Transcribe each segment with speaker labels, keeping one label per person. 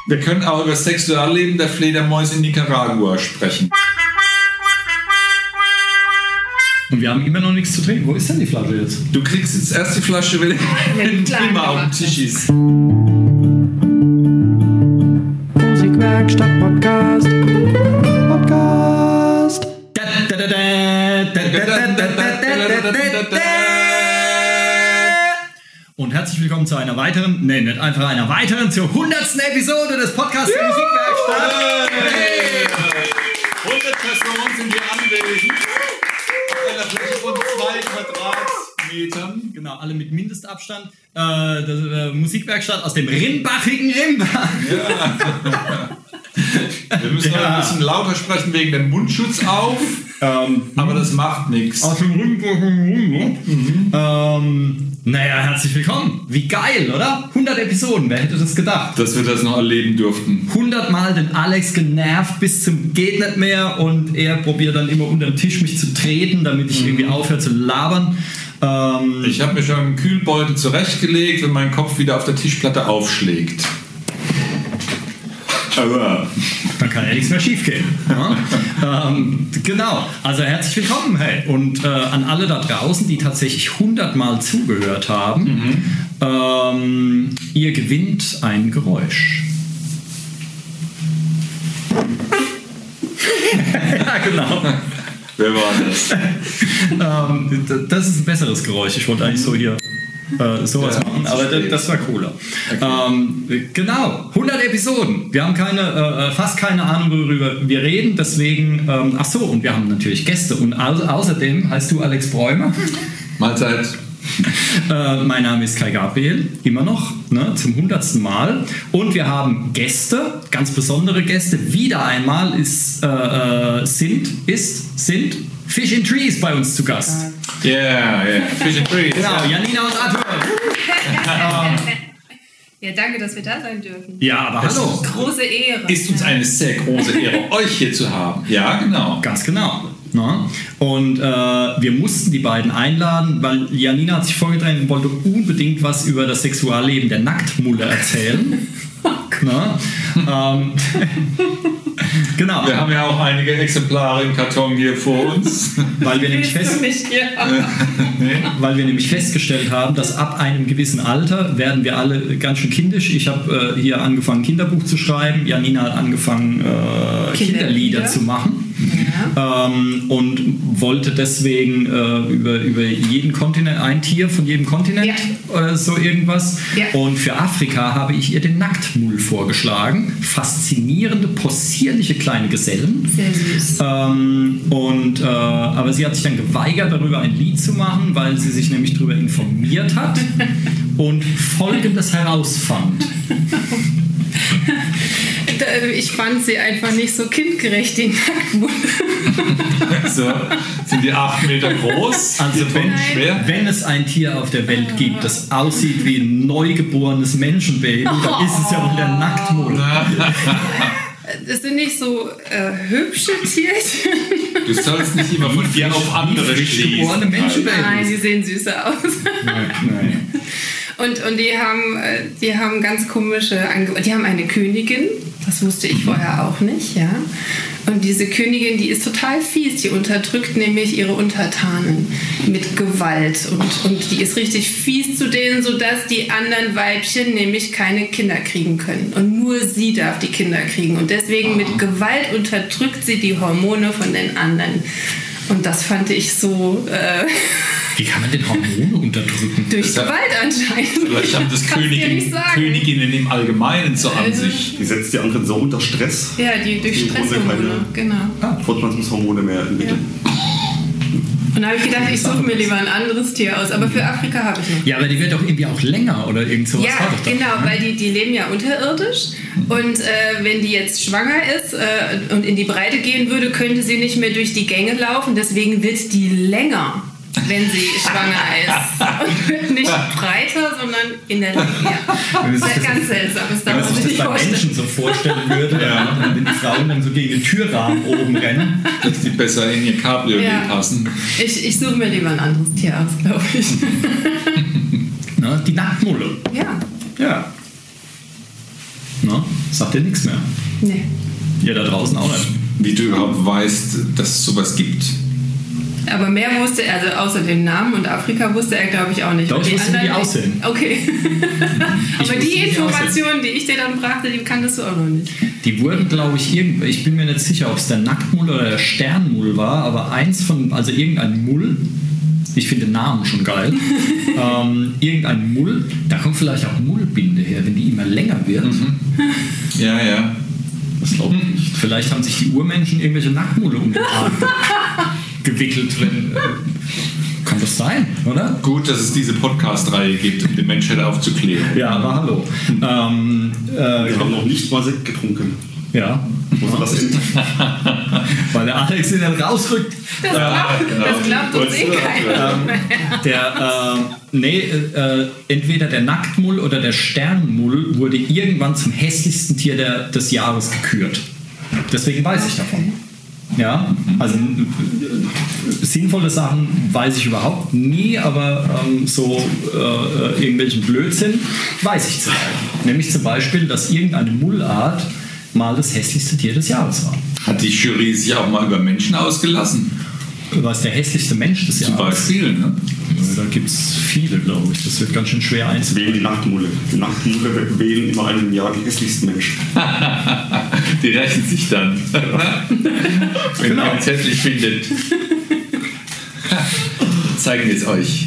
Speaker 1: Wir können auch über das Sexualleben der Fledermäuse in Nicaragua sprechen.
Speaker 2: Und wir haben immer noch nichts zu trinken. Wo ist denn die Flasche jetzt?
Speaker 1: Du kriegst jetzt erst die Flasche, wenn immer auf dem Tisch ist.
Speaker 3: Musikwerkstatt Podcast.
Speaker 2: Und herzlich willkommen zu einer weiteren, zur 100. Episode des Podcasts der Musikwerkstatt.
Speaker 1: Hey. 100 Personen sind hier anwesend. Auf einer Fläche von 2 Quadratmetern.
Speaker 2: Genau, alle mit Mindestabstand. Der Musikwerkstatt aus dem rimbachigen Rimbach.
Speaker 1: Ja. Wir müssen noch ein bisschen lauter sprechen wegen dem Mundschutz auf. Aber das macht nichts.
Speaker 2: Aus dem rimbachigen Rimbach. Naja, herzlich willkommen. Wie geil, oder? 100 Episoden, wer hätte das gedacht?
Speaker 1: Dass wir das noch erleben durften.
Speaker 2: 100 Mal den Alex genervt bis zum geht nicht mehr und er probiert dann immer unter den Tisch mich zu treten, damit ich irgendwie aufhöre zu labern.
Speaker 1: Ich habe mir schon einen Kühlbeutel zurechtgelegt, wenn mein Kopf wieder auf der Tischplatte aufschlägt. Aber
Speaker 2: dann kann ja nichts mehr schief gehen. Ja? Genau, also herzlich willkommen. Hey. Und an alle da draußen, die tatsächlich 100 Mal zugehört haben, ihr gewinnt ein Geräusch. Ja, genau.
Speaker 1: Wer war das?
Speaker 2: Das ist ein besseres Geräusch. Ich wollte eigentlich so hier sowas machen, aber das war cooler. Okay. Genau, 100 Episoden. Wir haben fast keine Ahnung, worüber wir reden, deswegen, und wir haben natürlich Gäste. Und außerdem heißt du Alex Bräumer.
Speaker 1: Mahlzeit.
Speaker 2: Mein Name ist Kai Gabriel, immer noch, zum 100. Mal. Und wir haben Gäste, ganz besondere Gäste. Wieder einmal sind Fish in Trees bei uns zu Gast.
Speaker 1: Yeah, Fish in Trees.
Speaker 2: Genau, Janina und Arthur.
Speaker 4: Ja, danke, dass wir da sein dürfen.
Speaker 2: Ja, aber hallo.
Speaker 4: Große Ehre.
Speaker 1: Ist uns eine sehr große Ehre, euch hier zu haben. Ja, genau.
Speaker 2: Ganz genau. Na? Und wir mussten die beiden einladen, weil Janina hat sich vorgedrängt und wollte unbedingt was über das Sexualleben der Nacktmulle erzählen. Genau.
Speaker 1: Wir haben ja auch einige Exemplare im Karton hier vor uns.
Speaker 2: Weil wir nämlich festgestellt haben, dass ab einem gewissen Alter werden wir alle ganz schön kindisch. Ich habe hier angefangen, Kinderbuch zu schreiben. Janina hat angefangen, Kinderlieder zu machen. Ja. Und wollte deswegen über jeden Kontinent, ein Tier von jedem Kontinent oder so irgendwas. Ja. Und für Afrika habe ich ihr den Nacktmull vorgeschlagen. Faszinierende, possierliche kleine Gesellen.
Speaker 4: Sehr süß.
Speaker 2: Aber sie hat sich dann geweigert, darüber ein Lied zu machen, weil sie sich nämlich darüber informiert hat und Folgendes herausfand.
Speaker 4: Ich fand sie einfach nicht so kindgerecht, die Nacktmulle.
Speaker 1: So, sind die 8 Meter groß?
Speaker 2: Also wenn es ein Tier auf der Welt gibt, das aussieht wie ein neugeborenes Menschenbaby, dann ist es ja wohl der Nacktmull.
Speaker 4: Das sind nicht so hübsche Tierchen.
Speaker 1: Du sollst nicht immer von dir auf andere schließen.
Speaker 2: Geborene Menschenbabys.
Speaker 4: Nein, sie sehen süßer aus.
Speaker 2: Nein.
Speaker 4: Und die haben ganz komische Angebote. Die haben eine Königin, das wusste ich vorher auch nicht, ja. Und diese Königin, die ist total fies, die unterdrückt nämlich ihre Untertanen mit Gewalt. Und die ist richtig fies zu denen, sodass die anderen Weibchen nämlich keine Kinder kriegen können. Und nur sie darf die Kinder kriegen. Und deswegen mit Gewalt unterdrückt sie die Hormone von den anderen. Und das fand ich so...
Speaker 2: Wie kann man denn Hormone unterdrücken?
Speaker 4: Durch Gewalt anscheinend.
Speaker 1: Vielleicht haben das Königinnen im Allgemeinen so an sich.
Speaker 5: Die setzt die anderen so unter Stress.
Speaker 4: Ja, die durch Stresshormone, genau.
Speaker 5: Fortpflanzungshormone mehr entwickeln.
Speaker 4: Ja. Und da habe ich gedacht, ich suche mir lieber ein anderes Tier aus. Aber für Afrika habe ich noch.
Speaker 2: Ja, aber die wird doch irgendwie auch länger oder irgend sowas.
Speaker 4: Ja, genau, weil die leben ja unterirdisch. Und wenn die jetzt schwanger ist und in die Breite gehen würde, könnte sie nicht mehr durch die Gänge laufen. Deswegen wird die länger, wenn sie schwanger ist. Und wird nicht breiter, sondern in der Länge. Das ist ganz seltsam.
Speaker 2: Wenn man sich das bei Menschen so vorstellen würde, wenn die Frauen dann so gegen den Türrahmen oben rennen,
Speaker 1: dass die besser in ihr Cabriolet passen.
Speaker 4: Ich suche mir lieber ein anderes Tier aus, glaube ich.
Speaker 2: Die Nacktmulle.
Speaker 4: Ja.
Speaker 2: Ja. Na? Sagt dir nichts mehr.
Speaker 4: Nee.
Speaker 2: Ihr da draußen auch nicht.
Speaker 6: Wie du überhaupt weißt, dass es sowas gibt.
Speaker 4: Aber mehr wusste er, also außer dem Namen und Afrika wusste er, glaube ich, auch nicht.
Speaker 2: Doch, ich wusste, wie die aussehen.
Speaker 4: Okay. Aber
Speaker 2: wusste,
Speaker 4: die
Speaker 2: wie die
Speaker 4: Informationen, die ich dir dann brachte, die kanntest du auch noch nicht.
Speaker 2: Die wurden, glaube ich, ich bin mir nicht sicher, ob es der Nacktmull oder der Sternmull war, aber also irgendein Mull, ich finde den Namen schon geil, irgendein Mull, da kommt vielleicht auch Mullbinde her, wenn die immer länger wird.
Speaker 6: Ja.
Speaker 2: Das glaube ich nicht. Vielleicht haben sich die Urmenschen irgendwelche Nacktmulle um den Arm gewickelt. Kann das sein, oder?
Speaker 6: Gut, dass es diese Podcast-Reihe gibt, um die Menschheit aufzuklären.
Speaker 2: Ja, aber hallo.
Speaker 5: Wir haben noch nicht mal Sekt getrunken.
Speaker 2: Ja.
Speaker 5: Wo soll das hin?
Speaker 2: Weil der Alex ihn dann rausrückt.
Speaker 4: Das glaubt uns keiner.
Speaker 2: Entweder der Nacktmull oder der Sternmull wurde irgendwann zum hässlichsten Tier des Jahres gekürt. Deswegen weiß ich davon. Ja, also sinnvolle Sachen weiß ich überhaupt nie, aber irgendwelchen Blödsinn weiß ich zum Beispiel. Nämlich zum Beispiel, dass irgendeine Mullart mal das hässlichste Tier des Jahres war.
Speaker 6: Hat die Jury sich auch mal über Menschen ausgelassen?
Speaker 2: Was der hässlichste Mensch des
Speaker 6: Zum
Speaker 2: Jahres?
Speaker 6: Beispiel, ne?
Speaker 2: Da gibt es viele, glaube ich. Das wird ganz schön schwer einzuwählen.
Speaker 5: Wählen die Nachtmulle. Die Nachtmulle wählen immer einen Jahr die hässlichsten Menschen.
Speaker 6: Die rächen sich dann. Wenn ihr uns hässlich findet. Zeigen wir es euch.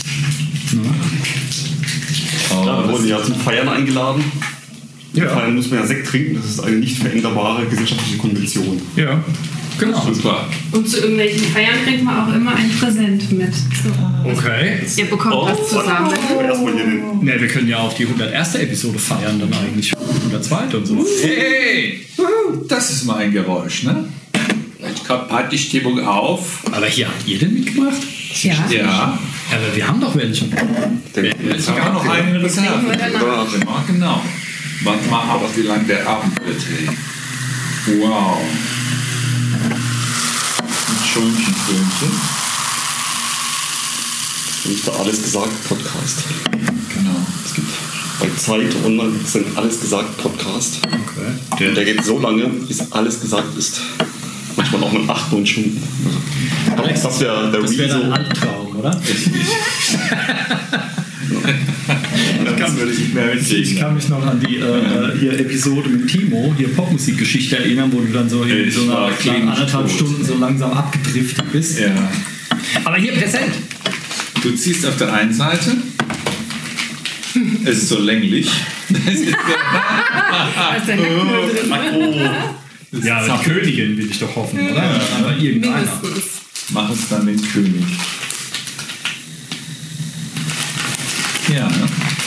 Speaker 5: Da wurden ja zum Feiern eingeladen.
Speaker 2: Ja.
Speaker 5: Feiern muss man ja Sekt trinken. Das ist eine nicht veränderbare gesellschaftliche Konvention.
Speaker 2: Ja, genau.
Speaker 6: Super.
Speaker 4: Und zu irgendwelchen Feiern kriegt man auch immer ein Präsent mit. So.
Speaker 2: Okay.
Speaker 4: Ihr bekommt was zusammen.
Speaker 5: Erstmal hier den
Speaker 2: Ne, wir können ja auch die 101. Episode feiern dann eigentlich. 102. und so.
Speaker 6: Hey! Das ist mal ein Geräusch, ne? Jetzt kommt Partystimmung auf.
Speaker 2: Aber hier habt ihr den mitgemacht?
Speaker 4: Ja.
Speaker 6: Ja.
Speaker 2: Aber wir haben doch welche.
Speaker 6: Jetzt haben wir noch einen in Reserve.
Speaker 4: Deswegen wird er nach.
Speaker 6: Ja, genau. Warte mal ab, wie lang der Abend wird. Hey. Wow. Ein Schönchen.
Speaker 5: nicht der Alles gesagt Podcast.
Speaker 6: Genau.
Speaker 5: Es gibt bei Zeit Online den Alles gesagt Podcast.
Speaker 2: Okay.
Speaker 5: Und der geht so lange, bis alles gesagt ist. Manchmal auch mit 8, 9 Stunden.
Speaker 2: Alex,
Speaker 5: das wäre der
Speaker 2: das wäre
Speaker 5: Rezo.
Speaker 2: dein Albtraum, oder?
Speaker 6: Das würde ich nicht mehr
Speaker 2: Ich
Speaker 6: mitkriegen.
Speaker 2: kann mich noch an die hier Episode mit Timo, hier Popmusikgeschichte erinnern, wo du dann so in so einer kleinen 1,5 Stunden so langsam abgedriftet bist.
Speaker 6: Ja.
Speaker 2: Aber hier präsent.
Speaker 6: Du ziehst auf der einen Seite. Es ist so länglich. Das ist
Speaker 4: Da ist der Nacktmull drin.
Speaker 2: Ja, aber die Königin will ich doch hoffen, oder?
Speaker 6: Ja.
Speaker 2: Aber irgendeiner.
Speaker 4: Mindestens.
Speaker 6: Mach uns dann den König. Ja, ne?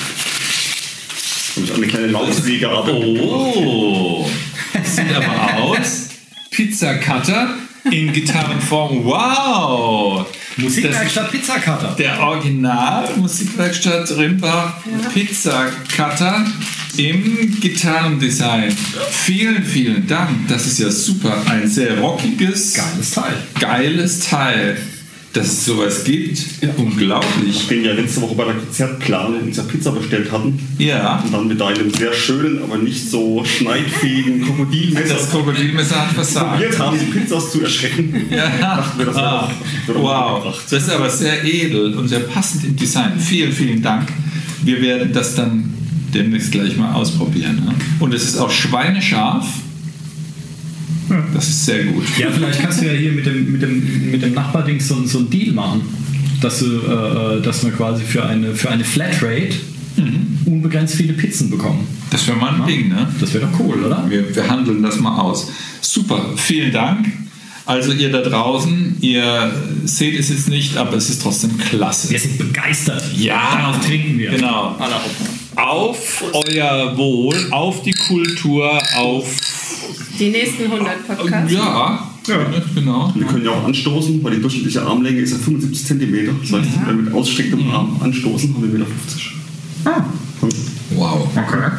Speaker 5: Und eine kleine Laubsäge, aber
Speaker 6: Oh, sieht aber aus. Pizza Cutter in Gitarrenform. Wow!
Speaker 2: Musikwerkstatt Pizza Cutter.
Speaker 6: Der Original Musikwerkstatt Rimbach Pizza Cutter im Gitarrendesign. Vielen, vielen Dank. Das ist ja super. Ein sehr rockiges, geiles Teil. Dass es sowas gibt. Unglaublich.
Speaker 5: ich bin ja letzte Woche bei der Konzertplanung uns ja Pizza bestellt hatten.
Speaker 6: Ja.
Speaker 5: Und dann mit einem sehr schönen, aber nicht so schneidfähigen Krokodilmesser
Speaker 6: Das Krokodilmesser hat versagt.
Speaker 5: probiert haben, die Pizzas zu erschrecken.
Speaker 6: Ja.
Speaker 5: Dachten wir, das wäre doch
Speaker 6: Wow,
Speaker 5: gebracht.
Speaker 6: das ist aber sehr edel und sehr passend im Design. Vielen, vielen Dank. Wir werden das dann demnächst gleich mal ausprobieren. Ne? Und es ist auch schweinescharf. Das ist sehr gut.
Speaker 2: Ja, vielleicht kannst du ja hier mit dem Nachbarding so einen Deal machen, dass wir quasi für eine Flatrate unbegrenzt viele Pizzen bekommen.
Speaker 6: Das wäre mal ein Ding, ne?
Speaker 2: Das wäre doch cool, oder?
Speaker 6: Wir handeln das mal aus. Super, vielen Dank. Also ihr da draußen, ihr seht es jetzt nicht, aber es ist trotzdem klasse.
Speaker 2: Wir sind begeistert.
Speaker 6: Ja,
Speaker 2: Darauf trinken wir.
Speaker 6: Genau. Auf euer Wohl, auf die Kultur, auf...
Speaker 4: Die nächsten 100 Podcasts.
Speaker 6: Ja, genau.
Speaker 5: Wir können ja auch anstoßen, weil die durchschnittliche Armlänge ist ja 75 cm. Das heißt, wenn wir mit ausgestrecktem Arm anstoßen, haben wir 1,50 Meter.
Speaker 6: Wow.
Speaker 2: Okay.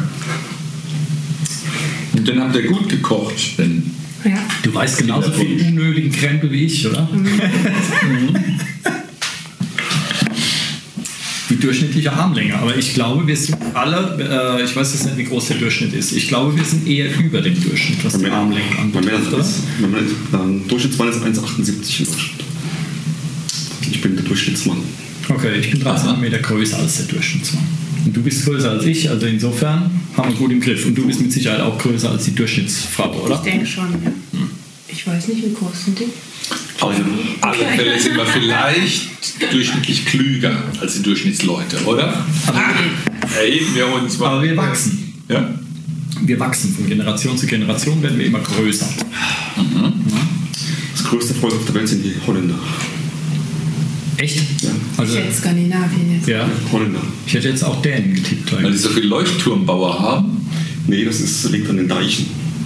Speaker 6: Und dann habt ihr gut gekocht, denn...
Speaker 4: Ja.
Speaker 2: Du weißt genauso viel unnötigen Krempel wie ich, oder? Die durchschnittliche Armlänge. Aber ich glaube, wir sind alle, ich weiß jetzt nicht, wie groß der Durchschnitt ist, ich glaube, wir sind eher über dem Durchschnitt, was die Armlänge anbetrifft.
Speaker 5: Durchschnittsmann ist 1,78 in Deutschland. Ich bin der Durchschnittsmann.
Speaker 2: Okay, ich bin 3 Zentimeter größer als der Durchschnittsmann. Und du bist größer als ich, also insofern haben wir gut im Griff. Und du bist mit Sicherheit auch größer als die Durchschnittsfrau, oder?
Speaker 4: Ich denke schon, ja. Ich weiß nicht, wie groß sind die?
Speaker 6: Auf alle Fälle sind wir vielleicht durchschnittlich klüger als die Durchschnittsleute, oder? Erheben wir uns mal.
Speaker 2: Aber wir wachsen.
Speaker 6: Ja?
Speaker 2: Wir wachsen von Generation zu Generation, werden wir immer größer.
Speaker 6: Mhm.
Speaker 5: Das größte Volk auf der Welt sind die Holländer.
Speaker 2: Echt?
Speaker 5: Ja.
Speaker 2: Also,
Speaker 4: Ich hätte Skandinavien jetzt.
Speaker 2: ja.
Speaker 5: Holländer.
Speaker 2: Ich hätte jetzt auch Dänen getippt.
Speaker 6: Weil die so viele Leuchtturmbauer haben.
Speaker 5: Nee, liegt an den Deichen.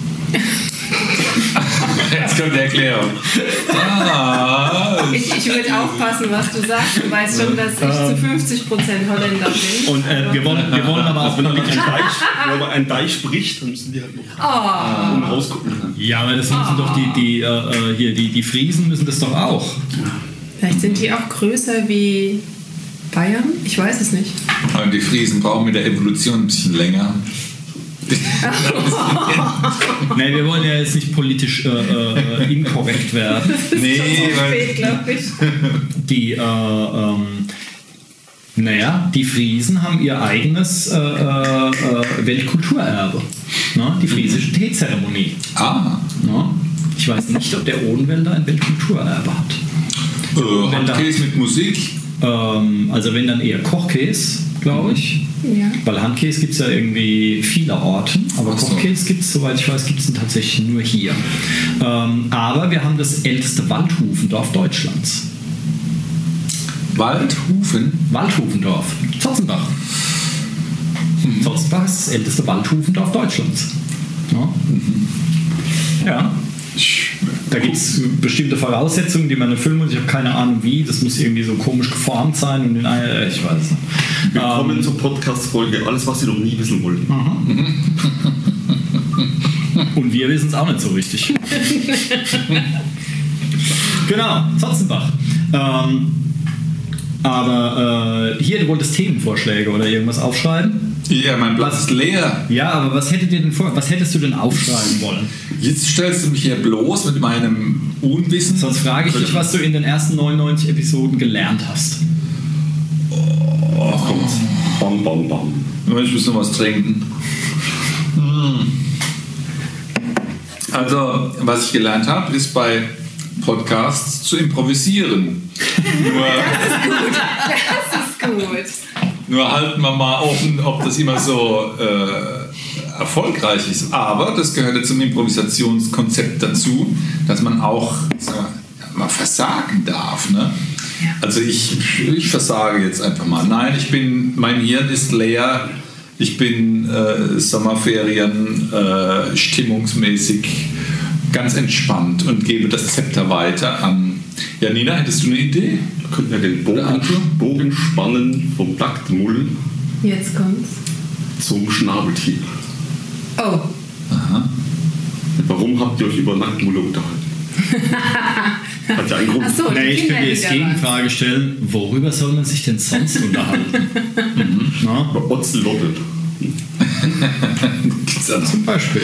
Speaker 6: Jetzt kommt die Erklärung.
Speaker 4: Ich würde aufpassen, was du sagst. Du weißt schon, dass ich zu 50% Holländer bin.
Speaker 2: Und wir wollen aber auch politisch
Speaker 5: Wenn man einen Deich bricht, dann müssen die halt noch rausgucken.
Speaker 2: Ja, aber das müssen doch die Friesen müssen das doch auch.
Speaker 4: Vielleicht sind die auch größer wie Bayern? Ich weiß es nicht.
Speaker 6: Und die Friesen brauchen mit der Evolution ein bisschen länger.
Speaker 2: Nein, wir wollen ja jetzt nicht politisch inkorrekt werden.
Speaker 6: Nee,
Speaker 4: Spät, glaube ich.
Speaker 2: Die Friesen haben ihr eigenes Weltkulturerbe. Ne? Die friesische Teezeremonie. Ne? Ich weiß nicht, ob der Odenwälder ein Weltkulturerbe hat.
Speaker 6: Handkäse mit Musik.
Speaker 2: Also wenn dann eher Kochkäse, glaube ich.
Speaker 4: Ja.
Speaker 2: Weil Handkäse gibt es ja irgendwie viele Orten, aber Kochkäse gibt es, soweit ich weiß, gibt es tatsächlich nur hier. Aber wir haben das älteste Waldhufendorf Deutschlands. Waldhufendorf. Zotzenbach. Zotzenbach ist das älteste Waldhufendorf Deutschlands. Ja. Da gibt es bestimmte Voraussetzungen, die man erfüllen muss. Ich habe keine Ahnung wie. Das muss irgendwie so komisch geformt sein. Und ich weiß nicht.
Speaker 5: Willkommen zur Podcast-Folge. Alles, was Sie noch nie wissen wollten.
Speaker 2: Und wir wissen es auch nicht so richtig. Genau, Zotzenbach. Aber hier, du wolltest Themenvorschläge oder irgendwas aufschreiben?
Speaker 6: Ja, mein Platz ist leer.
Speaker 2: Ja, aber was hättest du denn aufschreiben wollen?
Speaker 6: Jetzt stellst du mich hier bloß mit meinem Unwissen.
Speaker 2: Sonst frage ich dich, was du in den ersten 99 Episoden gelernt hast.
Speaker 5: Kommt. Bam, bam, bam.
Speaker 6: Ich muss noch was trinken. Also, was ich gelernt habe, ist bei Podcasts zu improvisieren.
Speaker 4: Das ist gut.
Speaker 6: Nur halten wir mal offen, ob das immer so erfolgreich ist. Aber das gehört ja zum Improvisationskonzept dazu, dass man auch mal versagen darf. Ne?
Speaker 4: Ja.
Speaker 6: Also ich versage jetzt einfach mal. Nein, mein Hirn ist leer. Ich bin Sommerferien stimmungsmäßig ganz entspannt und gebe das Zepter weiter an. Ja, Nina, hättest du eine Idee?
Speaker 5: Wir könnten ja den Bogen spannen vom Nacktmull
Speaker 4: Jetzt kommt's.
Speaker 5: zum Schnabeltier.
Speaker 4: Oh.
Speaker 6: Aha.
Speaker 5: Warum habt ihr euch über Nacktmulle unterhalten? Hat ja einen Grund.
Speaker 4: Achso,
Speaker 2: Nee, ich könnte jetzt Gegenfrage stellen, worüber soll man sich denn sonst unterhalten? Na?
Speaker 5: Über Ozelottel.
Speaker 6: Gibt's da noch?
Speaker 2: Zum Beispiel.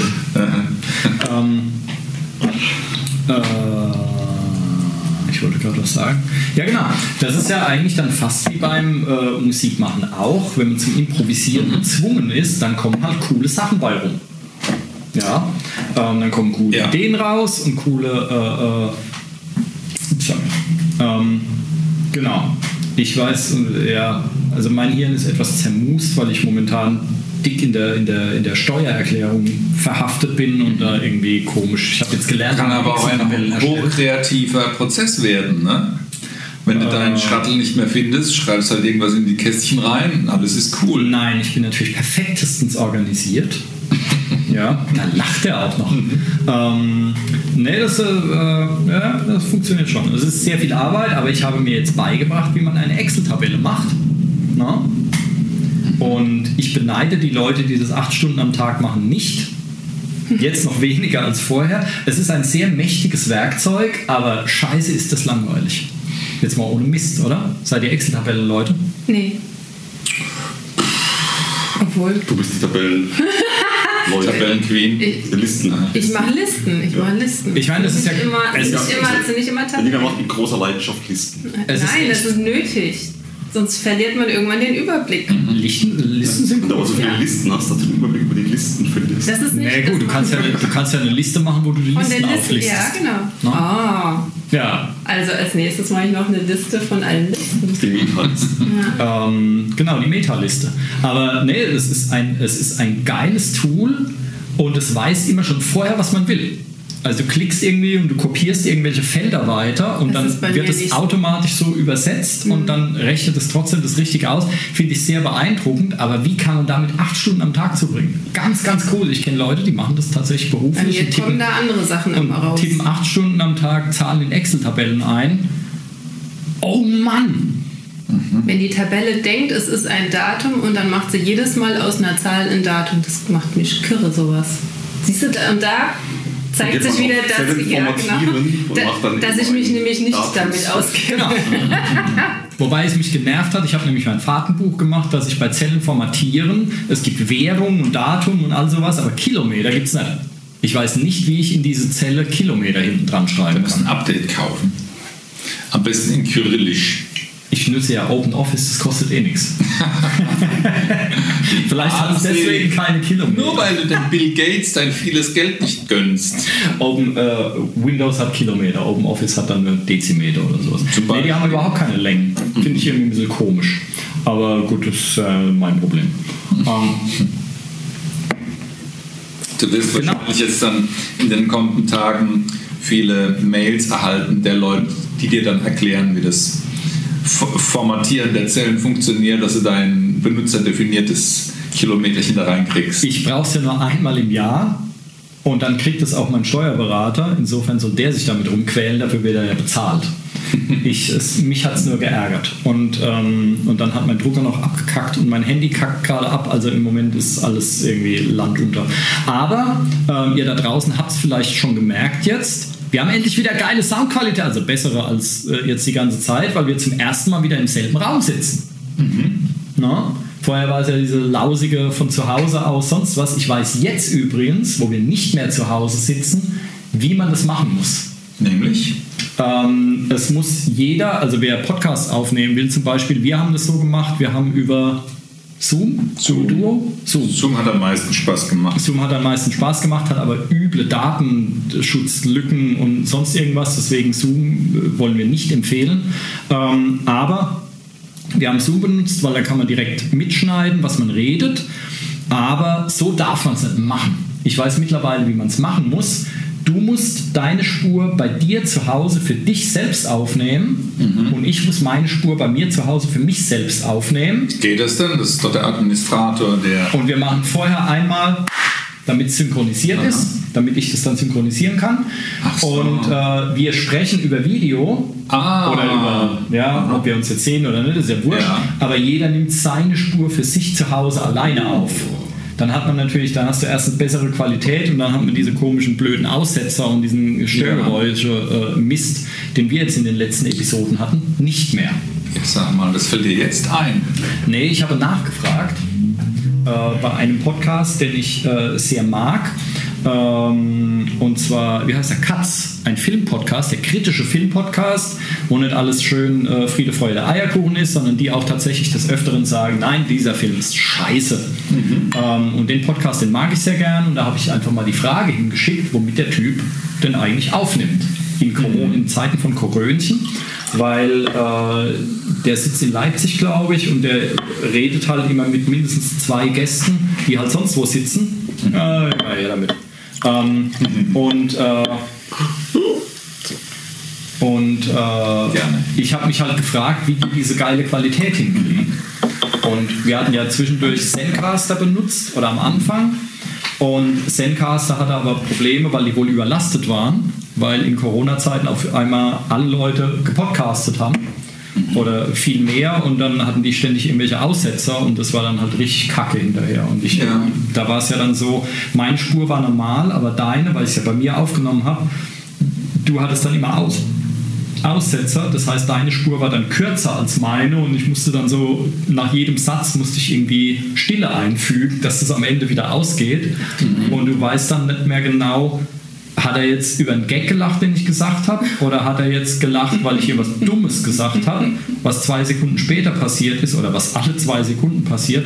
Speaker 2: Ich wollte gerade was sagen. Ja, genau. Das ist ja eigentlich dann fast wie beim Musikmachen auch. Wenn man zum Improvisieren gezwungen ist, dann kommen halt coole Sachen bei rum. Ja, dann kommen coole Ideen raus und coole. Genau. Ich weiß, ja, also mein Hirn ist etwas zermust, weil ich momentan dick in der Steuererklärung verhaftet bin und da irgendwie komisch. Ich habe jetzt gelernt,
Speaker 6: Kann aber auch ein hochkreativer Prozess werden, ne? Wenn du deinen Schrattel nicht mehr findest, schreibst halt irgendwas in die Kästchen rein, alles ist cool.
Speaker 2: Nein, ich bin natürlich perfektestens organisiert. Ja, da lacht er auch noch. Nee, das funktioniert schon. Es ist sehr viel Arbeit, aber ich habe mir jetzt beigebracht, wie man eine Excel-Tabelle macht. Na? Und ich beneide die Leute, die das 8 Stunden am Tag machen, nicht. Jetzt noch weniger als vorher. Es ist ein sehr mächtiges Werkzeug, aber scheiße ist das langweilig. Jetzt mal ohne Mist, oder? Seid ihr Excel-Tabellen, Leute?
Speaker 4: Nee. Obwohl.
Speaker 5: Du bist die Tabellen.
Speaker 6: Tabellenqueen.
Speaker 5: Die Listen.
Speaker 4: Ich mache Listen.
Speaker 2: Ich meine, das ist ja...
Speaker 4: Das sind nicht immer
Speaker 5: Annika
Speaker 4: Tabellen.
Speaker 5: macht mit großer Leidenschaft Listen.
Speaker 4: Nein, das ist nötig. Sonst verliert man irgendwann den Überblick.
Speaker 2: Listen sind
Speaker 5: Wenn du aber so viele Listen hast, dass du den Überblick über die Listen findest.
Speaker 4: Das ist nicht.
Speaker 2: Nee, gut, du kannst ja eine Liste machen, wo du die
Speaker 4: von der
Speaker 2: Listen
Speaker 4: Liste,
Speaker 2: auflistest.
Speaker 4: ja, genau.
Speaker 2: No? Ja.
Speaker 4: Also als nächstes mache ich noch eine Liste von allen Listen.
Speaker 5: Die Meta-Liste.
Speaker 2: Genau, die Meta-Liste. Aber nee, es ist ein geiles Tool und es weiß immer schon vorher, was man will. Also du klickst irgendwie und du kopierst irgendwelche Felder weiter und
Speaker 4: Das
Speaker 2: dann wird es automatisch so übersetzt und dann rechnet es trotzdem das richtig aus. Finde ich sehr beeindruckend, aber wie kann man damit 8 Stunden am Tag zubringen? Ganz, ganz cool. Ich kenne Leute, die machen das tatsächlich beruflich.
Speaker 4: Jetzt kommen da andere Sachen immer raus.
Speaker 2: Tippen 8 Stunden am Tag, zahlen in Excel-Tabellen ein. Oh Mann!
Speaker 4: Wenn die Tabelle denkt, es ist ein Datum und dann macht sie jedes Mal aus einer Zahl ein Datum, das macht mich kirre, sowas. Siehst du, und da zeigt sich wieder, dass ich mich nämlich nicht damit auskenne.
Speaker 2: Genau. Wobei es mich genervt hat, ich habe nämlich mein Fahrtenbuch gemacht, dass ich bei Zellen formatieren, es gibt Währung und Datum und all sowas, aber Kilometer gibt es nicht. Ich weiß nicht, wie ich in diese Zelle Kilometer hinten dran schreiben
Speaker 6: Du musst ein
Speaker 2: kann.
Speaker 6: Update kaufen. Am besten in Kyrillisch.
Speaker 2: Ich nutze ja OpenOffice, das kostet eh nichts. Vielleicht hat es deswegen keine Kilometer.
Speaker 6: Nur weil du dem Bill Gates dein vieles Geld nicht gönnst.
Speaker 2: Windows hat Kilometer, OpenOffice hat dann nur Dezimeter oder sowas. Nee, die haben überhaupt keine Längen. Finde ich irgendwie ein bisschen komisch. Aber gut, das ist mein Problem.
Speaker 6: Du wirst wahrscheinlich jetzt dann in den kommenden Tagen viele Mails erhalten der Leute, die dir dann erklären, wie das Formatieren der Zellen funktioniert, dass du dein benutzerdefiniertes Kilometerchen da reinkriegst.
Speaker 2: Ich brauche es ja nur einmal im Jahr und dann kriegt es auch mein Steuerberater. Insofern soll der sich damit rumquälen, dafür wird er ja bezahlt. Mich hat es nur geärgert. Und dann hat mein Drucker noch abgekackt und mein Handy kackt gerade ab. Also im Moment ist alles irgendwie Land unter. Aber ihr da draußen habt es vielleicht schon gemerkt jetzt. Wir haben endlich wieder geile Soundqualität, also bessere als jetzt die ganze Zeit, weil wir zum ersten Mal wieder im selben Raum sitzen. Na? Vorher war es ja diese lausige von zu Hause aus, sonst was. Ich weiß jetzt übrigens, wo wir nicht mehr zu Hause sitzen, wie man das machen muss.
Speaker 6: Nämlich?
Speaker 2: Es muss jeder, also wer Podcasts aufnehmen will zum Beispiel, wir haben das so gemacht, wir haben über Zoom
Speaker 6: Zoom hat am meisten Spaß gemacht.
Speaker 2: Zoom hat am meisten Spaß gemacht, hat aber üble Datenschutzlücken und sonst irgendwas, deswegen Zoom wollen wir nicht empfehlen. Aber wir haben Zoom benutzt, weil da kann man direkt mitschneiden, was man redet, aber so darf man es nicht machen. Ich weiß mittlerweile, wie man es machen muss. Du musst deine Spur bei dir zu Hause für dich selbst aufnehmen und ich muss meine Spur bei mir zu Hause für mich selbst aufnehmen.
Speaker 6: Geht das denn? Das ist doch der Administrator, der...
Speaker 2: Und wir machen vorher einmal, damit es synchronisiert ist, damit ich das dann synchronisieren kann.
Speaker 6: Ach so.
Speaker 2: Und wir sprechen über Video oder über, ob wir uns jetzt sehen oder nicht, das ist ja wurscht.
Speaker 6: Ja.
Speaker 2: Aber jeder nimmt seine Spur für sich zu Hause alleine auf. Dann hat man natürlich, dann hast du erst eine bessere Qualität und dann hat man diese komischen blöden Aussetzer und diesen Störgeräusche Mist, den wir jetzt in den letzten Episoden hatten, nicht mehr.
Speaker 6: Ich sag mal, das fällt dir jetzt ein.
Speaker 2: Nee, ich habe nachgefragt bei einem Podcast, den ich sehr mag. Und zwar, wie heißt der? Katz, ein Filmpodcast, der kritische Filmpodcast, wo nicht alles schön Friede, Freude, Eierkuchen ist, sondern die auch tatsächlich des Öfteren sagen, nein, dieser Film ist scheiße. Und den Podcast, den mag ich sehr gern und da habe ich einfach mal die Frage hingeschickt, womit der Typ denn eigentlich aufnimmt in Zeiten von Korönchen, weil der sitzt in Leipzig, glaube ich, und der redet halt immer mit mindestens 2 Gästen, die halt sonst wo sitzen. Ja, damit. Ich habe mich halt gefragt, wie die diese geile Qualität hinkriegen. Und wir hatten ja zwischendurch Zencaster benutzt oder am Anfang. Und Zencaster hatte aber Probleme, weil die wohl überlastet waren, weil in Corona-Zeiten auf einmal alle Leute gepodcastet haben. Oder viel mehr und dann hatten die ständig irgendwelche Aussetzer und das war dann halt richtig kacke hinterher. Und da war es ja dann so, meine Spur war normal, aber deine, weil ich es ja bei mir aufgenommen habe, du hattest dann immer aus. Aussetzer, das heißt, deine Spur war dann kürzer als meine und ich musste dann so, nach jedem Satz musste ich irgendwie Stille einfügen, dass das am Ende wieder ausgeht und du weißt dann nicht mehr genau, hat er jetzt über einen Gag gelacht, den ich gesagt habe, oder hat er jetzt gelacht, weil ich hier was Dummes gesagt habe, was 2 Sekunden später passiert ist oder was alle 2 Sekunden passiert,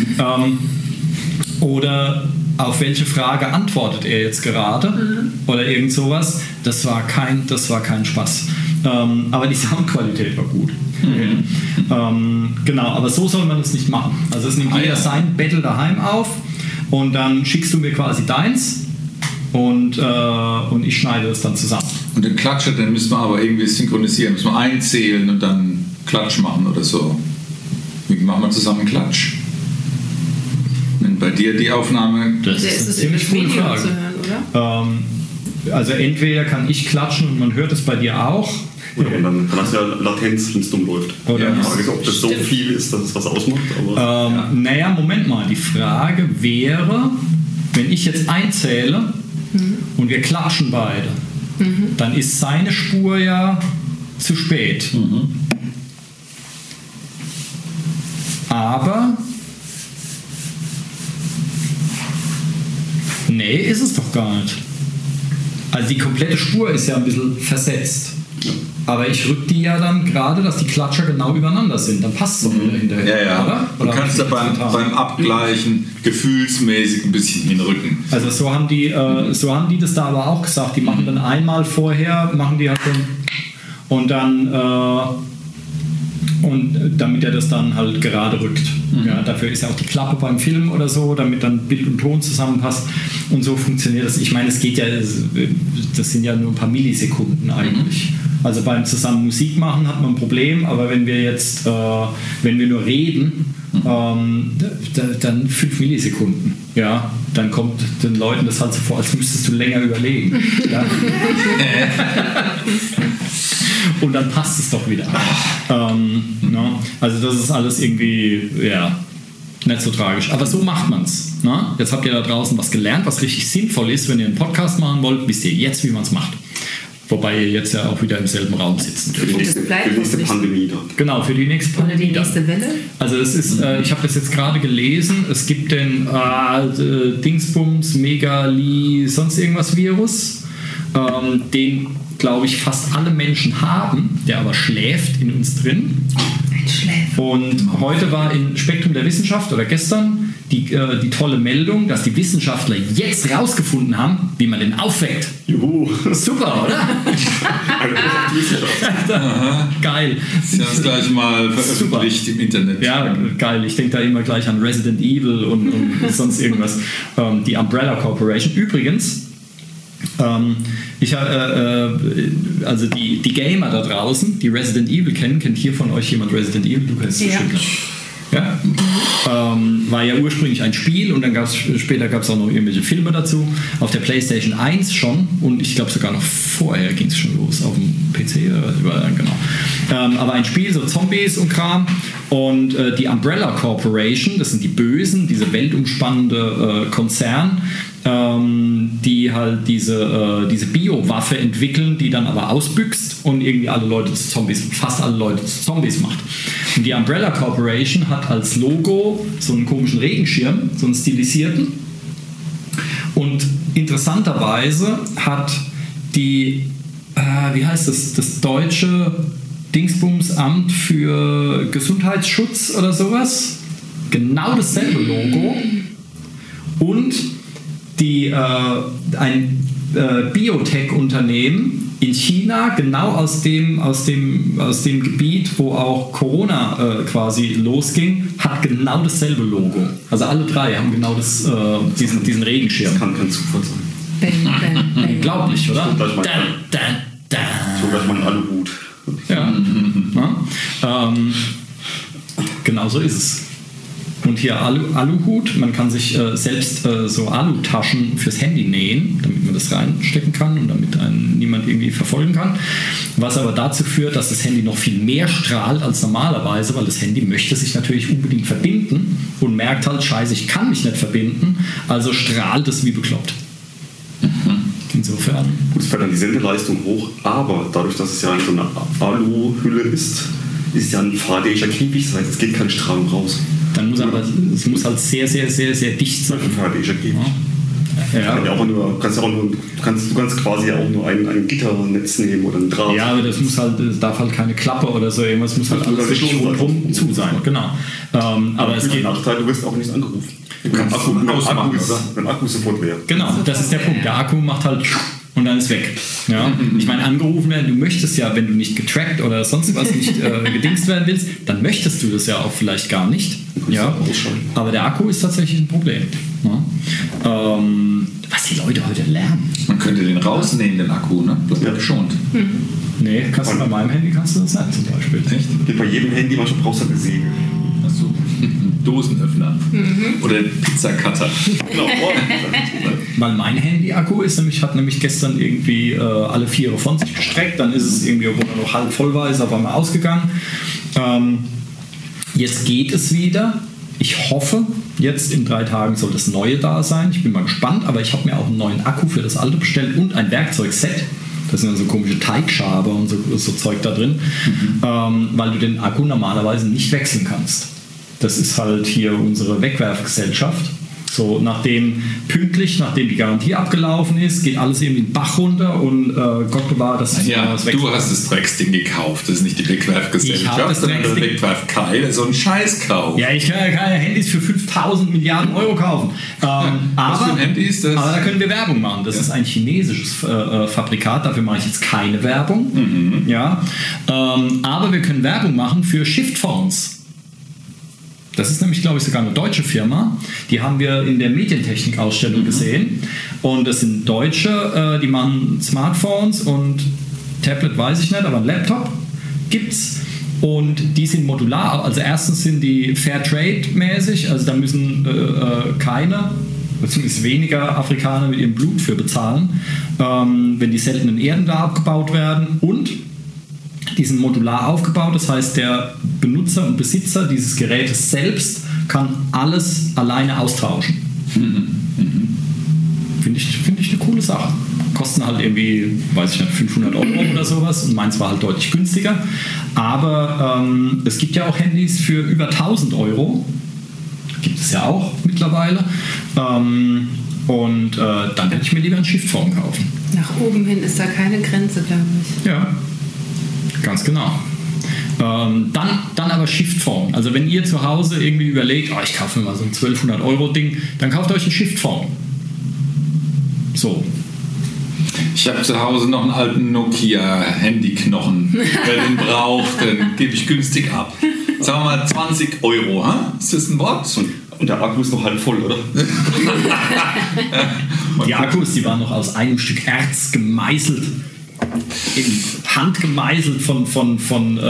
Speaker 2: oder auf welche Frage antwortet er jetzt gerade oder irgend sowas. Das war kein Spaß. Aber die Soundqualität war gut. Genau, aber so soll man es nicht machen. Also es nimmt jeder sein Battle daheim auf und dann schickst du mir quasi deins und ich schneide es dann zusammen.
Speaker 6: Und den Klatscher, den müssen wir aber irgendwie synchronisieren. Müssen wir einzählen und dann Klatsch machen oder so. Wie machen wir zusammen Klatsch? Wenn bei dir die Aufnahme...
Speaker 2: Das ist eine ziemlich coole Frage.
Speaker 4: Zu hören, oder?
Speaker 2: Also entweder kann ich klatschen und man hört es bei dir auch.
Speaker 5: Oder und dann hast du ja Latenz, wenn es dumm läuft.
Speaker 2: Oder
Speaker 5: Die Frage ist, ob das so viel ist, dass es was ausmacht. Aber
Speaker 2: naja, Moment mal. Die Frage wäre, wenn ich jetzt einzähle und wir klatschen beide, dann ist seine Spur ja zu spät. Aber nee, ist es doch gar nicht. Also die komplette Spur ist ja ein bisschen versetzt. Aber ich rück die ja dann gerade, dass die Klatscher genau übereinander sind. Dann passt es doch wieder hinterher.
Speaker 6: Ja.
Speaker 2: Oder?
Speaker 6: Du kannst ja beim Abgleichen gefühlsmäßig ein bisschen hinrücken.
Speaker 2: Also so haben die das da aber auch gesagt. Die machen dann einmal vorher, machen die halt so und dann und damit er das dann halt gerade rückt. Ja, dafür ist ja auch die Klappe beim Film oder so, damit dann Bild und Ton zusammenpasst. Und so funktioniert das. Ich meine, es geht ja, das sind ja nur ein paar Millisekunden eigentlich. Also beim zusammen Musik machen hat man ein Problem, aber wenn wir jetzt, wenn wir nur reden, dann 5 Millisekunden. Ja, dann kommt den Leuten das halt so vor, als müsstest du länger überlegen. Ja. Und dann passt es doch wieder. No? Also das ist alles irgendwie, ja, nicht so tragisch. Aber so macht man es. Jetzt habt ihr da draußen was gelernt, was richtig sinnvoll ist. Wenn ihr einen Podcast machen wollt, wisst ihr jetzt, wie man es macht. Wobei ihr jetzt ja auch wieder im selben Raum sitzen.
Speaker 5: für die nächste Pandemie dann.
Speaker 2: Genau, für die nächste Pandemie.
Speaker 4: Oder die nächste Welle?
Speaker 2: Also es ist, ich habe das jetzt gerade gelesen, es gibt den Dingsbums, Megali, sonst irgendwas Virus, den, glaube ich, fast alle Menschen haben, der aber schläft in uns drin.
Speaker 4: Ein Schläfer.
Speaker 2: Und heute war in Spektrum der Wissenschaft oder gestern die tolle Meldung, dass die Wissenschaftler jetzt rausgefunden haben, wie man den aufweckt.
Speaker 5: Juhu.
Speaker 2: Super, oder? Geil.
Speaker 6: Sie haben es gleich mal veröffentlicht im Internet.
Speaker 2: Ja, geil. Ich denke da immer gleich an Resident Evil und sonst irgendwas. Die Umbrella Corporation. Übrigens, also die Gamer da draußen, die Resident Evil kennen, kennt hier von euch jemand Resident Evil? Du kennst es bestimmt. Ja? War ja ursprünglich ein Spiel und dann später gab es auch noch irgendwelche Filme dazu. Auf der PlayStation 1 schon und ich glaube sogar noch vorher ging es schon los auf dem PC. Genau. Aber ein Spiel, so Zombies und Kram. Und die Umbrella Corporation, das sind die Bösen, diese weltumspannende Konzern, die halt diese Biowaffe entwickeln, die dann aber ausbüchst und irgendwie fast alle Leute zu Zombies macht. Und die Umbrella Corporation hat als Logo so einen komischen Regenschirm, so einen stilisierten. Und interessanterweise hat wie heißt das deutsche Dingsbumsamt für Gesundheitsschutz oder sowas, genau dasselbe Logo und ein Biotech-Unternehmen in China, genau aus dem Gebiet, wo auch Corona quasi losging, hat genau dasselbe Logo. Also alle drei haben genau diesen Regenschirm.
Speaker 5: Das kann kein Zufall sein.
Speaker 4: Bang, bang, bang.
Speaker 2: Unglaublich, oder?
Speaker 5: Sogar mein Aluhut.
Speaker 2: Ja. Genau so ist es. Und hier Aluhut, man kann sich selbst so Alutaschen fürs Handy nähen, damit man das reinstecken kann und damit einen niemand irgendwie verfolgen kann. Was aber dazu führt, dass das Handy noch viel mehr strahlt als normalerweise, weil das Handy möchte sich natürlich unbedingt verbinden und merkt halt, scheiße, ich kann mich nicht verbinden, also strahlt es wie bekloppt. Insofern.
Speaker 5: Gut, es fällt dann die Sendeleistung hoch, aber dadurch, dass es ja in so einer Aluhülle ist es ja ein fahrdichter Käfig, das heißt, es geht keine Strahlung raus.
Speaker 2: Dann muss aber, es muss halt sehr, sehr, sehr, sehr dicht sein.
Speaker 5: Ein fahrdichter Käfig.
Speaker 2: Ja.
Speaker 5: Du kannst quasi auch nur ein Gitternetz nehmen oder ein Draht.
Speaker 2: Ja, aber das darf halt keine Klappe oder so irgendwas, muss halt alles wirklich rundherum zu sein. Genau. Aber es geht.
Speaker 5: Nachteil, du wirst auch nicht angerufen. Wenn Akku sofort wäre.
Speaker 2: Genau, das ist der Punkt. Der Akku macht halt und dann ist weg. Ja? Ich meine, angerufen werden, du möchtest ja, wenn du nicht getrackt oder sonst was nicht gedingst werden willst, dann möchtest du das ja auch vielleicht gar nicht. Ja? Aber der Akku ist tatsächlich ein Problem. Ja? Was die Leute heute lernen.
Speaker 6: Man könnte den rausnehmen, den Akku, ne? Bleibt ja geschont.
Speaker 2: Nee, bei meinem Handy kannst du das nicht zum Beispiel.
Speaker 5: Echt? Geht bei jedem Handy, manchmal brauchst du halt eine Säge.
Speaker 6: Achso. Dosenöffner. Oder Pizzacutter.
Speaker 5: Genau.
Speaker 2: Weil mein Handy-Akku hat nämlich gestern irgendwie alle Viere von sich gestreckt, dann ist es irgendwie, obwohl er noch halb voll war, ist auf einmal ausgegangen. Jetzt geht es wieder. Ich hoffe, jetzt in 3 Tagen soll das Neue da sein. Ich bin mal gespannt, aber ich habe mir auch einen neuen Akku für das alte bestellt und ein Werkzeugset. Da sind dann so komische Teigschaber und so Zeug da drin, weil du den Akku normalerweise nicht wechseln kannst. Das ist halt hier unsere Wegwerfgesellschaft. So, nachdem die Garantie abgelaufen ist, geht alles irgendwie den Bach runter und Gott bewahre, das
Speaker 6: ja, du hast das Drecksding gekauft, das ist nicht die Wegwerfgesellschaft, sondern das Wegwerfkeil, das ist so ein Scheißkauf.
Speaker 2: Ja, ich kann ja keine Handys für 5.000 Milliarden Euro kaufen.
Speaker 6: Was für ein Handy ist das?
Speaker 2: Aber da können wir Werbung machen. Das ist ein chinesisches Fabrikat, dafür mache ich jetzt keine Werbung. Ja, aber wir können Werbung machen für Shift-Phones. Das ist nämlich, glaube ich, sogar eine deutsche Firma. Die haben wir in der Medientechnik-Ausstellung gesehen. Und das sind Deutsche, die machen Smartphones und Tablet weiß ich nicht, aber ein Laptop gibt's. Und die sind modular. Also erstens sind die Fairtrade-mäßig, also da müssen keine, beziehungsweise weniger Afrikaner mit ihrem Blut für bezahlen, wenn die seltenen Erden da abgebaut werden. Und die sind modular aufgebaut, das heißt, der Benutzer und Besitzer dieses Gerätes selbst kann alles alleine austauschen. Finde ich eine coole Sache. Kosten halt irgendwie, weiß ich nicht, 500 Euro oder sowas und meins war halt deutlich günstiger. Aber es gibt ja auch Handys für über 1000 Euro. Gibt es ja auch mittlerweile. Und dann werde ich mir lieber ein Shift-Phone kaufen.
Speaker 4: Nach oben hin ist da keine Grenze, glaube ich.
Speaker 2: Ja. Ganz genau. Dann aber Shift-Phone. Also wenn ihr zu Hause irgendwie überlegt, ich kaufe mir mal so ein 1200 Euro Ding, dann kauft euch ein Shift-Phone. So.
Speaker 6: Ich habe zu Hause noch einen alten Nokia-Handyknochen. Wer den braucht, den gebe ich günstig ab. Sagen wir mal 20 Euro. Ist das ein Wort?
Speaker 5: Und der Akku ist noch halb voll, oder?
Speaker 2: Die Akkus, die waren noch aus einem Stück Erz gemeißelt. Handgemeißelt von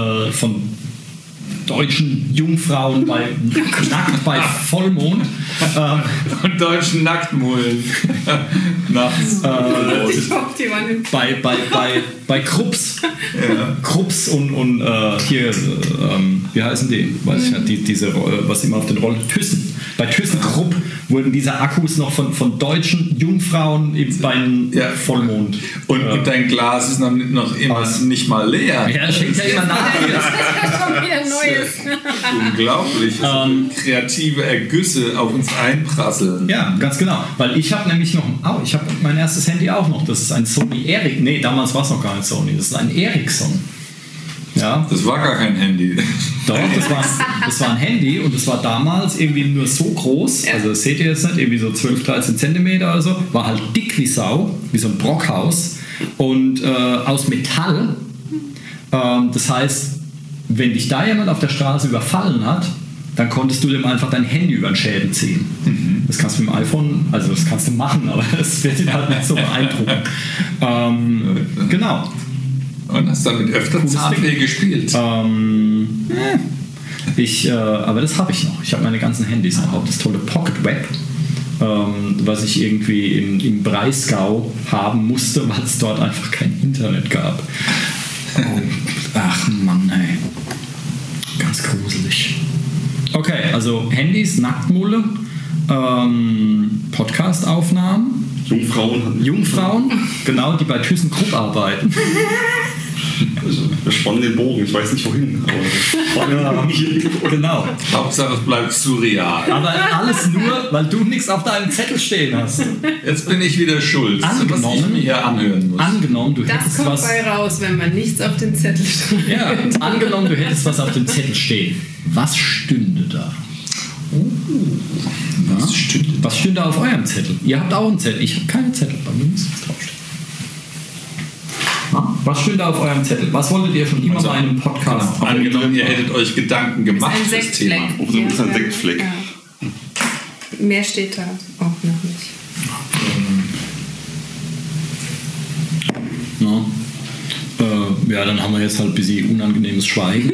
Speaker 2: deutschen Jungfrauen nackt bei Vollmond.
Speaker 6: Von deutschen Nacktmullen. Nachts.
Speaker 2: Bei Krups.
Speaker 6: Ja.
Speaker 2: Krups und hier, wie heißen die? Weiß ich nicht, diese, was immer auf den Rollen. Thyssen. Bei ThyssenKrupp wurden diese Akkus noch von deutschen Jungfrauen bei Vollmond.
Speaker 6: Und dein Glas ist noch immer nicht mal leer.
Speaker 2: Ja, schenkt ja immer nach.
Speaker 4: Das ist schon wieder Neues.
Speaker 6: Unglaublich. Kreative Ergüsse auf uns einprasseln.
Speaker 2: Ja, ganz genau. Weil ich habe nämlich noch, ich habe mein erstes Handy auch noch. Das ist ein Sony Ericsson. Nee, damals war es noch gar nicht Sony. Das ist ein Ericsson. Ja.
Speaker 6: Das war gar kein Handy.
Speaker 2: Doch, das war ein Handy und das war damals irgendwie nur so groß, also das seht ihr jetzt nicht, irgendwie so 12, 13 Zentimeter oder so, war halt dick wie Sau, wie so ein Brockhaus und aus Metall. Das heißt, wenn dich da jemand auf der Straße überfallen hat, dann konntest du dem einfach dein Handy über den Schädel ziehen. Das kannst du mit dem iPhone, also das kannst du machen, aber das wird ihn halt nicht so beeindrucken. Genau.
Speaker 6: Und hast damit öfter Zahnweh gespielt?
Speaker 2: Aber das habe ich noch. Ich habe meine ganzen Handys noch. Auch das tolle Pocket Web, was ich irgendwie im Breisgau haben musste, weil es dort einfach kein Internet gab. Ach Mann, ey. Ganz gruselig. Okay, also Handys, Nacktmulle, Podcast-Aufnahmen. Jungfrauen, genau, die bei ThyssenKrupp arbeiten.
Speaker 5: Wir spannen den Bogen, ich weiß nicht wohin. Aber
Speaker 2: Genau.
Speaker 6: Hauptsache es bleibt surreal.
Speaker 2: Aber alles nur, weil du nichts auf deinem Zettel stehen hast.
Speaker 6: Jetzt bin ich wieder schuld, was ich mir hier anhören muss.
Speaker 2: Angenommen, du
Speaker 4: Das
Speaker 2: hättest
Speaker 4: kommt
Speaker 2: was.
Speaker 4: bei raus, wenn man nichts auf den Zettel schreibt.
Speaker 2: Ja, angenommen, du hättest was auf dem Zettel stehen. Was stünde da? Was stünde auf eurem Zettel? Ihr habt auch einen Zettel. Ich habe keinen Zettel. Bei mir muss was draufstehen. Was stünde auf eurem Zettel? Was wolltet ihr schon immer mal in einem Podcast?
Speaker 6: Angenommen, ihr hättet euch Gedanken gemacht
Speaker 4: Ein
Speaker 6: fürs Thema.
Speaker 4: Sektfleck.
Speaker 5: Das ist ein Sektfleck.
Speaker 4: Ja. Mehr steht da auch noch nicht.
Speaker 2: Ja, dann haben wir jetzt halt ein bisschen unangenehmes Schweigen.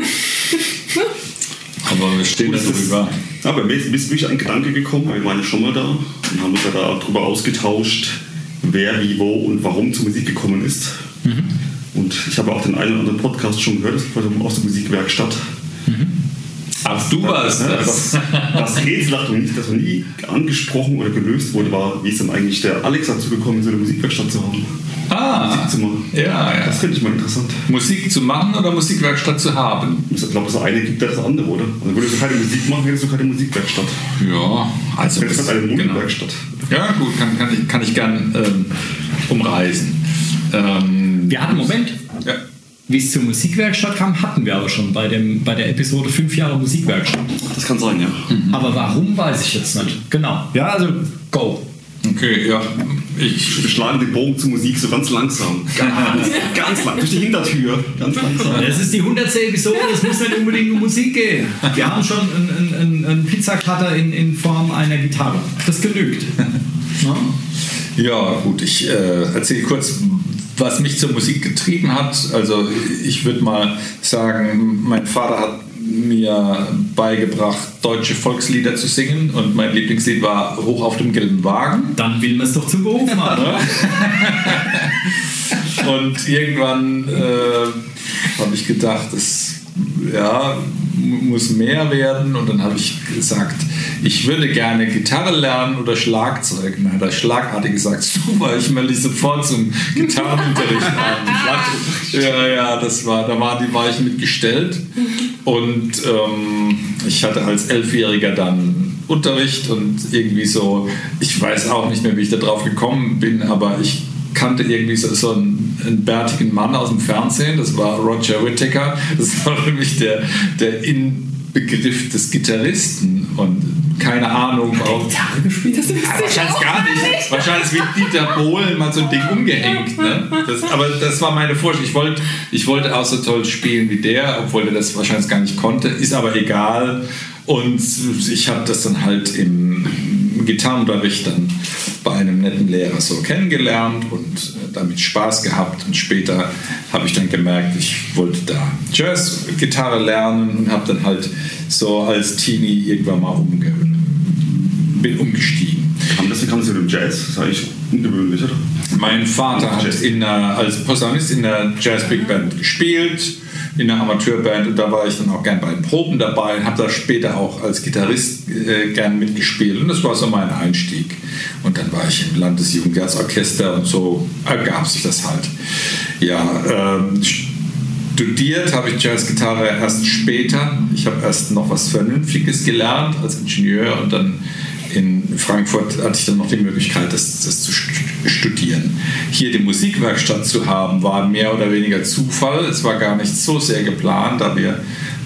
Speaker 6: Aber wir stehen darüber.
Speaker 5: Aber mir ist wirklich ein Gedanke gekommen, wir waren ja schon mal da und haben uns ja darüber ausgetauscht, wer, wie, wo und warum zur Musik gekommen ist. Und ich habe auch den einen oder anderen Podcast schon gehört, das war aus der Musikwerkstatt.
Speaker 6: Ach, du warst das.
Speaker 5: Das Rätsel, das noch nie angesprochen oder gelöst wurde, war, wie ist denn eigentlich der Alex dazu gekommen, so eine Musikwerkstatt zu haben? Musik zu machen.
Speaker 6: Ja.
Speaker 5: Das finde ich mal interessant.
Speaker 6: Musik zu machen oder Musikwerkstatt zu haben?
Speaker 5: Ich glaube, das eine gibt ja das andere, oder? Also würdest du keine Musik machen, hättest du keine Musikwerkstatt.
Speaker 6: Ja, also
Speaker 5: Das ist eine Musikwerkstatt.
Speaker 6: Ja, gut, kann ich gern umreißen.
Speaker 2: Wir hatten, Moment,
Speaker 6: Ja.
Speaker 2: wie es zur Musikwerkstatt kam, hatten wir aber schon bei der Episode 5 Jahre Musikwerkstatt.
Speaker 5: Das kann sein, ja.
Speaker 2: Aber warum, weiß ich jetzt nicht. Genau. Ja, also go.
Speaker 6: Okay, ja.
Speaker 5: Wir schlagen den Bogen zur Musik so ganz langsam. Ganz lang. Durch die Hintertür. Ganz langsam.
Speaker 2: Das ist die 100. Episode, es muss nicht unbedingt um Musik gehen. Wir haben schon einen Pizzacutter in Form einer Gitarre. Das genügt. No?
Speaker 6: Ja, gut, ich erzähle kurz, was mich zur Musik getrieben hat. Also ich würde mal sagen, mein Vater hat mir beigebracht, deutsche Volkslieder zu singen und mein Lieblingslied war Hoch auf dem gelben Wagen.
Speaker 2: Dann will man es doch zum Beruf machen.
Speaker 6: Und irgendwann habe ich gedacht, das muss mehr werden. Und dann habe ich gesagt, ich würde gerne Gitarre lernen oder Schlagzeug. Und dann hat er schlagartig gesagt, super, ich melde dich sofort zum Gitarrenunterricht an. Ja, da war ich mitgestellt. Und ich hatte als 11-Jähriger dann Unterricht und irgendwie so, ich weiß auch nicht mehr, wie ich da drauf gekommen bin, aber ich kannte irgendwie so einen bärtigen Mann aus dem Fernsehen, das war Roger Whittaker, das war für mich der Inbegriff des Gitarristen und keine Ahnung, warum.
Speaker 2: Gitarre gespielt?
Speaker 6: Ja, wahrscheinlich gar nicht. Wahrscheinlich wie Dieter Bohlen mal so ein Ding umgehängt. Ne? Aber das war meine Vorstellung. Ich wollte auch so toll spielen wie der, obwohl er das wahrscheinlich gar nicht konnte. Ist aber egal. Und ich habe das dann halt im Gitarrenunterricht dann bei einem netten Lehrer so kennengelernt und damit Spaß gehabt. Und später habe ich dann gemerkt, ich wollte da Jazz-Gitarre lernen und habe dann halt so als Teenie irgendwann mal umgestiegen.
Speaker 5: Wie kam das mit dem Jazz? Das ist eigentlich ungewöhnlich, oder?
Speaker 6: Mein Vater hat als Posaunist in der Jazz-Big-Band gespielt, in der Amateurband, und da war ich dann auch gern bei den Proben dabei und habe da später auch als Gitarrist gern mitgespielt und das war so mein Einstieg. Und dann war ich im Landesjugendjazzorchester und so ergab sich das halt. Ja, studiert habe ich Jazzgitarre erst später. Ich habe erst noch was Vernünftiges gelernt als Ingenieur und dann in Frankfurt hatte ich dann noch die Möglichkeit, das zu studieren. Hier die Musikwerkstatt zu haben, war mehr oder weniger Zufall. Es war gar nicht so sehr geplant, da wir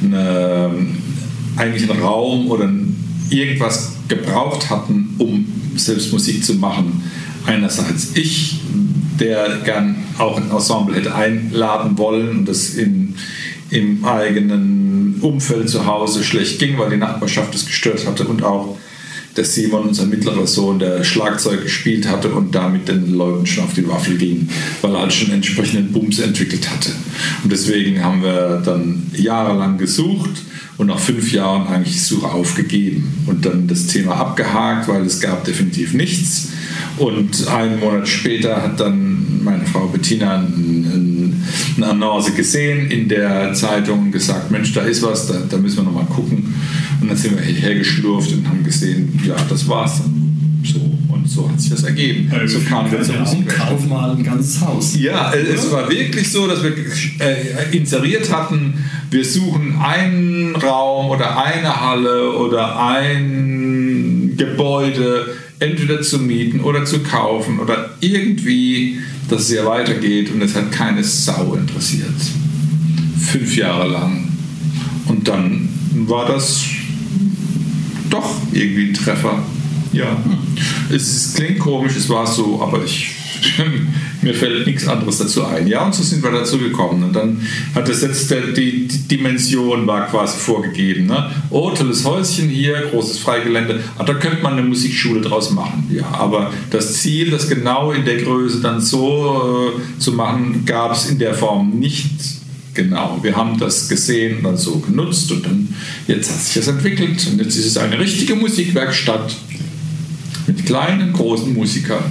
Speaker 6: eigentlich einen Raum oder irgendwas gebraucht hatten, um selbst Musik zu machen. Einerseits ich, der gern auch ein Ensemble hätte einladen wollen und das im eigenen Umfeld zu Hause schlecht ging, weil die Nachbarschaft es gestört hatte, und auch der Simon, unser mittlerer Sohn, der Schlagzeug gespielt hatte und damit den Leuten schon auf die Waffel ging, weil er halt schon entsprechenden Bums entwickelt hatte. Und deswegen haben wir dann jahrelang gesucht und nach 5 Jahren eigentlich die Suche aufgegeben und dann das Thema abgehakt, weil es gab definitiv nichts. Und einen Monat später hat dann meine Frau Bettina eine Annonce gesehen in der Zeitung und gesagt, Mensch, da ist was, da müssen wir nochmal gucken. Und dann sind wir hergeschlurft und haben gesehen, ja, das war's dann. Und so hat sich das ergeben. So kam wir zur Musikwerkstatt.
Speaker 2: Kauf mal ein ganzes Haus.
Speaker 6: Ja, es war wirklich so, dass wir inseriert hatten, wir suchen einen Raum oder eine Halle oder ein Gebäude, entweder zu mieten oder zu kaufen oder irgendwie, dass es ja weitergeht, und es hat keine Sau interessiert. 5 Jahre lang. Und dann war das doch irgendwie ein Treffer. Ja. Es klingt komisch, es war so, aber mir fällt nichts anderes dazu ein. Ja, und so sind wir dazu gekommen. Und dann hat das jetzt die Dimension war quasi vorgegeben. Ne? Oh, tolles Häuschen hier, großes Freigelände. Da könnte man eine Musikschule draus machen. Ja, aber das Ziel, das genau in der Größe dann so zu machen, gab es in der Form nicht. Genau, wir haben das gesehen und dann so genutzt, und dann jetzt hat sich das entwickelt, und jetzt ist es eine richtige Musikwerkstatt mit kleinen, großen Musikern.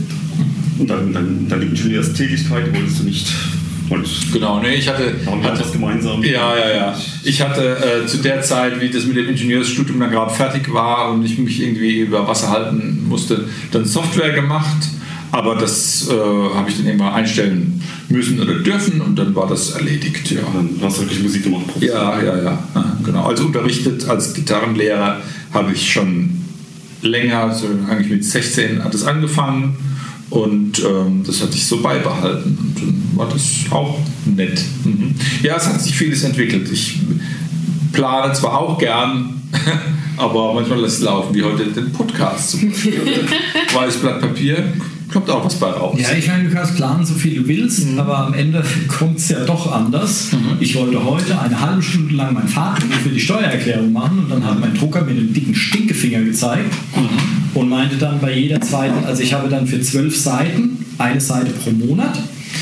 Speaker 5: Und dann die Ingenieurstätigkeit wolltest du nicht.
Speaker 6: Genau, ne, ich hatte
Speaker 5: was gemeinsam.
Speaker 6: Ja. Ich hatte zu der Zeit, wie das mit dem Ingenieursstudium dann gerade fertig war und ich mich irgendwie über Wasser halten musste, dann Software gemacht. Aber das habe ich dann immer einstellen müssen oder dürfen, und dann war das erledigt. Ja.
Speaker 5: Dann hast du wirklich Musik gemacht.
Speaker 6: Ja. Genau. Also unterrichtet als Gitarrenlehrer habe ich schon länger, also eigentlich mit 16 hat es angefangen, und das hatte ich so beibehalten, und dann war das auch nett. Ja, es hat sich vieles entwickelt. Ich plane zwar auch gern, aber manchmal lässt es laufen, wie heute den Podcast zum Beispiel. Weißes Blatt Papier, kommt auch was bei raus.
Speaker 2: Ja, ich meine, du kannst planen, so viel du willst, aber am Ende kommt es ja doch anders. Ich wollte heute eine halbe Stunde lang mein Fahrtenbuch für die Steuererklärung machen, und dann hat mein Drucker mir den dicken Stinkefinger gezeigt und meinte dann bei jeder zweiten, also ich habe dann für 12 Seiten, eine Seite pro Monat,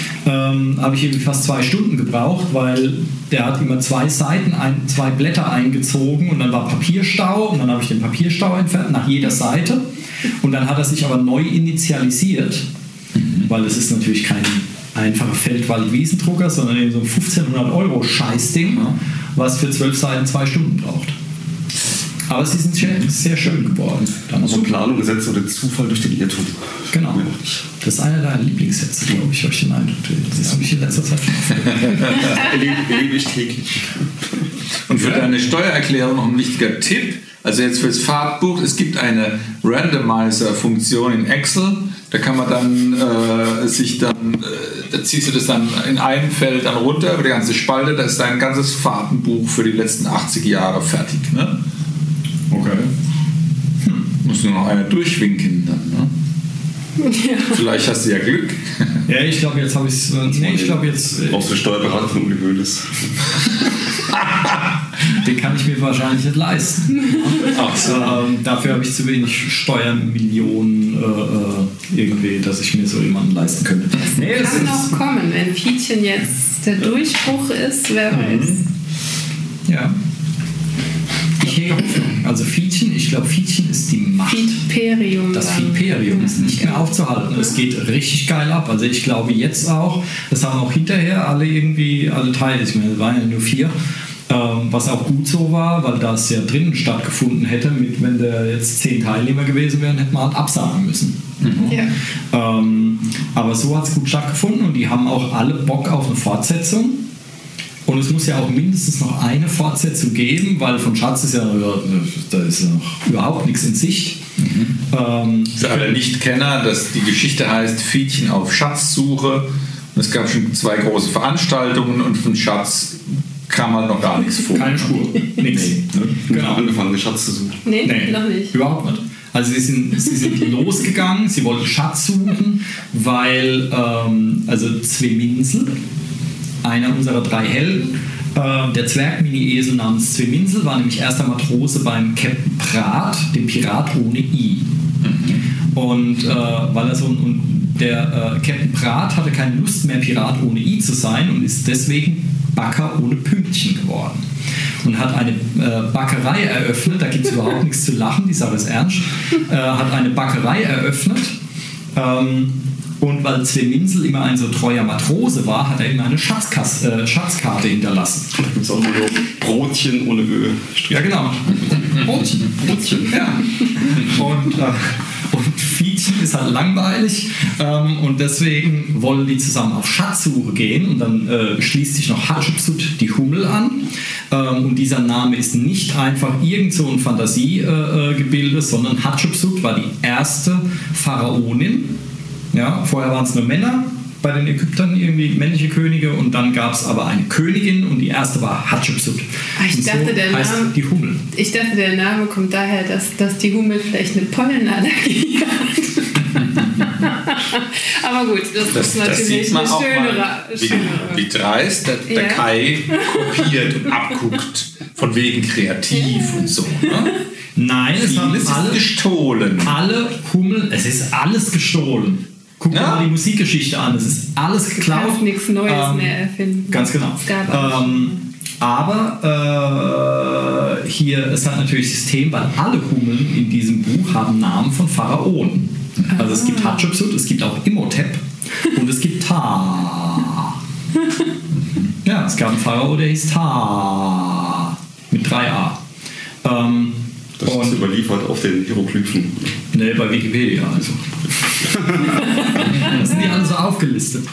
Speaker 2: habe ich irgendwie fast 2 Stunden gebraucht, weil der hat immer 2 Seiten, 2 Blätter eingezogen, und dann war Papierstau, und dann habe ich den Papierstau entfernt nach jeder Seite, und dann hat er sich aber neu initialisiert, weil es ist natürlich kein einfacher Feldwald-Wiesendrucker, sondern eben so ein 1500 € Scheißding, was für 12 Seiten 2 Stunden braucht. Aber sie sind sehr schön geworden. Dann
Speaker 5: so Planung gesetzt oder Zufall durch den Irrtum.
Speaker 2: Genau. Das ist einer deiner Lieblingssätze, glaube ich, euch den Eindruck. Das ist mich in letzter Zeit
Speaker 5: erlebe ich täglich.
Speaker 6: Und für deine Steuererklärung noch ein wichtiger Tipp. Also jetzt fürs Fahrtbuch, es gibt eine Randomizer-Funktion in Excel. Da kann man dann da ziehst du das dann in einem Feld dann runter über die ganze Spalte. Da ist dein ganzes Fahrtenbuch für die letzten 80 Jahre fertig. Ne? Okay. Muss nur noch einer durchwinken dann. Ne? Ja. Vielleicht hast du ja Glück.
Speaker 2: Ja, ich glaube, jetzt habe ich es. Ich glaube, jetzt.
Speaker 5: Brauchst du Steuerberater von Uli Hoeneß.
Speaker 2: Den kann ich mir wahrscheinlich nicht leisten. Dafür habe ich zu wenig Steuermillionen irgendwie, dass ich mir so jemanden leisten könnte.
Speaker 4: Das kann noch kommen, wenn Fietchen jetzt der Durchbruch ist, wer weiß.
Speaker 2: Ja. Ich hege Hoffnung. Also Fietchen, ich glaube, Fietchen ist die Macht.
Speaker 4: Feedperium.
Speaker 2: Das Feedperium ist nicht mehr aufzuhalten. Es geht richtig geil ab. Also ich glaube jetzt auch, das haben auch hinterher alle Teile, ich meine, es waren ja nur 4, was auch gut so war, weil das ja drinnen stattgefunden hätte, wenn da jetzt 10 Teilnehmer gewesen wären, hätte man halt absagen müssen. Ja. Aber so hat es gut stattgefunden, und die haben auch alle Bock auf eine Fortsetzung. Und es muss ja auch mindestens noch eine Fortsetzung geben, weil von Schatz ist da ist noch überhaupt nichts in Sicht.
Speaker 6: Für alle Nichtkenner, die Geschichte heißt Fietchen auf Schatzsuche. Es gab schon 2 große Veranstaltungen, und von Schatz kam halt noch gar nichts vor.
Speaker 2: Keine Spur. Nichts.
Speaker 5: Genau. Angefangen, den Schatz zu suchen.
Speaker 4: Nee, noch nicht.
Speaker 2: Überhaupt nicht. Also sie sind losgegangen, sie wollten Schatz suchen, weil Zweminsel, einer unserer 3 Helden, der Zwerg-Mini-Esel namens Zweminsel, war nämlich erster Matrose beim Captain Prat, dem Pirat ohne I. Und der Captain Prat hatte keine Lust mehr, Pirat ohne I zu sein, und ist deswegen Backer ohne Pünktchen geworden. Und hat eine Bäckerei eröffnet, da gibt es überhaupt nichts zu lachen, die Sache ist ernst, hat eine Bäckerei eröffnet, und weil Zweminsel immer ein so treuer Matrose war, hat er immer eine Schatzkarte hinterlassen.
Speaker 5: Da gibt es auch nur Brotchen ohne Öl.
Speaker 2: Ja, genau. Brotchen, ja. Und Mädchen ist halt langweilig und deswegen wollen die zusammen auf Schatzsuche gehen und dann schließt sich noch Hatschepsut die Hummel an und dieser Name ist nicht einfach irgend so ein Fantasiegebilde, sondern Hatschepsut war die erste Pharaonin. Ja, vorher waren es nur Männer bei den Ägyptern, irgendwie männliche Könige und dann gab es aber eine Königin und die erste war Hatschepsut.
Speaker 4: Ich dachte, der Name kommt daher, dass die Hummel vielleicht eine Pollenallergie hat. Aber gut, das ist natürlich eine schönere.
Speaker 6: Wie dreist der Kai kopiert und abguckt, von wegen kreativ und so. Ne?
Speaker 2: Nein, es haben alle
Speaker 6: gestohlen.
Speaker 2: Alle Hummel, es ist alles gestohlen. Guck dir mal die Musikgeschichte an, es ist alles geklaut.
Speaker 4: Du kannst nichts Neues mehr erfinden.
Speaker 2: Ganz genau. Aber hier, es hat natürlich System, weil alle Hummeln in diesem Buch haben Namen von Pharaonen. Also es gibt Hatschepsut, es gibt auch Imhotep und es gibt Ta. Ja, es gab einen Pharao, der hieß Ta. Mit 3a.
Speaker 5: Das ist überliefert auf den Hieroglyphen.
Speaker 2: Ne, bei Wikipedia also. Das sind die alle so aufgelistet.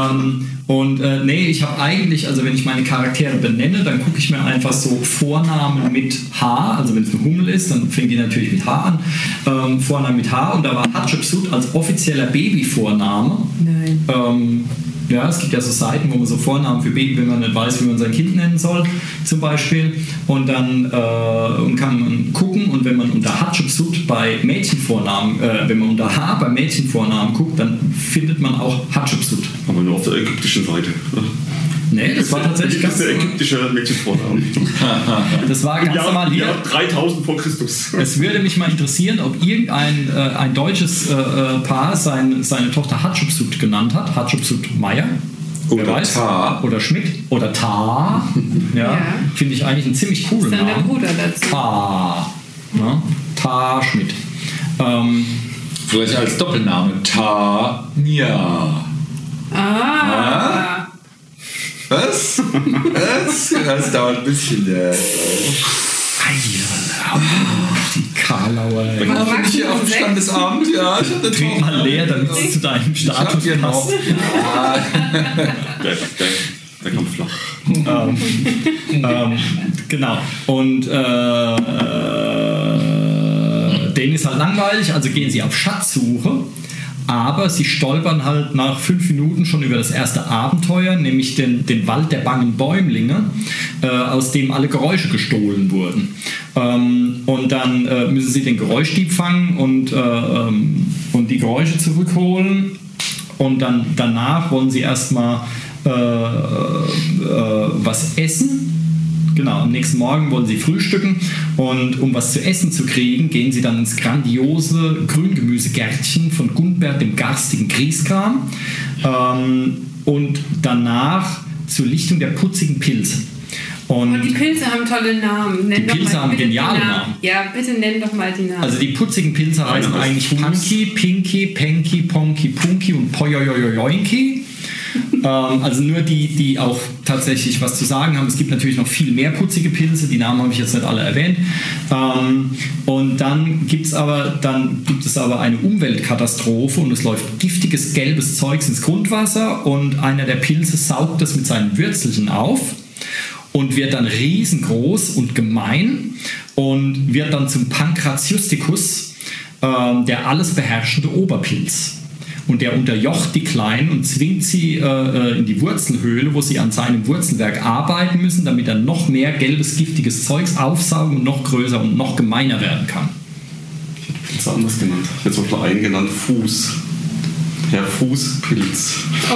Speaker 2: Ich habe eigentlich, also wenn ich meine Charaktere benenne, dann gucke ich mir einfach so Vornamen mit H, also wenn es eine Hummel ist, dann fängt die natürlich mit H an. Vornamen mit H und da war Hatschepsut als offizieller Babyvorname. Nein. Ja, es gibt ja so Seiten, wo man so Vornamen für Baby, wenn man nicht weiß, wie man sein Kind nennen soll, zum Beispiel. Und dann kann man gucken und wenn man unter Hatschepsut bei Mädchenvornamen, wenn man unter H bei Mädchenvornamen guckt, dann findet man auch Hatschepsut.
Speaker 5: Aber nur auf der ägyptischen Seite.
Speaker 2: Nee, das war tatsächlich ganz...
Speaker 5: der ägyptische Mädchenvorname.
Speaker 2: Das war ganz normal hier.
Speaker 5: Ja, 3000 vor Christus.
Speaker 2: Es würde mich mal interessieren, ob irgendein ein deutsches Paar seine Tochter Hatschepsut genannt hat. Hatschepsut Meyer.
Speaker 6: Oder Ta.
Speaker 2: Oder Schmidt. Oder Ta. Ja. Finde ich eigentlich einen ziemlich coolen Namen.
Speaker 4: Ist dann der Bruder dazu.
Speaker 2: Ta. Ja. Ta Schmidt.
Speaker 6: Vielleicht als Doppelname. Ta-Nia. Was? Das dauert ein bisschen.
Speaker 2: Die Karlauer.
Speaker 6: Da bin ich hier auf dem Standesamt. Ja, ich hatte
Speaker 2: trink mal leer, damit es zu deinem Status passt.
Speaker 5: Der kommt flach.
Speaker 2: Genau. Und denen ist halt langweilig, also gehen sie auf Schatzsuche. Aber sie stolpern halt nach 5 Minuten schon über das erste Abenteuer, nämlich den Wald der bangen Bäumlinge, aus dem alle Geräusche gestohlen wurden. Und dann müssen sie den Geräuschdieb fangen und die Geräusche zurückholen. Und dann danach wollen sie erstmal was essen. Genau, am nächsten Morgen wollen sie frühstücken und um was zu essen zu kriegen, gehen sie dann ins grandiose Grüngemüsegärtchen von Gundbert, dem garstigen Grieskram, und danach zur Lichtung der putzigen Pilze. Und
Speaker 4: die Pilze haben tolle Namen.
Speaker 2: Die Pilze haben geniale Namen.
Speaker 4: Ja, bitte nenn doch mal die Namen.
Speaker 2: Also die putzigen Pilze heißen eigentlich Punky, Pinky, Penky, Ponky, Punky und Poyoyoyoinky. Also nur die auch tatsächlich was zu sagen haben. Es gibt natürlich noch viel mehr putzige Pilze, die Namen habe ich jetzt nicht alle erwähnt. Und dann gibt es aber eine Umweltkatastrophe und es läuft giftiges gelbes Zeugs ins Grundwasser und einer der Pilze saugt das mit seinen Würzelchen auf und wird dann riesengroß und gemein und wird dann zum Pancratiusticus, der alles beherrschende Oberpilz. Und der unterjocht die Kleinen und zwingt sie in die Wurzelhöhle, wo sie an seinem Wurzelwerk arbeiten müssen, damit er noch mehr gelbes, giftiges Zeugs aufsaugen und noch größer und noch gemeiner werden kann.
Speaker 5: Ich hätte es anders genannt. Ich hätte zum Beispiel einen genannt Fuß. Herr Fußpilz.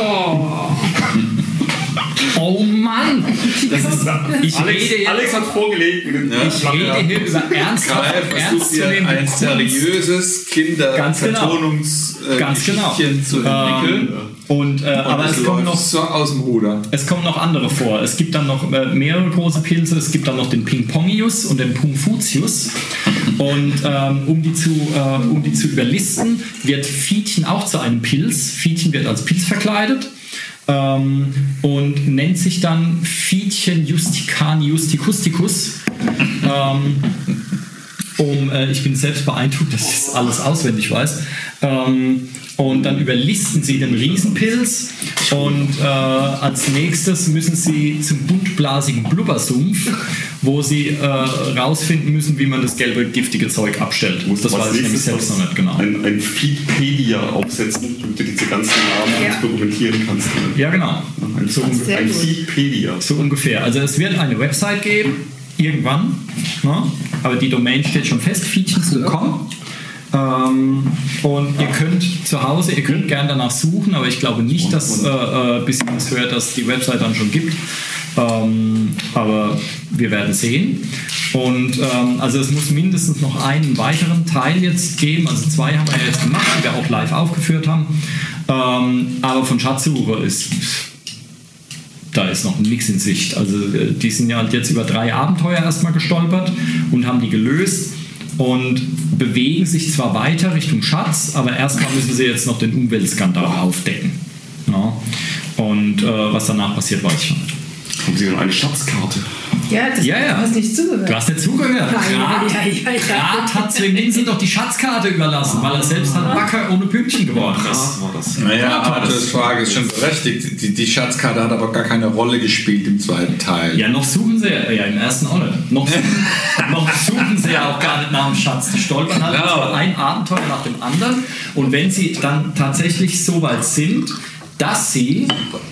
Speaker 2: Oh Mann!
Speaker 5: Alex hat vorgelegt.
Speaker 2: Ich rede hier über ernstzunehmende
Speaker 6: ein seriöses Kindervertonungsgeschichtchen zu entwickeln.
Speaker 2: Aber es kommen noch
Speaker 6: aus dem Ruder.
Speaker 2: Es kommen noch andere vor. Es gibt dann noch mehrere große Pilze. Es gibt dann noch den Pingpongius und den Pungfutius. Und um die zu überlisten, wird Fietchen auch zu einem Pilz. Fietchen wird als Pilz verkleidet. Und nennt sich dann Fietchen justicani justicusticus. Ich bin selbst beeindruckt, dass ich das alles auswendig weiß. Und dann überlisten sie den Riesenpilz und als nächstes müssen sie zum buntblasigen Blubbersumpf, wo sie rausfinden müssen, wie man das gelbe, giftige Zeug abstellt. Das weiß ich nämlich selbst noch nicht genau.
Speaker 5: Ein Feedpedia aufsetzen, damit du diese ganzen Namen dokumentieren kannst.
Speaker 2: Ja, genau.
Speaker 5: Ein Feedpedia.
Speaker 2: So ungefähr. Also es wird eine Website geben, irgendwann, ne? Aber die Domain steht schon fest, feedchen.com. Und ihr könnt zu Hause, ihr könnt gerne danach suchen, aber ich glaube nicht, dass bis ihr das hört, dass die Website dann schon gibt. Aber wir werden sehen. Und also es muss mindestens noch einen weiteren Teil jetzt geben. Also 2 haben wir ja jetzt gemacht, die wir auch live aufgeführt haben. Aber von Schatzsuche da ist noch nichts in Sicht. Also die sind ja halt jetzt über 3 Abenteuer erstmal gestolpert und haben die gelöst. Und bewegen sich zwar weiter Richtung Schatz, aber erstmal müssen sie jetzt noch den Umweltskandal aufdecken. Ja. Und was danach passiert, weiß ich schon nicht.
Speaker 5: Haben Sie denn eine Schatzkarte?
Speaker 4: Ja, du hast nicht zugehört.
Speaker 2: Du hast nicht zugehört. Gerade hat Sven Vincent doch die Schatzkarte überlassen, weil er selbst halt wacker ohne Pünktchen geworden ist.
Speaker 5: War das?
Speaker 6: Naja, Arthurs Frage ist schon berechtigt. Die Schatzkarte hat aber gar keine Rolle gespielt im zweiten Teil.
Speaker 2: Ja, noch suchen sie ja im ersten auch nicht. Noch suchen sie ja auch gar nicht nach dem Schatz. Die stolpern halt zwar ein Abenteuer nach dem anderen. Und wenn sie dann tatsächlich so weit sind, dass sie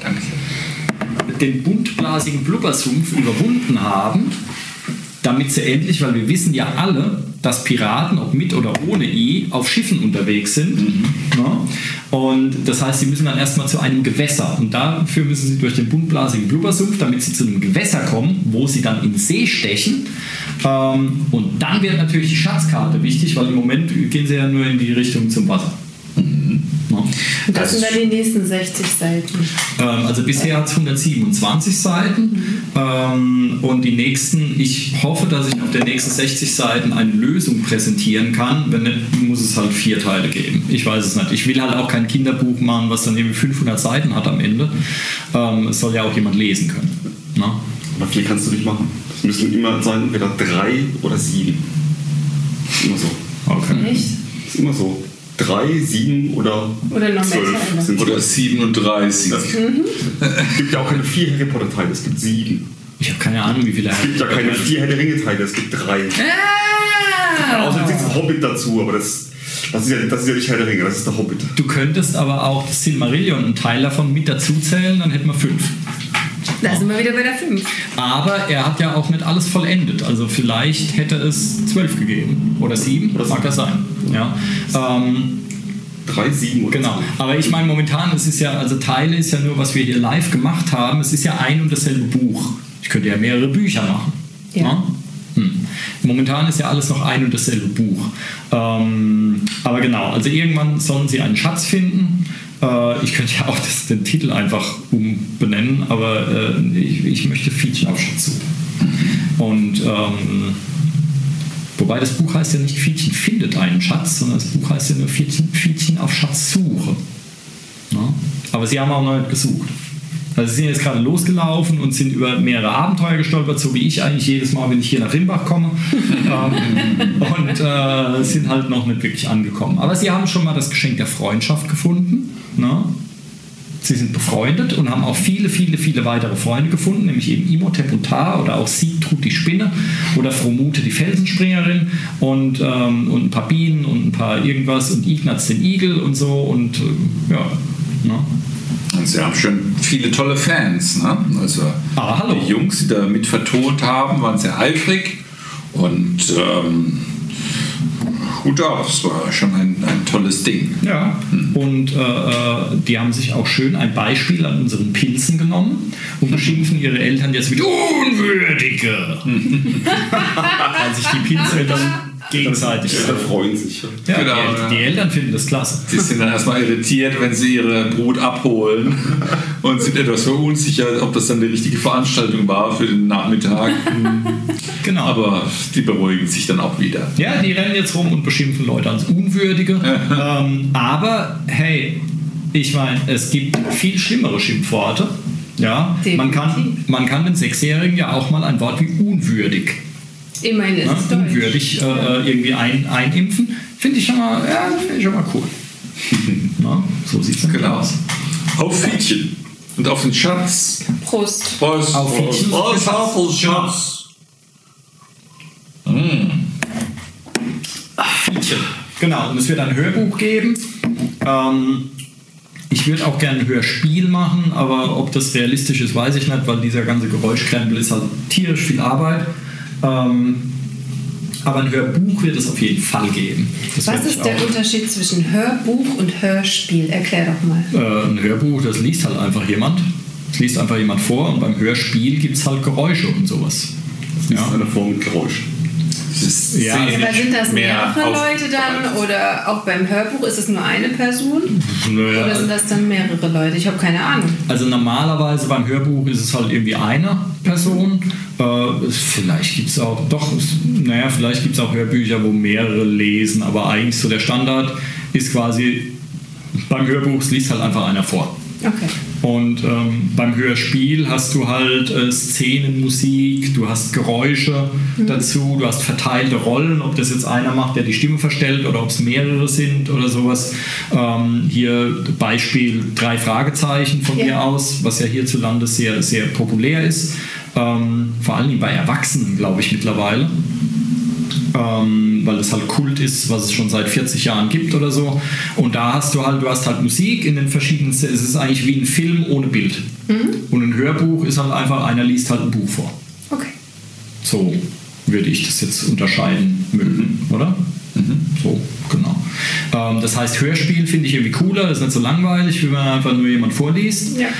Speaker 2: den buntblasigen Blubbersumpf überwunden haben, damit sie endlich, weil wir wissen ja alle, dass Piraten, ob mit oder ohne auf Schiffen unterwegs sind. Ne? Und das heißt, sie müssen dann erstmal zu einem Gewässer. Und dafür müssen sie durch den buntblasigen Blubbersumpf, damit sie zu einem Gewässer kommen, wo sie dann in See stechen. Und dann wird natürlich die Schatzkarte wichtig, weil im Moment gehen sie ja nur in die Richtung zum Wasser.
Speaker 4: No. Und das sind dann die nächsten 60 Seiten.
Speaker 2: Also bisher hat es 127 Seiten und die nächsten, ich hoffe, dass ich auf den nächsten 60 Seiten eine Lösung präsentieren kann. Wenn nicht, muss es halt 4 Teile geben. Ich weiß es nicht. Ich will halt auch kein Kinderbuch machen, was dann irgendwie 500 Seiten hat am Ende. Es soll ja auch jemand lesen können. Na?
Speaker 5: Aber 4 kannst du nicht machen. Es müssen immer sein, entweder 3 oder 7. Ist immer so.
Speaker 2: Okay.
Speaker 4: Echt?
Speaker 5: Ist immer so. 3, 7 oder 12 sind
Speaker 6: oder 37.
Speaker 5: Es gibt ja auch keine 4 Harry Potter Teile, es gibt 7.
Speaker 2: Ich habe keine Ahnung, wie viele.
Speaker 5: Es gibt ja keine 4 Herr der Ringe Teile, es gibt 3. Außerdem gibt es einen Hobbit dazu, aber das ist ja nicht Herr der Ringe, das ist der Hobbit.
Speaker 2: Du könntest aber auch das Silmarillion, einen Teil davon mit dazu zählen, dann hätten wir 5.
Speaker 4: Da sind wir wieder bei der 5.
Speaker 2: Aber er hat ja auch nicht alles vollendet. Also vielleicht hätte es 12 gegeben. Oder 7, mag das sein. Ja.
Speaker 5: 3, 7 oder
Speaker 2: genau.
Speaker 5: 12.
Speaker 2: Aber ich meine, momentan, es ist ja, also Teile ist ja nur, was wir hier live gemacht haben. Es ist ja ein und dasselbe Buch. Ich könnte ja mehrere Bücher machen. Ja. Momentan ist ja alles noch ein und dasselbe Buch. Aber genau, also irgendwann sollen sie einen Schatz finden. Ich könnte ja auch den Titel einfach umbenennen, aber ich möchte Fietchen auf Schatz suchen. Und wobei das Buch heißt ja nicht Fietchen findet einen Schatz, sondern das Buch heißt ja nur Fietchen auf Schatzsuche. Ja? Aber sie haben auch noch nicht gesucht. Also sie sind jetzt gerade losgelaufen und sind über mehrere Abenteuer gestolpert, so wie ich eigentlich jedes Mal, wenn ich hier nach Rimbach komme. Und sind halt noch nicht wirklich angekommen. Aber sie haben schon mal das Geschenk der Freundschaft gefunden. Ne? Sie sind befreundet und haben auch viele, viele, viele weitere Freunde gefunden, nämlich eben Imhotep und Tar oder auch Siegtrud die Spinne oder Frohmute die Felsenspringerin und ein paar Bienen und ein paar irgendwas und Ignaz den Igel und so und ja. Ne?
Speaker 6: Und sie haben schon viele tolle Fans. Ne? Also
Speaker 2: hallo.
Speaker 6: Die Jungs, die da mit vertont haben, waren sehr eifrig und gut ab, es war schon ein tolles Ding.
Speaker 2: Ja, und die haben sich auch schön ein Beispiel an unseren Pilzen genommen und beschimpfen ihre Eltern jetzt mit Unwürdige. Weil sich die Pilzeltern gegenseitig
Speaker 5: freuen sich.
Speaker 2: Ja, genau, die Eltern finden das klasse.
Speaker 6: Die sind dann erstmal irritiert, wenn sie ihre Brut abholen und sind etwas verunsichert, ob das dann die richtige Veranstaltung war für den Nachmittag.
Speaker 2: Genau.
Speaker 6: Aber die beruhigen sich dann auch wieder.
Speaker 2: Ja, die rennen jetzt rum und beschimpfen Leute als Unwürdige. Aber hey, ich meine, es gibt viel schlimmere Schimpfworte. Ja, man kann den 6-Jährigen ja auch mal ein Wort wie unwürdig
Speaker 4: Immerhin ist es deutsch.
Speaker 2: unwürdig irgendwie einimpfen. Finde ich schon mal cool. Na, so sieht es
Speaker 6: Genau.
Speaker 2: aus.
Speaker 6: Auf Fietchen und auf den Schatz.
Speaker 4: Prost.
Speaker 6: Prost.
Speaker 2: Auf Fietchen.
Speaker 6: Prost auf den Schatz.
Speaker 2: Fietchen. Genau, und es wird ein Hörbuch geben. Ich würde auch gerne ein Hörspiel machen, aber ob das realistisch ist, weiß ich nicht, weil dieser ganze Geräuschkrempel ist halt tierisch viel Arbeit. Aber ein Hörbuch wird es auf jeden Fall geben. Das
Speaker 4: Was ist der Unterschied zwischen Hörbuch und Hörspiel? Erklär doch mal.
Speaker 2: Ein Hörbuch, das liest halt einfach jemand. Es liest einfach jemand vor und beim Hörspiel gibt es halt Geräusche und sowas.
Speaker 5: Das ist eine Form mit Geräusch.
Speaker 2: Ja,
Speaker 4: Aber sind das mehrere Leute dann? Oder auch beim Hörbuch ist es nur eine Person?
Speaker 2: Naja.
Speaker 4: Oder sind das dann mehrere Leute? Ich habe keine Ahnung.
Speaker 2: Also normalerweise beim Hörbuch ist es halt irgendwie eine Person. Vielleicht gibt es auch, vielleicht gibt es auch Hörbücher, wo mehrere lesen, aber eigentlich so der Standard ist quasi, beim Hörbuch liest halt einfach einer vor.
Speaker 4: Okay.
Speaker 2: Und beim Hörspiel hast du halt Szenenmusik, du hast Geräusche dazu, du hast verteilte Rollen, ob das jetzt einer macht, der die Stimme verstellt oder ob es mehrere sind oder sowas. Hier Beispiel 3 Fragezeichen von mir aus, was ja hierzulande sehr, sehr populär ist. Vor allem bei Erwachsenen, glaube ich, mittlerweile. Weil es halt Kult ist, was es schon seit 40 Jahren gibt oder so. Und da hast du halt Musik in den verschiedenen, es ist eigentlich wie ein Film ohne Bild. Und ein Hörbuch ist halt einfach, einer liest halt ein Buch vor.
Speaker 4: Okay.
Speaker 2: So würde ich das jetzt unterscheiden mögen, oder? So, genau. Das heißt, Hörspiel finde ich irgendwie cooler, das ist nicht so langweilig, wie wenn einfach nur jemand vorliest.
Speaker 4: Ja.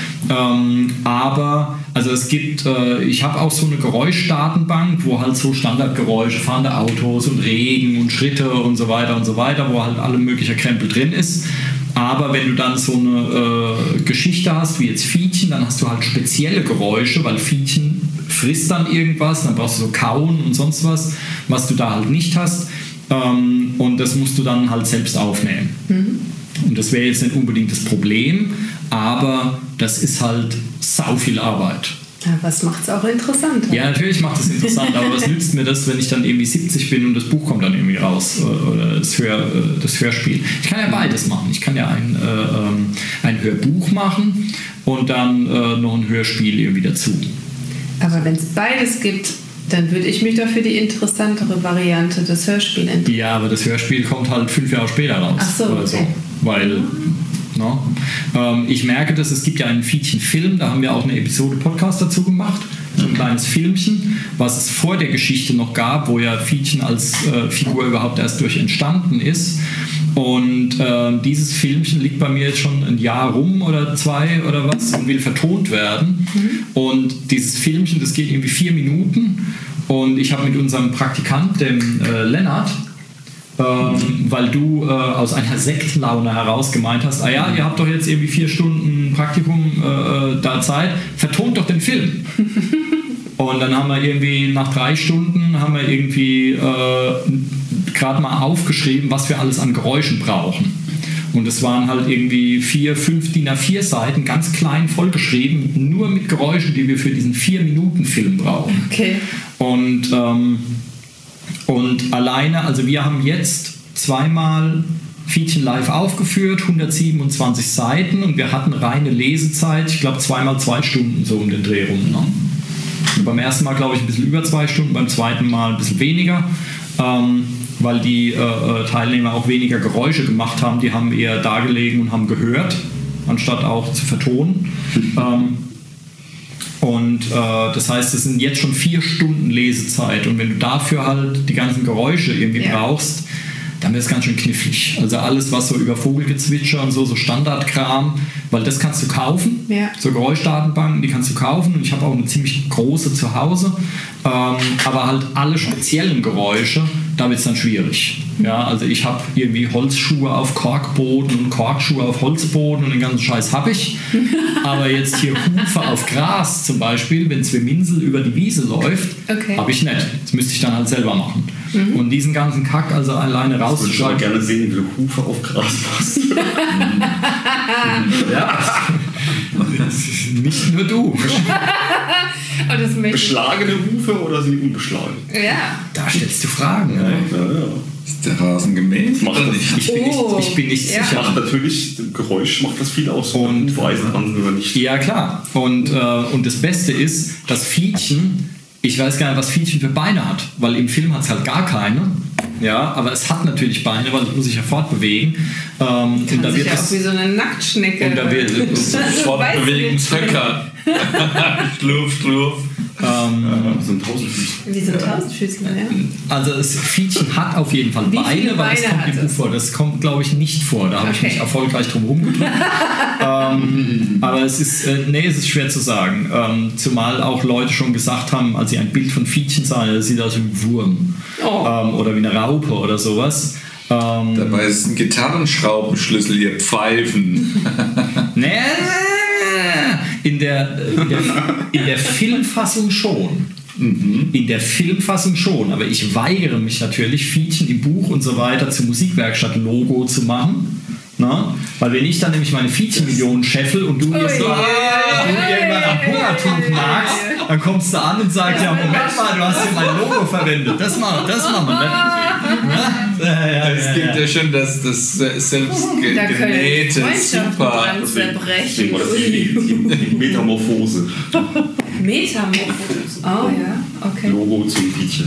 Speaker 2: Aber, also es gibt, ich habe auch so eine Geräuschdatenbank, wo halt so Standardgeräusche, fahrende Autos und Regen und Schritte und so weiter, wo halt alle mögliche Krempel drin ist. Aber wenn du dann so eine Geschichte hast, wie jetzt Fietchen, dann hast du halt spezielle Geräusche, weil Fietchen frisst dann irgendwas, dann brauchst du so Kauen und sonst was du da halt nicht hast. Und das musst du dann halt selbst aufnehmen. Und das wäre jetzt nicht unbedingt das Problem, aber das ist halt sau viel Arbeit.
Speaker 4: Ja, was macht es auch interessant?
Speaker 2: Ja, natürlich macht es interessant, aber was nützt mir das, wenn ich dann irgendwie 70 bin und das Buch kommt dann irgendwie raus oder das Hörspiel? Ich kann ja beides machen. Ich kann ja ein Hörbuch machen und dann noch ein Hörspiel irgendwie dazu.
Speaker 4: Aber wenn es beides gibt, dann würde ich mich doch für die interessantere Variante des Hörspiels entscheiden.
Speaker 2: Ja, aber das Hörspiel kommt halt 5 Jahre später raus.
Speaker 4: Ach so,
Speaker 2: oder so.
Speaker 4: okay.
Speaker 2: Weil, ich merke das, es gibt ja einen Fietchen-Film, da haben wir auch eine Episode Podcast dazu gemacht, so ein kleines Filmchen, was es vor der Geschichte noch gab, wo ja Fietchen als Figur überhaupt erst durch entstanden ist. Und dieses Filmchen liegt bei mir jetzt schon ein Jahr rum oder 2 oder was und will vertont werden. Und dieses Filmchen, das geht irgendwie 4 Minuten. Und ich habe mit unserem Praktikant, dem Lennart, weil du aus einer Sektlaune heraus gemeint hast, ihr habt doch jetzt irgendwie 4 Stunden Praktikum da Zeit, vertont doch den Film. Und dann haben wir irgendwie nach 3 Stunden gerade mal aufgeschrieben, was wir alles an Geräuschen brauchen. Und es waren halt irgendwie 4, 5 DIN A4 Seiten, ganz klein vollgeschrieben, nur mit Geräuschen, die wir für diesen 4-Minuten-Film brauchen.
Speaker 4: Okay.
Speaker 2: Und alleine, also wir haben jetzt 2-mal Fietchen live aufgeführt, 127 Seiten und wir hatten reine Lesezeit, ich glaube 2-mal 2 Stunden so um den Dreh rum. Ne? Beim ersten Mal glaube ich ein bisschen über 2 Stunden, beim zweiten Mal ein bisschen weniger, weil die Teilnehmer auch weniger Geräusche gemacht haben, die haben eher da gelegen und haben gehört, anstatt auch zu vertonen. Das heißt, es sind jetzt schon 4 Stunden Lesezeit und wenn du dafür halt die ganzen Geräusche irgendwie brauchst, dann wird es ganz schön knifflig. Also alles, was so über Vogelgezwitscher und so Standardkram, weil das kannst du kaufen, so Geräuschdatenbanken, die kannst du kaufen und ich habe auch eine ziemlich große zu Hause, aber halt alle speziellen Geräusche, da wird es dann schwierig. Ja, also ich habe irgendwie Holzschuhe auf Korkboden und Korkschuhe auf Holzboden und den ganzen Scheiß habe ich, aber jetzt hier Hufe auf Gras zum Beispiel, wenn Zweminsel über die Wiese läuft, habe ich nicht. Das müsste ich dann halt selber machen. Und diesen ganzen Kack also alleine rauszuschreiben.
Speaker 5: Ich würde gerne sehen, wie du Hufe auf Gras machst.
Speaker 2: Nicht nur du.
Speaker 4: Oh, das möchte ich.
Speaker 5: Beschlagene Hufe oder sind die unbeschlagen?
Speaker 4: Ja.
Speaker 2: Da stellst du Fragen. Ne?
Speaker 6: Ist der Rasen gemäht?
Speaker 5: Macht das nicht.
Speaker 2: Ich bin nicht
Speaker 4: Ja.
Speaker 2: sicher.
Speaker 5: Macht natürlich, Geräusch macht das viel aus.
Speaker 2: Und-
Speaker 5: Weisen dran oder nicht.
Speaker 2: Ja, klar. Und das Beste ist, dass Fietchen, ich weiß gar nicht, was Fietchen für Beine hat, weil im Film hat es halt gar keine. Ja, aber es hat natürlich Beine, weil es muss sich ja fortbewegen. Und
Speaker 4: Kann
Speaker 2: da
Speaker 4: sich
Speaker 2: wird
Speaker 4: ja auch
Speaker 2: es.
Speaker 4: wie so eine Nacktschnecke.
Speaker 2: Und da wird
Speaker 6: Fortbewegungshöcker. Schlurf, schlurf.
Speaker 5: So ein Tausendfüßler.
Speaker 4: Wie so ein Tausendfüßler, ja.
Speaker 2: Also das Fietchen hat auf jeden Fall
Speaker 4: Wie
Speaker 2: Beine,
Speaker 4: viele
Speaker 2: weil das
Speaker 4: Beine
Speaker 2: kommt im
Speaker 4: hat
Speaker 2: Buch
Speaker 4: es?
Speaker 2: vor. Das kommt, glaube ich, nicht vor. Da habe ich
Speaker 4: Okay.
Speaker 2: mich erfolgreich drum rumgedrückt. Aber es ist, es ist schwer zu sagen. Zumal auch Leute schon gesagt haben, als sie ein Bild von Fietchen sahen, das sieht aus wie ein Wurm.
Speaker 4: Oh.
Speaker 2: Oder wie eine Raupe oder sowas.
Speaker 6: Dabei ist es ein Gitarrenschraubenschlüssel, ihr Pfeifen.
Speaker 2: Nee, in der Filmfassung schon. In der Filmfassung schon, aber ich weigere mich natürlich, Fietchen im Buch und so weiter zum Musikwerkstatt-Logo zu machen. Na? Weil wenn ich dann nämlich meine Fietchen-Millionen scheffel und du jetzt noch irgendwann am Hungertuch magst, dann kommst du an und sagst, ja Moment mal, du hast hier mein Logo verwendet. Das machen wir nicht.
Speaker 6: Es gibt ja schon das selbst
Speaker 4: Da können
Speaker 6: genähte,
Speaker 4: Freundschaften
Speaker 6: super.
Speaker 4: dran
Speaker 5: Deswegen
Speaker 4: zerbrechen.
Speaker 5: war das die Metamorphose.
Speaker 4: Metamorphose. Oh ja, okay.
Speaker 5: Logo zum Fietchen.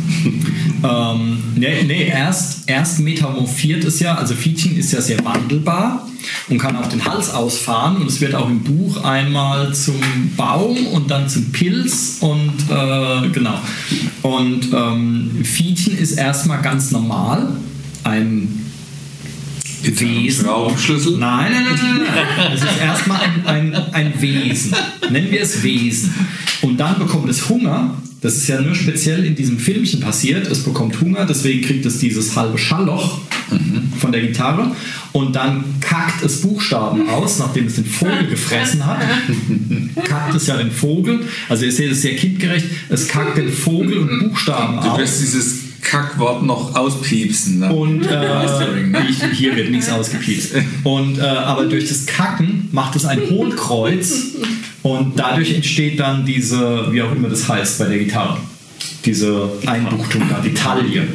Speaker 2: Erst metamorphiert es ja, also Fietchen ist ja sehr wandelbar und kann auch den Hals ausfahren und es wird auch im Buch einmal zum Baum und dann zum Pilz und genau. Und Fietchen ist erstmal ganz normal, ein Wesen.
Speaker 6: Schraubenschlüssel?
Speaker 2: Nein. Es ist erstmal ein Wesen. Nennen wir es Wesen. Und dann bekommt es Hunger. Das ist ja nur speziell in diesem Filmchen passiert. Es bekommt Hunger, deswegen kriegt es dieses halbe Schallloch von der Gitarre. Und dann kackt es Buchstaben aus, nachdem es den Vogel gefressen hat. Kackt es ja den Vogel. Also ihr seht es sehr kindgerecht. Es kackt den Vogel und Buchstaben
Speaker 6: Du
Speaker 2: aus.
Speaker 6: wirst dieses Kackwort noch auspiepsen. Ne?
Speaker 2: Und hier wird nichts ausgepiepst. Und, aber durch das Kacken macht es ein Hohlkreuz und dadurch entsteht dann diese, wie auch immer das heißt bei der Gitarre, diese Einbuchtung da, die Taille.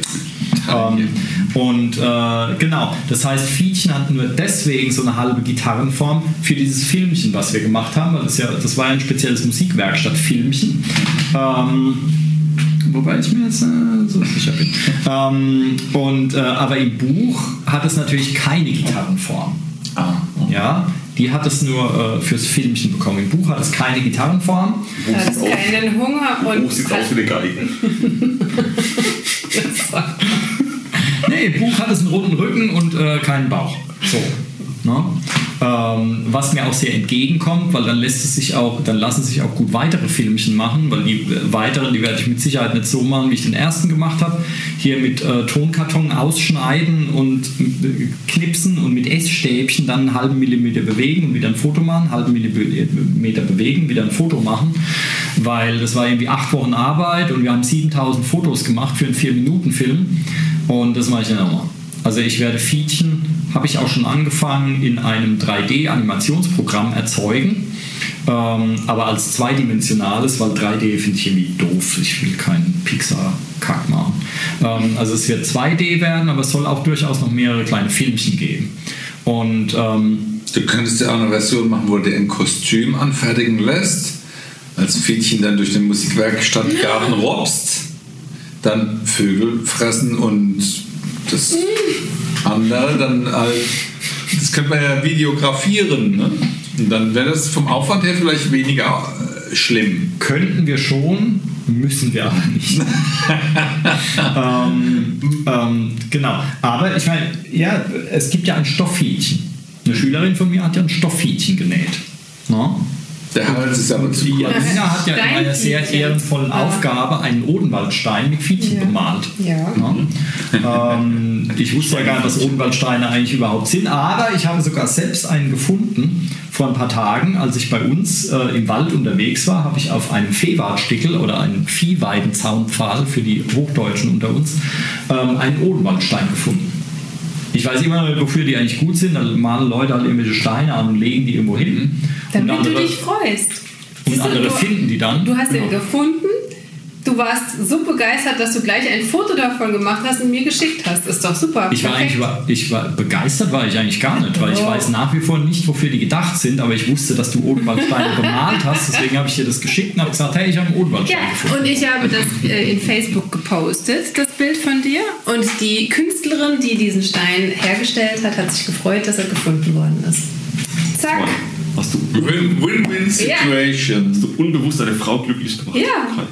Speaker 2: Genau, das heißt, Fietchen hat nur deswegen so eine halbe Gitarrenform für dieses Filmchen, was wir gemacht haben, weil das war ja ein spezielles Musikwerkstatt-Filmchen. Wobei ich mir jetzt so sicher bin. Aber im Buch hat es natürlich keine Gitarrenform. Ja, die hat es nur fürs Filmchen bekommen. Im Buch hat es keine Gitarrenform.
Speaker 4: Da hat es keinen Hunger und.
Speaker 5: Buch sieht aus wie eine Geige.
Speaker 2: Nee, im Buch hat es einen roten Rücken und keinen Bauch. So. Ne? Was mir auch sehr entgegenkommt, weil dann lassen sich auch gut weitere Filmchen machen, weil die weiteren, die werde ich mit Sicherheit nicht so machen, wie ich den ersten gemacht habe. Hier mit Tonkarton ausschneiden und knipsen und mit Essstäbchen dann einen halben Millimeter bewegen und wieder ein Foto machen, einen halben Millimeter bewegen, wieder ein Foto machen, weil das war irgendwie 8 Wochen Arbeit und wir haben 7000 Fotos gemacht für einen 4-Minuten-Film und das mache ich dann auch mal. Also ich werde Fietchen, habe ich auch schon angefangen, in einem 3D-Animationsprogramm erzeugen, aber als zweidimensionales, weil 3D finde ich irgendwie doof, ich will keinen Pixar-Kack machen. Also es wird 2D werden, aber es soll auch durchaus noch mehrere kleine Filmchen geben. Und
Speaker 6: du könntest ja auch eine Version machen, wo du ein Kostüm anfertigen lässt, als Fietchen dann durch den Musikwerkstattgarten robst, dann Vögel fressen und das andere dann halt, das könnte man ja videografieren, ne? Und dann wäre das vom Aufwand her vielleicht weniger schlimm.
Speaker 2: Könnten wir schon, müssen wir aber nicht. Genau, aber ich meine, ja, es gibt ja ein Stoffhähnchen. Eine Schülerin von mir hat ja ein Stoffhähnchen genäht. No?
Speaker 6: Der Hals ist aber zu
Speaker 2: Die
Speaker 6: kurz.
Speaker 2: Janina hat ja in einer sehr ehrenvollen Aufgabe einen Odenwaldstein mit Fietchen bemalt.
Speaker 4: Ja.
Speaker 2: Ich wusste ja gar nicht, was Odenwaldsteine eigentlich überhaupt sind, aber ich habe sogar selbst einen gefunden vor ein paar Tagen, als ich bei uns im Wald unterwegs war, habe ich auf einem Viehwartstickel oder einem Viehweidenzaunpfahl für die Hochdeutschen unter uns einen Odenwaldstein gefunden. Ich weiß immer noch nicht, wofür die eigentlich gut sind. Also malen Leute halt irgendwelche Steine an und legen die irgendwo hin.
Speaker 4: Damit du dich freust.
Speaker 2: Und andere finden die dann.
Speaker 4: Du hast den gefunden. Du warst so begeistert, dass du gleich ein Foto davon gemacht hast und mir geschickt hast. Ist doch super.
Speaker 2: Ich war begeistert, war ich eigentlich gar nicht, weil ich weiß nach wie vor nicht, wofür die gedacht sind, aber ich wusste, dass du Odenwaldsteine bemalt hast, deswegen habe ich dir das geschickt und habe gesagt, hey, ich habe einen Odenwaldstein gefunden.
Speaker 4: Und ich habe das in Facebook gepostet, das Bild von dir. Und die Künstlerin, die diesen Stein hergestellt hat, hat sich gefreut, dass er gefunden worden ist. Zack.
Speaker 5: Hast du
Speaker 6: Win-win-Situation.
Speaker 5: Hast du unbewusst deine Frau glücklich gemacht?
Speaker 4: Ja.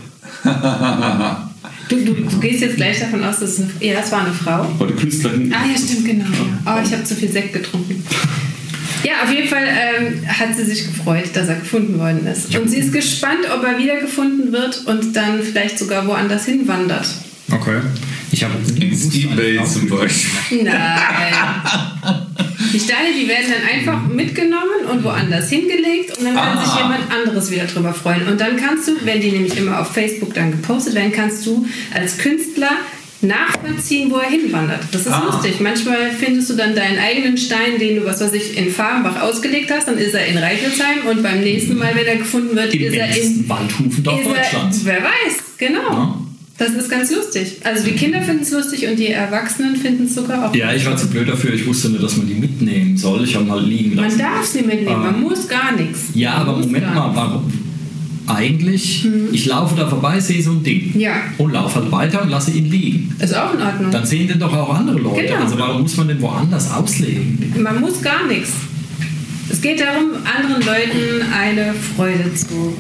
Speaker 4: Du gehst jetzt gleich davon aus, dass es war eine Frau.
Speaker 5: War die Künstlerin.
Speaker 4: Ah ja, stimmt, genau. Ja. Oh, ich habe zu viel Sekt getrunken. Ja, auf jeden Fall hat sie sich gefreut, dass er gefunden worden ist. Und sie ist gespannt, ob er wiedergefunden wird und dann vielleicht sogar woanders hinwandert.
Speaker 2: Okay. Ich habe
Speaker 6: ins eBay zum Beispiel.
Speaker 4: Nein. Die Steine, die werden dann einfach mitgenommen und woanders hingelegt und dann kann sich jemand anderes wieder drüber freuen. Und dann kannst du, wenn die nämlich immer auf Facebook dann gepostet werden, kannst du als Künstler nachvollziehen, wo er hinwandert. Das ist lustig. Manchmal findest du dann deinen eigenen Stein, den du, was weiß ich, in Farbenbach ausgelegt hast, dann ist er in Reichelsheim und beim nächsten Mal, wenn er gefunden wird, ist er in
Speaker 2: Waldhufendorf Deutschlands.
Speaker 4: Wer weiß, genau. Ja. Das ist ganz lustig. Also die Kinder finden es lustig und die Erwachsenen finden es sogar auch.
Speaker 2: Ja, ich war zu blöd dafür. Ich wusste nicht, dass man die mitnehmen soll. Ich habe mal liegen lassen.
Speaker 4: Man darf sie mitnehmen, man muss gar nichts.
Speaker 2: Ja, aber Moment mal, warum? Eigentlich, ich laufe da vorbei, sehe so ein Ding.
Speaker 4: Ja.
Speaker 2: Und laufe halt weiter und lasse ihn liegen.
Speaker 4: Ist auch in Ordnung.
Speaker 2: Dann sehen den doch auch andere Leute.
Speaker 4: Genau.
Speaker 2: Also warum muss man den woanders auslegen?
Speaker 4: Man muss gar nichts. Es geht darum, anderen Leuten eine Freude zu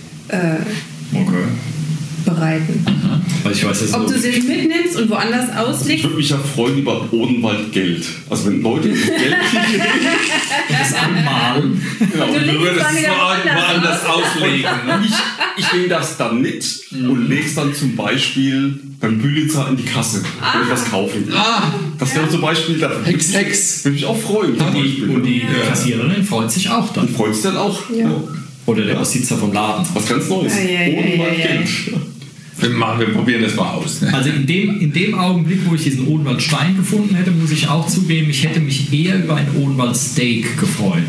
Speaker 4: bereiten.
Speaker 2: Weil ich weiß,
Speaker 4: ob du sie mitnimmst und woanders auslegst.
Speaker 5: Ich würde mich ja freuen über Odenwald Geld. Also wenn Leute Geld kriegen,
Speaker 2: das anmalen.
Speaker 5: Genau.
Speaker 6: Du würdest es woanders auslegen. Ne?
Speaker 5: Ich nehme das dann mit und lege es dann zum Beispiel beim Bülitzer in die Kasse, wenn ich was kaufe. Das wäre zum Beispiel, da würde ich mich auch freuen.
Speaker 2: Und die Kassiererin freut sich auch dann.
Speaker 5: Und freut sich dann auch.
Speaker 4: Ja.
Speaker 2: Oder der Besitzer vom Laden.
Speaker 5: Was ganz Neues. Odenwald Geld.
Speaker 6: Wir probieren das mal aus. Ne?
Speaker 2: Also in dem Augenblick, wo ich diesen Odenwaldstein gefunden hätte, muss ich auch zugeben, ich hätte mich eher über ein Odenwaldsteak gefreut.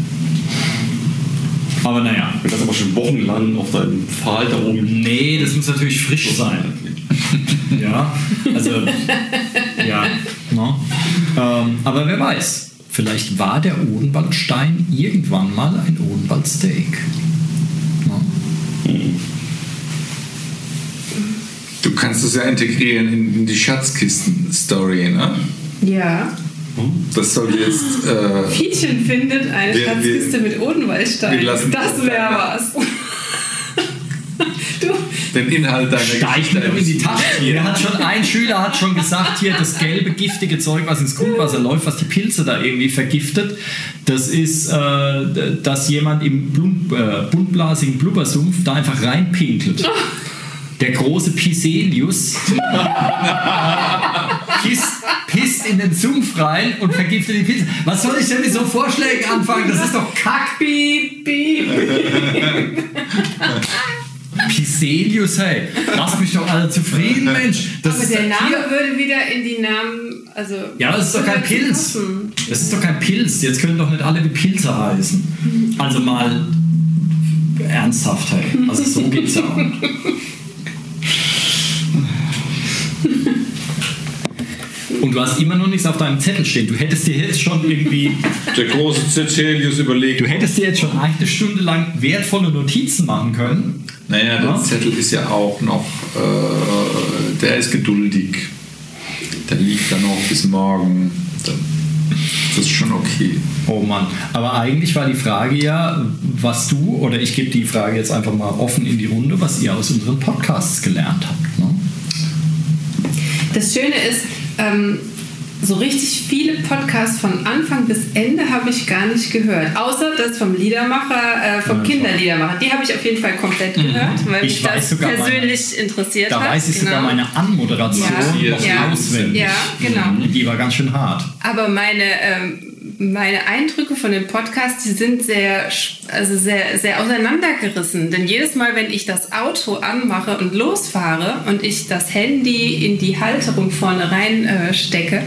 Speaker 2: Aber naja.
Speaker 5: Wenn das aber schon wochenlang auf deinem Pfahl da oben liegt.
Speaker 2: Nee, das muss natürlich frisch sein. Ja, also, ja. No. Aber wer weiß, vielleicht war der Odenwaldstein irgendwann mal ein Odenwaldsteak. No.
Speaker 6: Du kannst es ja integrieren in die Schatzkisten-Story, ne?
Speaker 4: Ja.
Speaker 6: Das soll jetzt...
Speaker 4: Fietchen findet eine Schatzkiste mit Odenwaldstein. Das wäre was.
Speaker 6: Den Inhalt deiner
Speaker 2: Steigen in die Tasche. Ein Schüler hat schon gesagt, hier das gelbe, giftige Zeug, was ins Grundwasser läuft, was die Pilze da irgendwie vergiftet, das ist, dass jemand im buntblasigen Blubbersumpf da einfach reinpinkelt. Der große Piselius pisst in den Sumpf rein und vergiftet die Pilze. Was soll ich denn mit so Vorschlägen anfangen? Das ist doch Kack. Piep, piep. Piselius, hey. Lass mich doch alle zufrieden, Mensch. Das
Speaker 4: aber
Speaker 2: ist
Speaker 4: der Name würde wieder in die Namen... Also
Speaker 2: ja, das ist doch kein Pilz. Das ist doch kein Pilz. Jetzt können doch nicht alle wie Pilze heißen. Also mal ernsthaft, hey. Also so geht's ja auch. Und du hast immer noch nichts auf deinem Zettel stehen. Du hättest dir jetzt schon irgendwie...
Speaker 6: Der große Cecilius überlegt.
Speaker 2: Du hättest dir jetzt schon eine Stunde lang wertvolle Notizen machen können.
Speaker 6: Naja, der Zettel ist ja auch noch... der ist geduldig. Der liegt dann noch bis morgen. Das ist schon okay.
Speaker 2: Oh Mann. Aber eigentlich war die Frage ja, was du, oder ich gebe die Frage jetzt einfach mal offen in die Runde, was ihr aus unseren Podcasts gelernt habt. Ne?
Speaker 4: Das Schöne ist, so richtig viele Podcasts von Anfang bis Ende habe ich gar nicht gehört. Außer das vom Liedermacher, vom Kinderliedermacher. Die habe ich auf jeden Fall komplett gehört, weil mich das persönlich interessiert hat.
Speaker 2: Da weiß ich sogar meine Anmoderation noch auswendig.
Speaker 4: Ja, genau.
Speaker 2: Die war ganz schön hart.
Speaker 4: Aber meine Eindrücke von dem Podcast, die sind sehr auseinandergerissen. Denn jedes Mal, wenn ich das Auto anmache und losfahre und ich das Handy in die Halterung vorne rein stecke,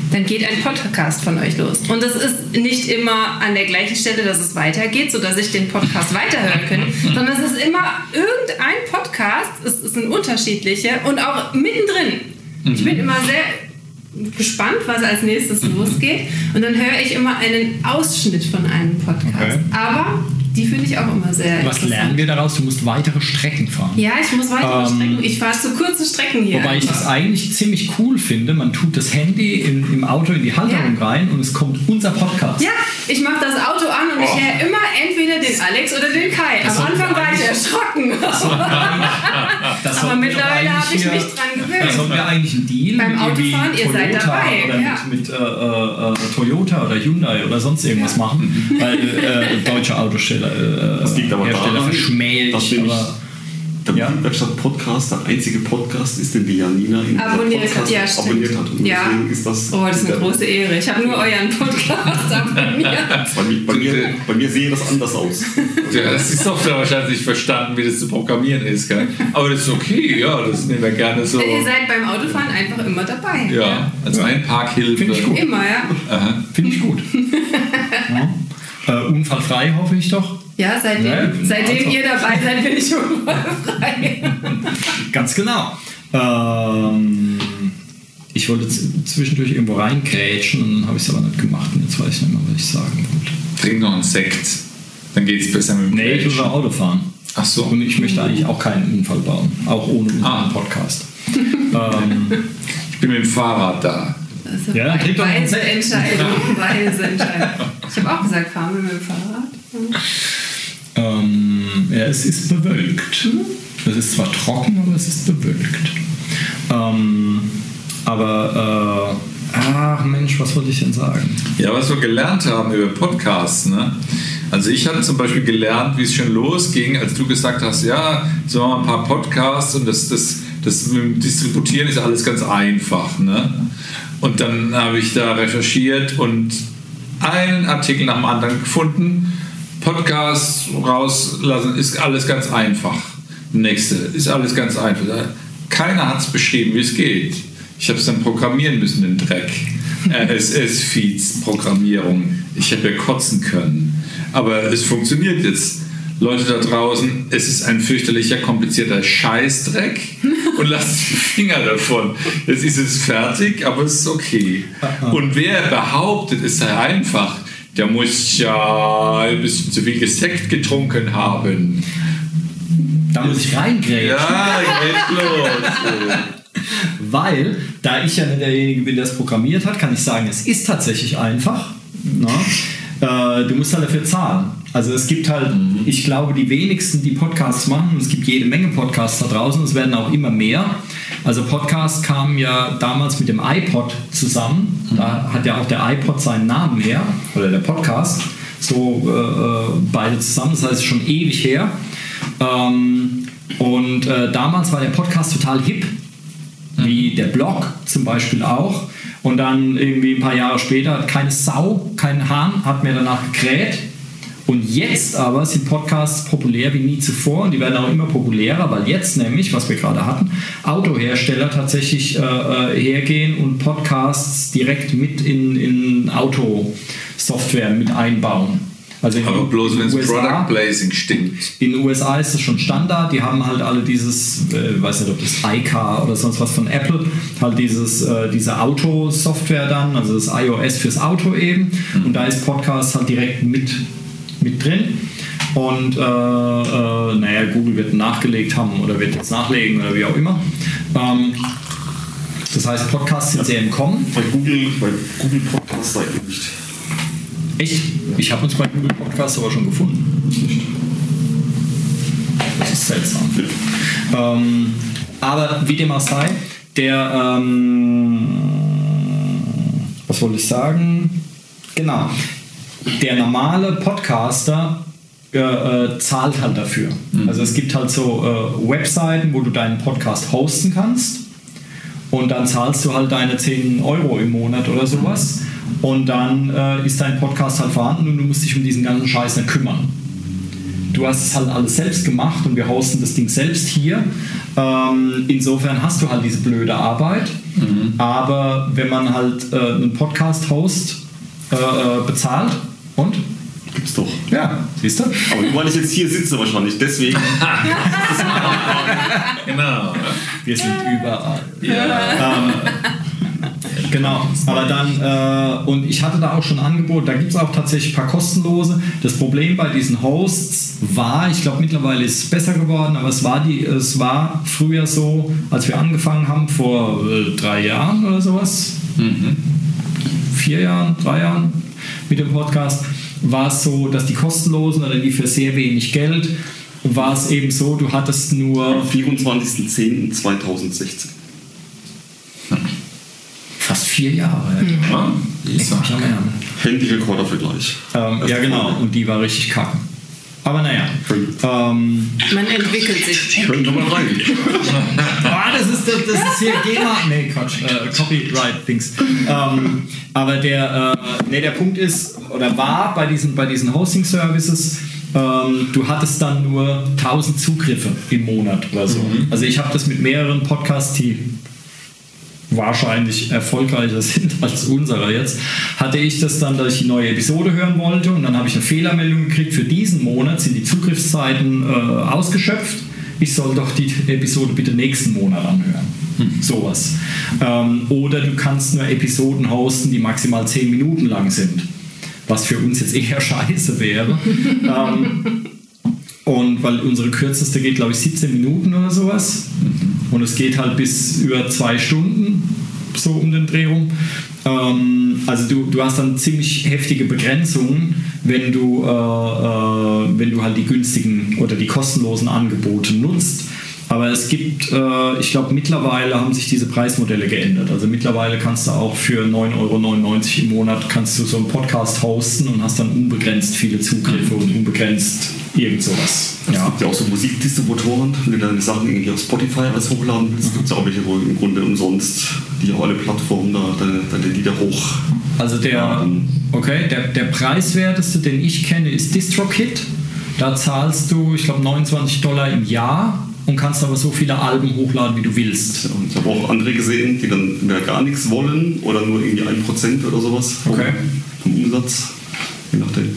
Speaker 4: dann geht ein Podcast von euch los. Und das ist nicht immer an der gleichen Stelle, dass es weitergeht, sodass ich den Podcast weiterhören kann, sondern es ist immer irgendein Podcast, es sind unterschiedliche und auch mittendrin. Ich bin immer sehr gespannt, was als nächstes losgeht und dann höre ich immer einen Ausschnitt von einem Podcast.
Speaker 2: Okay.
Speaker 4: Aber die finde ich auch immer sehr
Speaker 2: Was lernen wir daraus? Du musst weitere Strecken fahren.
Speaker 4: Ja, ich muss weitere Strecken. Ich fahre zu kurze Strecken hier.
Speaker 2: Wobei ich das eigentlich ziemlich cool finde. Man tut das Handy im Auto in die Halterung rein und es kommt unser Podcast.
Speaker 4: Ja, ich mache das Auto an und ich höre immer entweder den Alex oder den Kai. Am Anfang war ich erschrocken. Aber mittlerweile habe ich mich dran
Speaker 2: Da
Speaker 4: gewöhnt.
Speaker 2: sollten wir eigentlich einen Deal
Speaker 4: Beim
Speaker 2: mit
Speaker 4: Autofahren, ihr seid
Speaker 2: Toyota
Speaker 4: dabei,
Speaker 2: oder
Speaker 4: ja.
Speaker 2: mit Toyota oder Hyundai oder sonst irgendwas machen, weil deutsche Autohersteller
Speaker 5: Das liegt aber daran,
Speaker 2: verschmäht.
Speaker 5: dass nämlich
Speaker 2: Aber
Speaker 5: der Musikwerkstatt-Podcast der einzige Podcast ist, den die Janina in
Speaker 4: Abonniert
Speaker 5: Podcast
Speaker 4: hat, ja, stimmt.
Speaker 5: abonniert hat. Und
Speaker 4: Ja.
Speaker 5: deswegen ist das...
Speaker 4: Oh, das ist eine große Ehre. Ich habe nur euren Podcast abonniert.
Speaker 5: Bei mir sehe das anders aus.
Speaker 6: Ja, das ist doch wahrscheinlich nicht verstanden, wie das zu programmieren ist. Gell? Aber das ist okay, ja, das nehmen wir gerne so.
Speaker 4: Ihr seid beim Autofahren einfach immer dabei.
Speaker 6: Ja, als Einparkhilfe.
Speaker 2: Finde ich gut.
Speaker 4: Immer, ja.
Speaker 2: Finde ich gut. Unfallfrei hoffe ich doch.
Speaker 4: Ja, seitdem
Speaker 2: also.
Speaker 4: ihr dabei seid, bin ich unfallfrei.
Speaker 2: Ganz genau. Ich wollte zwischendurch irgendwo reingrätschen und dann habe ich es aber nicht gemacht. Und jetzt weiß ich nicht mehr, was ich sagen wollte.
Speaker 6: Trink noch einen Sekt, dann geht es besser mit dem
Speaker 2: Nee, ich will
Speaker 6: Grätschen.
Speaker 2: Auto fahren.
Speaker 6: Ach so.
Speaker 2: Und ich möchte eigentlich auch keinen Unfall bauen. Auch ohne unseren Podcast.
Speaker 6: Ich bin mit dem Fahrrad da.
Speaker 4: Also
Speaker 2: Ja, dann kriegt doch einen
Speaker 4: weise
Speaker 2: Sekt.
Speaker 4: Entscheidung. Weise Entscheidung. Ich habe auch gesagt, fahren wir mit dem Fahrrad.
Speaker 2: Ja, es ist bewölkt. Es ist zwar trocken, aber es ist bewölkt. Ach Mensch, was wollte ich denn sagen?
Speaker 6: Ja, was wir gelernt haben über Podcasts, ne? Also ich hatte zum Beispiel gelernt, wie es schon losging, als du gesagt hast, ja, so machen wir ein paar Podcasts und das mit dem Distributieren ist alles ganz einfach, ne? Und dann habe ich da recherchiert und einen Artikel nach dem anderen gefunden. Podcasts rauslassen ist alles ganz einfach. Nächste ist alles ganz einfach. Keiner hat es beschrieben, wie es geht. Ich habe es dann programmieren müssen, den Dreck. RSS-Feeds, Programmierung. Ich hätte kotzen können. Aber es funktioniert jetzt. Leute da draußen, es ist ein fürchterlicher, komplizierter Scheißdreck und lasst die Finger davon. Jetzt ist es fertig, aber es ist okay. Und wer behauptet, es sei einfach, der muss ja ein bisschen zu viel Sekt getrunken haben.
Speaker 2: Da muss ich reingrätschen.
Speaker 6: Ja, geht los.
Speaker 2: Weil, da ich ja nicht derjenige bin, der es programmiert hat, kann ich sagen, es ist tatsächlich einfach. Na? Du musst halt dafür zahlen. Also es gibt halt, ich glaube, die wenigsten, die Podcasts machen, und es gibt jede Menge Podcasts da draußen, es werden auch immer mehr. Also Podcasts kamen ja damals mit dem iPod zusammen. Da hat ja auch der iPod seinen Namen her, oder der Podcast, so beide zusammen, das heißt schon ewig her. Damals war der Podcast total hip, wie der Blog zum Beispiel auch. Und dann irgendwie ein paar Jahre später hat keine Sau, kein Hahn hat mehr danach gekräht. Und jetzt aber sind Podcasts populär wie nie zuvor und die werden auch immer populärer, weil jetzt nämlich, was wir gerade hatten, Autohersteller tatsächlich hergehen und Podcasts direkt mit in Autosoftware mit einbauen. Also
Speaker 6: Aber bloß wenn es Product Placing stimmt.
Speaker 2: In den USA ist das schon Standard. Die haben halt alle dieses, weiß nicht, ob das iCar oder sonst was von Apple, halt diese Auto-Software dann, also das iOS fürs Auto eben. Und da ist Podcast halt direkt mit drin. Und Google wird nachgelegt haben oder wird jetzt nachlegen oder wie auch immer. Das heißt, Podcasts sind sehr im Kommen.
Speaker 5: Bei Google Podcasts seid ihr nicht.
Speaker 2: Echt? Ich habe uns bei Google Podcasts aber schon gefunden. Das ist seltsam. Aber wie dem auch sei, was wollte ich sagen? Genau. Der normale Podcaster zahlt halt dafür. Also es gibt halt so Webseiten, wo du deinen Podcast hosten kannst und dann zahlst du halt deine 10 Euro im Monat oder sowas und dann ist dein Podcast halt vorhanden und du musst dich um diesen ganzen Scheiß nicht kümmern. Du hast es halt alles selbst gemacht und wir hosten das Ding selbst hier. Insofern hast du halt diese blöde Arbeit. Aber wenn man halt einen Podcast-Host bezahlt und?
Speaker 5: Gibt's doch.
Speaker 2: Ja, siehst du?
Speaker 5: Aber nur weil ich jetzt hier sitze wahrscheinlich, deswegen.
Speaker 6: Genau.
Speaker 2: Wir sind überall. Genau, aber dann, und ich hatte da auch schon ein Angebot, da gibt es auch tatsächlich ein paar kostenlose. Das Problem bei diesen Hosts war, ich glaube mittlerweile ist es besser geworden, aber es war früher so, als wir angefangen haben, vor 3 Jahren oder sowas, 4 Jahren, 3 Jahren mit dem Podcast, war es so, dass die kostenlosen oder die für sehr wenig Geld, war es eben so, du hattest nur...
Speaker 5: Am 24.10.2016.
Speaker 2: Fast 4 Jahre.
Speaker 6: Ja,
Speaker 5: Handy-Rekorder-Vergleich.
Speaker 2: Ja, genau. Und die war richtig kacke. Aber naja.
Speaker 4: Man entwickelt sich.
Speaker 5: Können wir mal rein.
Speaker 2: Das ist hier GEMA. Nee, Quatsch. Copyright-Dings. Aber der Punkt ist, oder war bei diesen Hosting-Services, du hattest dann nur 1000 Zugriffe im Monat oder so. Also ich habe das mit mehreren Podcasts, die wahrscheinlich erfolgreicher sind als unserer jetzt, hatte ich das dann, dass ich die neue Episode hören wollte und dann habe ich eine Fehlermeldung gekriegt, für diesen Monat sind die Zugriffszeiten ausgeschöpft, ich soll doch die Episode bitte nächsten Monat anhören. Sowas. Oder du kannst nur Episoden hosten, die maximal 10 Minuten lang sind, was für uns jetzt eher scheiße wäre. Und weil unsere kürzeste geht, glaube ich, 17 Minuten oder sowas. Und es geht halt bis über 2 Stunden, so um den Dreh rum. Also du hast dann ziemlich heftige Begrenzungen, wenn du halt die günstigen oder die kostenlosen Angebote nutzt. Aber es gibt, ich glaube, mittlerweile haben sich diese Preismodelle geändert. Also mittlerweile kannst du auch für 9,99 € im Monat kannst du so einen Podcast hosten und hast dann unbegrenzt viele Zugriffe und unbegrenzt irgend sowas.
Speaker 5: Es gibt ja auch so Musikdistributoren, wenn du deine Sachen irgendwie auf Spotify alles hochladen willst. Es gibt ja auch welche, wo im Grunde umsonst die auch alle Plattformen da deine Lieder hoch.
Speaker 2: Also der preiswerteste, den ich kenne, ist DistroKid. Da zahlst du, ich glaube, $29 im Jahr und kannst aber so viele Alben hochladen, wie du willst.
Speaker 5: Ja, und ich habe auch andere gesehen, die dann mehr gar nichts wollen oder nur irgendwie 1% oder sowas vom Umsatz. Je nachdem.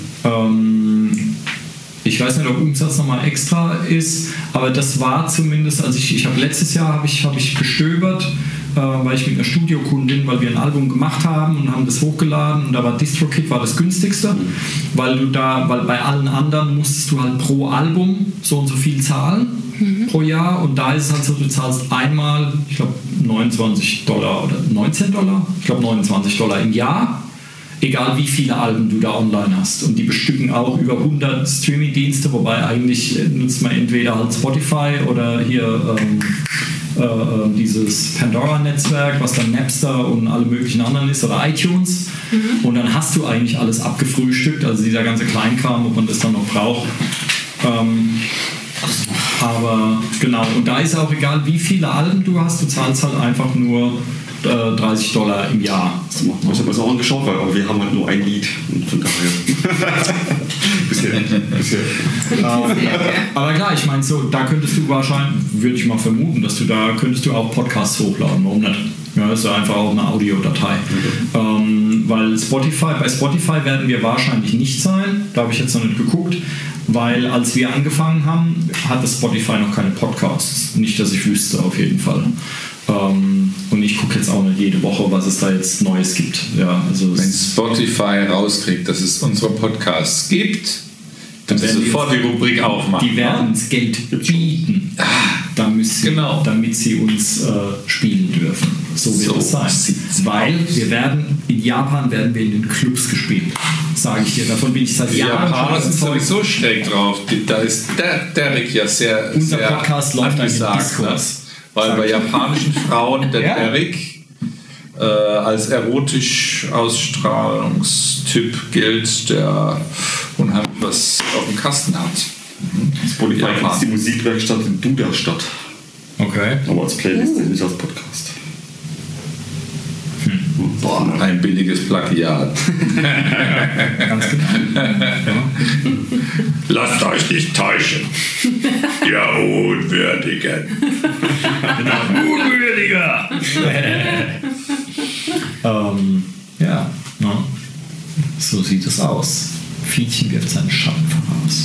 Speaker 5: Ich weiß nicht, ob Umsatz nochmal extra ist, aber das war zumindest, also ich habe letztes Jahr habe ich gestöbert, weil ich mit einer Studiokundin, weil wir ein Album gemacht haben und haben das hochgeladen und da war DistroKid war das günstigste, weil bei allen anderen musstest du halt pro Album so und so viel zahlen pro Jahr und da ist es halt so, du zahlst einmal, ich glaube $29 oder $19, ich glaube $29 im Jahr, egal wie viele Alben du da online hast. Und die bestücken auch über 100 Streaming-Dienste, wobei eigentlich nutzt man entweder halt Spotify oder hier dieses Pandora-Netzwerk, was dann Napster und alle möglichen anderen ist, oder iTunes. Und dann hast du eigentlich alles abgefrühstückt, also dieser ganze Kleinkram, ob man das dann noch braucht. Aber genau, und da ist auch egal, wie viele Alben du hast, du zahlst halt einfach nur $30 im Jahr. Ich habe das auch angeschaut, aber wir haben halt nur ein Lied und von daher. bisher.
Speaker 2: Aber klar, ich meine, so, da könntest du wahrscheinlich, würde ich mal vermuten, könntest du auch Podcasts hochladen, warum nicht? Ja, das ist ja einfach auch eine Audiodatei. Weil bei Spotify werden wir wahrscheinlich nicht sein, da habe ich jetzt noch nicht geguckt, weil als wir angefangen haben, hatte Spotify noch keine Podcasts. Nicht, dass ich wüsste, auf jeden Fall. Und ich gucke jetzt auch nicht jede Woche, was es da jetzt Neues gibt. Ja, also
Speaker 6: wenn Spotify rauskriegt, dass es unsere Podcasts gibt, dann werden sie sofort die Rubrik aufmachen.
Speaker 2: Die werden uns Geld bieten, damit sie uns spielen dürfen. So wird es sein. Weil in Japan werden wir in den Clubs gespielt. Sage ich dir. Davon bin ich seit Jahren.
Speaker 6: Die Japaner sind sowieso schräg drauf. Da ist Derek ja sehr.
Speaker 2: Unser Podcast läuft eigentlich Diskurs.
Speaker 6: Weil bei japanischen Frauen der Derek als erotisch Ausstrahlungstyp gilt, der unheimlich was auf dem Kasten hat.
Speaker 5: Spotify ist die Musikwerkstatt in Duderstadt.
Speaker 2: Okay.
Speaker 5: Aber als Playlist, nicht als Podcast.
Speaker 6: Boah, ein billiges Plagiat.
Speaker 2: Ganz genau.
Speaker 6: Lasst euch nicht täuschen. Ihr Unwürdigen.
Speaker 2: Unwürdiger! Ja, ne? So sieht es aus. Fietchen wirft seinen Schatten voraus.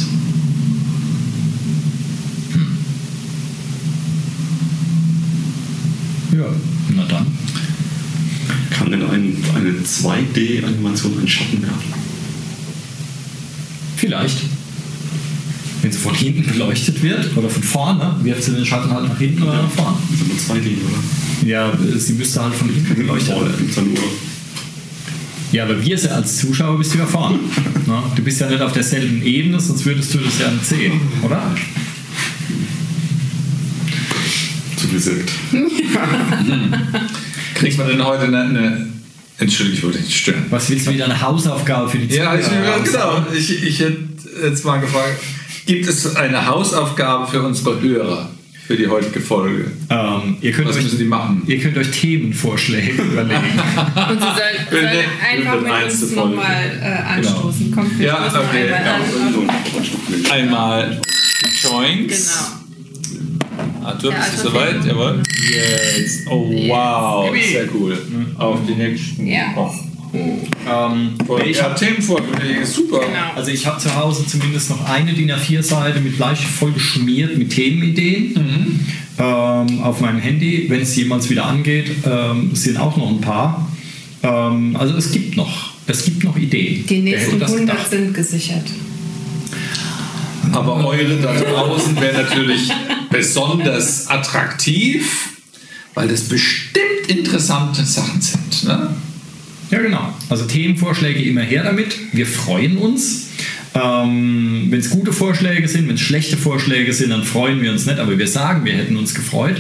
Speaker 2: Ja, na dann.
Speaker 5: Kann denn eine 2D-Animation einen Schatten werfen?
Speaker 2: Vielleicht. Wenn sie von hinten beleuchtet wird oder von vorne, wirft sie den Schatten halt nach hinten oder nach vorne.
Speaker 5: Das ist nur 2D, oder?
Speaker 2: Ja, sie müsste halt von hinten beleuchtet werden. Ja, aber wir als Zuschauer bist du ja vorne. Ne? Du bist ja nicht auf derselben Ebene, sonst würdest du das ja nicht sehen, oder?
Speaker 5: Zu viel Sekt.
Speaker 6: Kriegt man denn heute eine Entschuldigung, ich wollte nicht stören.
Speaker 2: Was willst du wieder, eine Hausaufgabe für die Zuschauer?
Speaker 6: Ja, genau. Ich hätte jetzt mal gefragt, gibt es eine Hausaufgabe für unsere Hörer für die heutige Folge?
Speaker 2: Was
Speaker 6: müssen die machen?
Speaker 2: Ihr könnt euch Themenvorschläge überlegen.
Speaker 4: Und sie sollen einfach mit uns nochmal anstoßen.
Speaker 6: Genau.
Speaker 4: Kommt, wir stoßen einmal an.
Speaker 6: Einmal Joints.
Speaker 4: Genau.
Speaker 6: Arthur, bist du soweit? Jawohl. Jetzt. Oh, wow. Sehr cool. Auf die nächsten.
Speaker 4: Ja.
Speaker 2: Ich habe
Speaker 6: Themenvorschläge. Super.
Speaker 4: Genau.
Speaker 2: Also ich habe zu Hause zumindest noch eine DIN A4-Seite mit Bleistift voll geschmiert mit Themenideen auf meinem Handy. Wenn es jemals wieder angeht, sind auch noch ein paar. Also es gibt noch Ideen.
Speaker 4: Die nächsten 100 sind gesichert.
Speaker 6: Aber eure da draußen wäre natürlich besonders attraktiv, weil das bestimmt interessante Sachen sind. Ne?
Speaker 2: Ja, genau. Also Themenvorschläge immer her damit. Wir freuen uns. Wenn es gute Vorschläge sind, wenn es schlechte Vorschläge sind, dann freuen wir uns nicht. Aber wir sagen, wir hätten uns gefreut.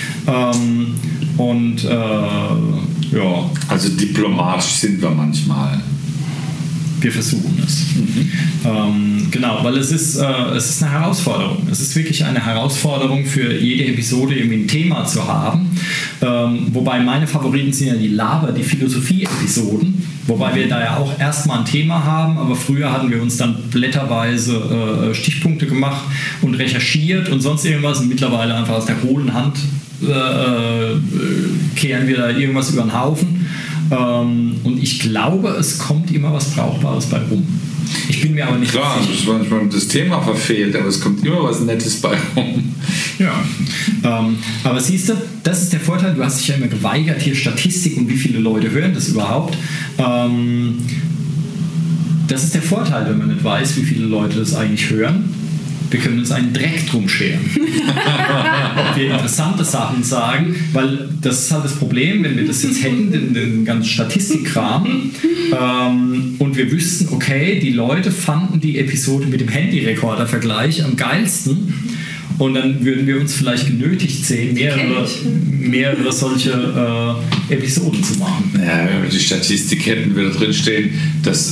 Speaker 2: Ja.
Speaker 6: Also diplomatisch sind wir manchmal.
Speaker 2: Wir versuchen es. Genau, weil es ist eine Herausforderung. Es ist wirklich eine Herausforderung für jede Episode irgendwie ein Thema zu haben. Wobei meine Favoriten sind ja die Philosophie-Episoden. Wobei wir da ja auch erstmal ein Thema haben, aber früher hatten wir uns dann blätterweise Stichpunkte gemacht und recherchiert und sonst irgendwas. Und mittlerweile einfach aus der hohlen Hand kehren wir da irgendwas über den Haufen. Und ich glaube, es kommt immer was Brauchbares bei rum. Ich bin mir aber nicht
Speaker 6: klar, sicher. Klar, manchmal das Thema verfehlt, aber es kommt immer was Nettes bei rum.
Speaker 2: Ja, aber siehst du, das ist der Vorteil, du hast dich ja immer geweigert, hier Statistik und wie viele Leute hören das überhaupt. Das ist der Vorteil, wenn man nicht weiß, wie viele Leute das eigentlich hören. Wir können uns einen Dreck drum scheren. Ob wir interessante Sachen sagen, weil das ist halt das Problem, wenn wir das jetzt hätten, den ganzen Statistikkram, und wir wüssten, okay, die Leute fanden die Episode mit dem Handyrekorder-Vergleich am geilsten, und dann würden wir uns vielleicht genötigt sehen, mehrere solche Episoden zu machen.
Speaker 6: Ja, wenn wir die Statistik hätten, würde drin stehen, dass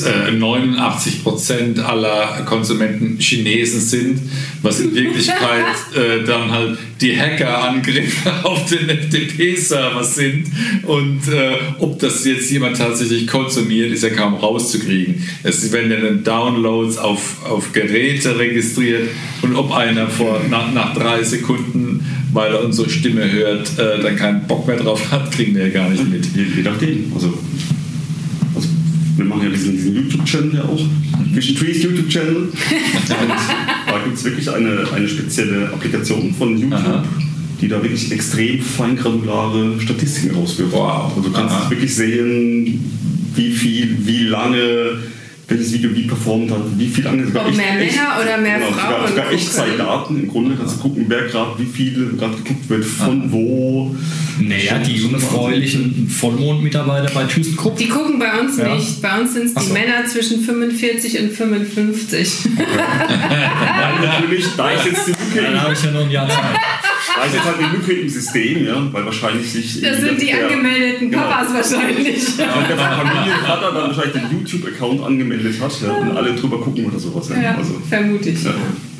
Speaker 6: 89% aller Konsumenten Chinesen sind, was in Wirklichkeit dann halt die Hackerangriffe auf den FTP-Server sind. Und ob das jetzt jemand tatsächlich konsumiert, ist ja kaum rauszukriegen. Es werden ja dann Downloads auf Geräte registriert, und ob einer nach 3 Sekunden, weil er unsere Stimme hört, dann keinen Bock mehr drauf hat, kriegen wir ja gar nicht mit.
Speaker 5: Je nachdem. Also wir machen ja diesen YouTube-Channel ja auch, Vision Trees YouTube-Channel. Und da gibt es wirklich eine spezielle Applikation von YouTube, die da wirklich extrem feingranulare Statistiken rauswirft. Wow. Also du kannst wirklich sehen, wie lange welches Video wie performt hat, wie viel lange sogar
Speaker 4: mehr Männer oder mehr Frauen.
Speaker 5: Sogar Echtzeitdaten im Grunde, kannst du gucken, wer gerade, wie viel gerade geguckt wird, von wo.
Speaker 2: Naja, die jungfräulichen Vollmond-Mitarbeiter bei ThyssenKrupp.
Speaker 4: Die gucken bei uns nicht. Bei uns sind es die Männer zwischen 45 und 55.
Speaker 5: Weil natürlich, da ist jetzt die Lücke.
Speaker 2: Dann habe ich ja noch ein Jahr Zeit.
Speaker 5: Da ist jetzt halt die Lücke im System, ja, weil wahrscheinlich sich.
Speaker 4: Das sind die angemeldeten Papas wahrscheinlich.
Speaker 5: Ja, und der Familienvater dann wahrscheinlich den YouTube-Account angemeldet hat, ja, und alle drüber gucken oder sowas. Ja. Also,
Speaker 4: vermute ich.
Speaker 5: Ja.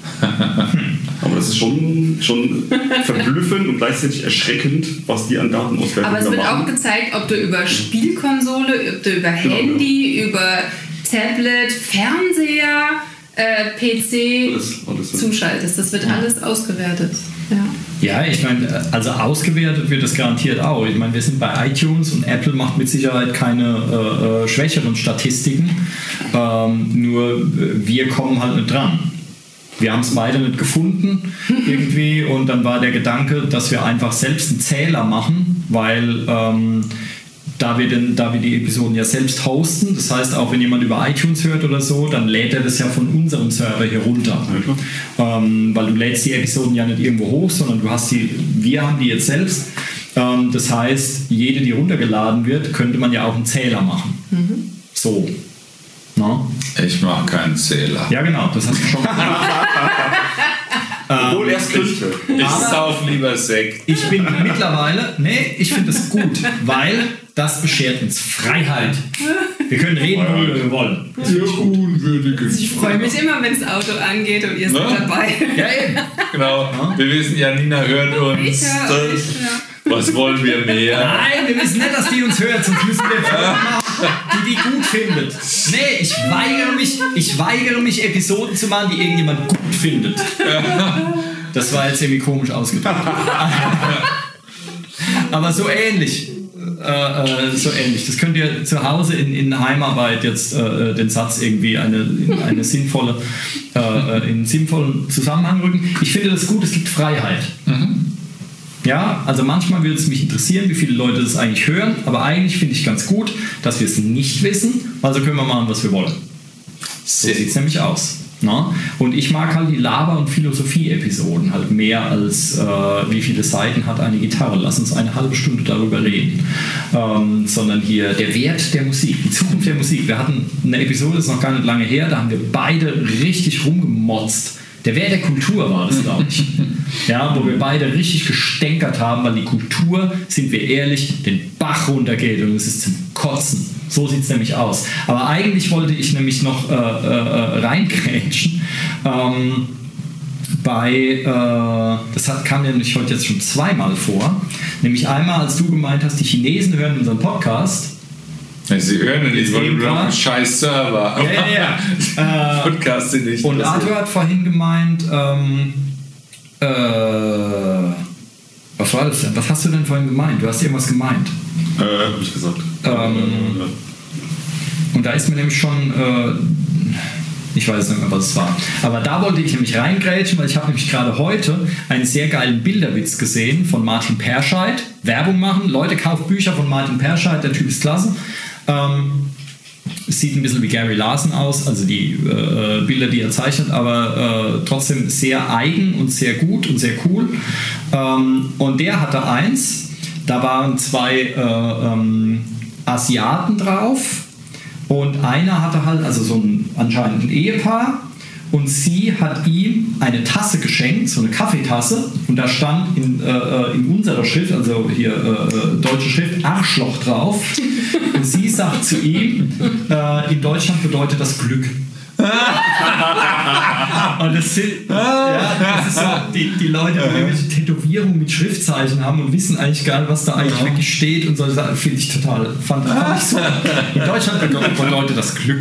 Speaker 5: Aber das ist schon verblüffend und gleichzeitig erschreckend, was die an Datenauswertung machen.
Speaker 4: Aber es wird auch gezeigt, ob du über Spielkonsole, ob du über Handy, über Tablet, Fernseher, PC
Speaker 5: alles
Speaker 4: zuschaltest. Das wird alles ausgewertet.
Speaker 2: Ja, ich meine, also ausgewertet wird das garantiert auch. Ich meine, wir sind bei iTunes und Apple macht mit Sicherheit keine schwächeren Statistiken. Nur wir kommen halt nicht dran. Wir haben es beide nicht gefunden irgendwie und dann war der Gedanke, dass wir einfach selbst einen Zähler machen, weil da wir die Episoden ja selbst hosten, das heißt auch wenn jemand über iTunes hört oder so, dann lädt er das ja von unserem Server hier runter. Weil du lädst die Episoden ja nicht irgendwo hoch, sondern wir haben die jetzt selbst. Das heißt, jede, die runtergeladen wird, könnte man ja auch einen Zähler machen. So. No?
Speaker 6: Ich mache keinen Zähler.
Speaker 2: Ja genau, das hast du schon gesagt.
Speaker 5: Obwohl er es könnte.
Speaker 6: Ich sauf lieber Sekt.
Speaker 2: Ich bin mittlerweile, ich finde es gut, weil das beschert uns Freiheit. Wir können reden, worüber wir wollen.
Speaker 6: Sehr unwürdiges.
Speaker 4: Ich freue mich immer, wenn das Auto angeht und ihr seid dabei.
Speaker 2: Ja, eben.
Speaker 6: Genau. Wir wissen ja, Nina hört uns.
Speaker 4: Ich höre.
Speaker 6: Was wollen wir mehr?
Speaker 2: Nein, wir wissen nicht, dass die uns hört, sonst müssen wir Folgen machen, die gut findet. Nee, ich weigere mich, Episoden zu machen, die irgendjemand gut findet. Das war jetzt irgendwie komisch ausgedrückt. Aber so ähnlich. Das könnt ihr zu Hause in Heimarbeit jetzt den Satz irgendwie in einen sinnvollen Zusammenhang rücken. Ich finde das gut, es gibt Freiheit. Ja, also manchmal würde es mich interessieren, wie viele Leute das eigentlich hören, aber eigentlich finde ich ganz gut, dass wir es nicht wissen, also können wir machen, was wir wollen. So sieht es nämlich aus. Na? Und ich mag halt die Laber- und Philosophie-Episoden halt mehr als wie viele Seiten hat eine Gitarre. Lass uns eine halbe Stunde darüber reden. Sondern hier der Wert der Musik, die Zukunft der Musik. Wir hatten eine Episode, das ist noch gar nicht lange her, da haben wir beide richtig rumgemotzt. Der Wert der Kultur war das, glaube ich. Ja, wo wir beide richtig gestänkert haben, weil die Kultur, sind wir ehrlich, den Bach runtergeht und es ist zum Kotzen. So sieht es nämlich aus. Aber eigentlich wollte ich nämlich noch reingrätschen kam nämlich heute jetzt schon zweimal vor. Nämlich einmal, als du gemeint hast, die Chinesen hören unseren Podcast.
Speaker 6: Sie hören nicht, weil du einen scheiß Server.
Speaker 2: Ja.
Speaker 6: Podcast sind nicht.
Speaker 2: Und Arthur hat vorhin gemeint, was war das denn? Was hast du denn vorhin gemeint? Du hast irgendwas gemeint.
Speaker 5: Hab ich gesagt.
Speaker 2: Und da ist mir nämlich schon, ich weiß nicht mehr, was es war. Aber da wollte ich nämlich reingrätschen, weil ich habe nämlich gerade heute einen sehr geilen Bilderwitz gesehen von Martin Perscheid. Werbung machen. Leute, kauft Bücher von Martin Perscheid, der Typ ist klasse. Sieht ein bisschen wie Gary Larson aus, also die Bilder, die er zeichnet, aber trotzdem sehr eigen und sehr gut und sehr cool. Und der hatte eins, da waren zwei Asiaten drauf und einer hatte halt, also so anscheinend ein Ehepaar, und sie hat ihm eine Tasse geschenkt, so eine Kaffeetasse, und da stand in unserer Schrift, also hier deutsche Schrift, Arschloch drauf. Und sie sagt zu ihm, in Deutschland bedeutet das Glück. Und das ist so, die Leute, die irgendwelche Tätowierungen mit Schriftzeichen haben und wissen eigentlich gar nicht, was da eigentlich wirklich steht und so, finde ich total, fand ich so. In Deutschland bedeutet das Glück.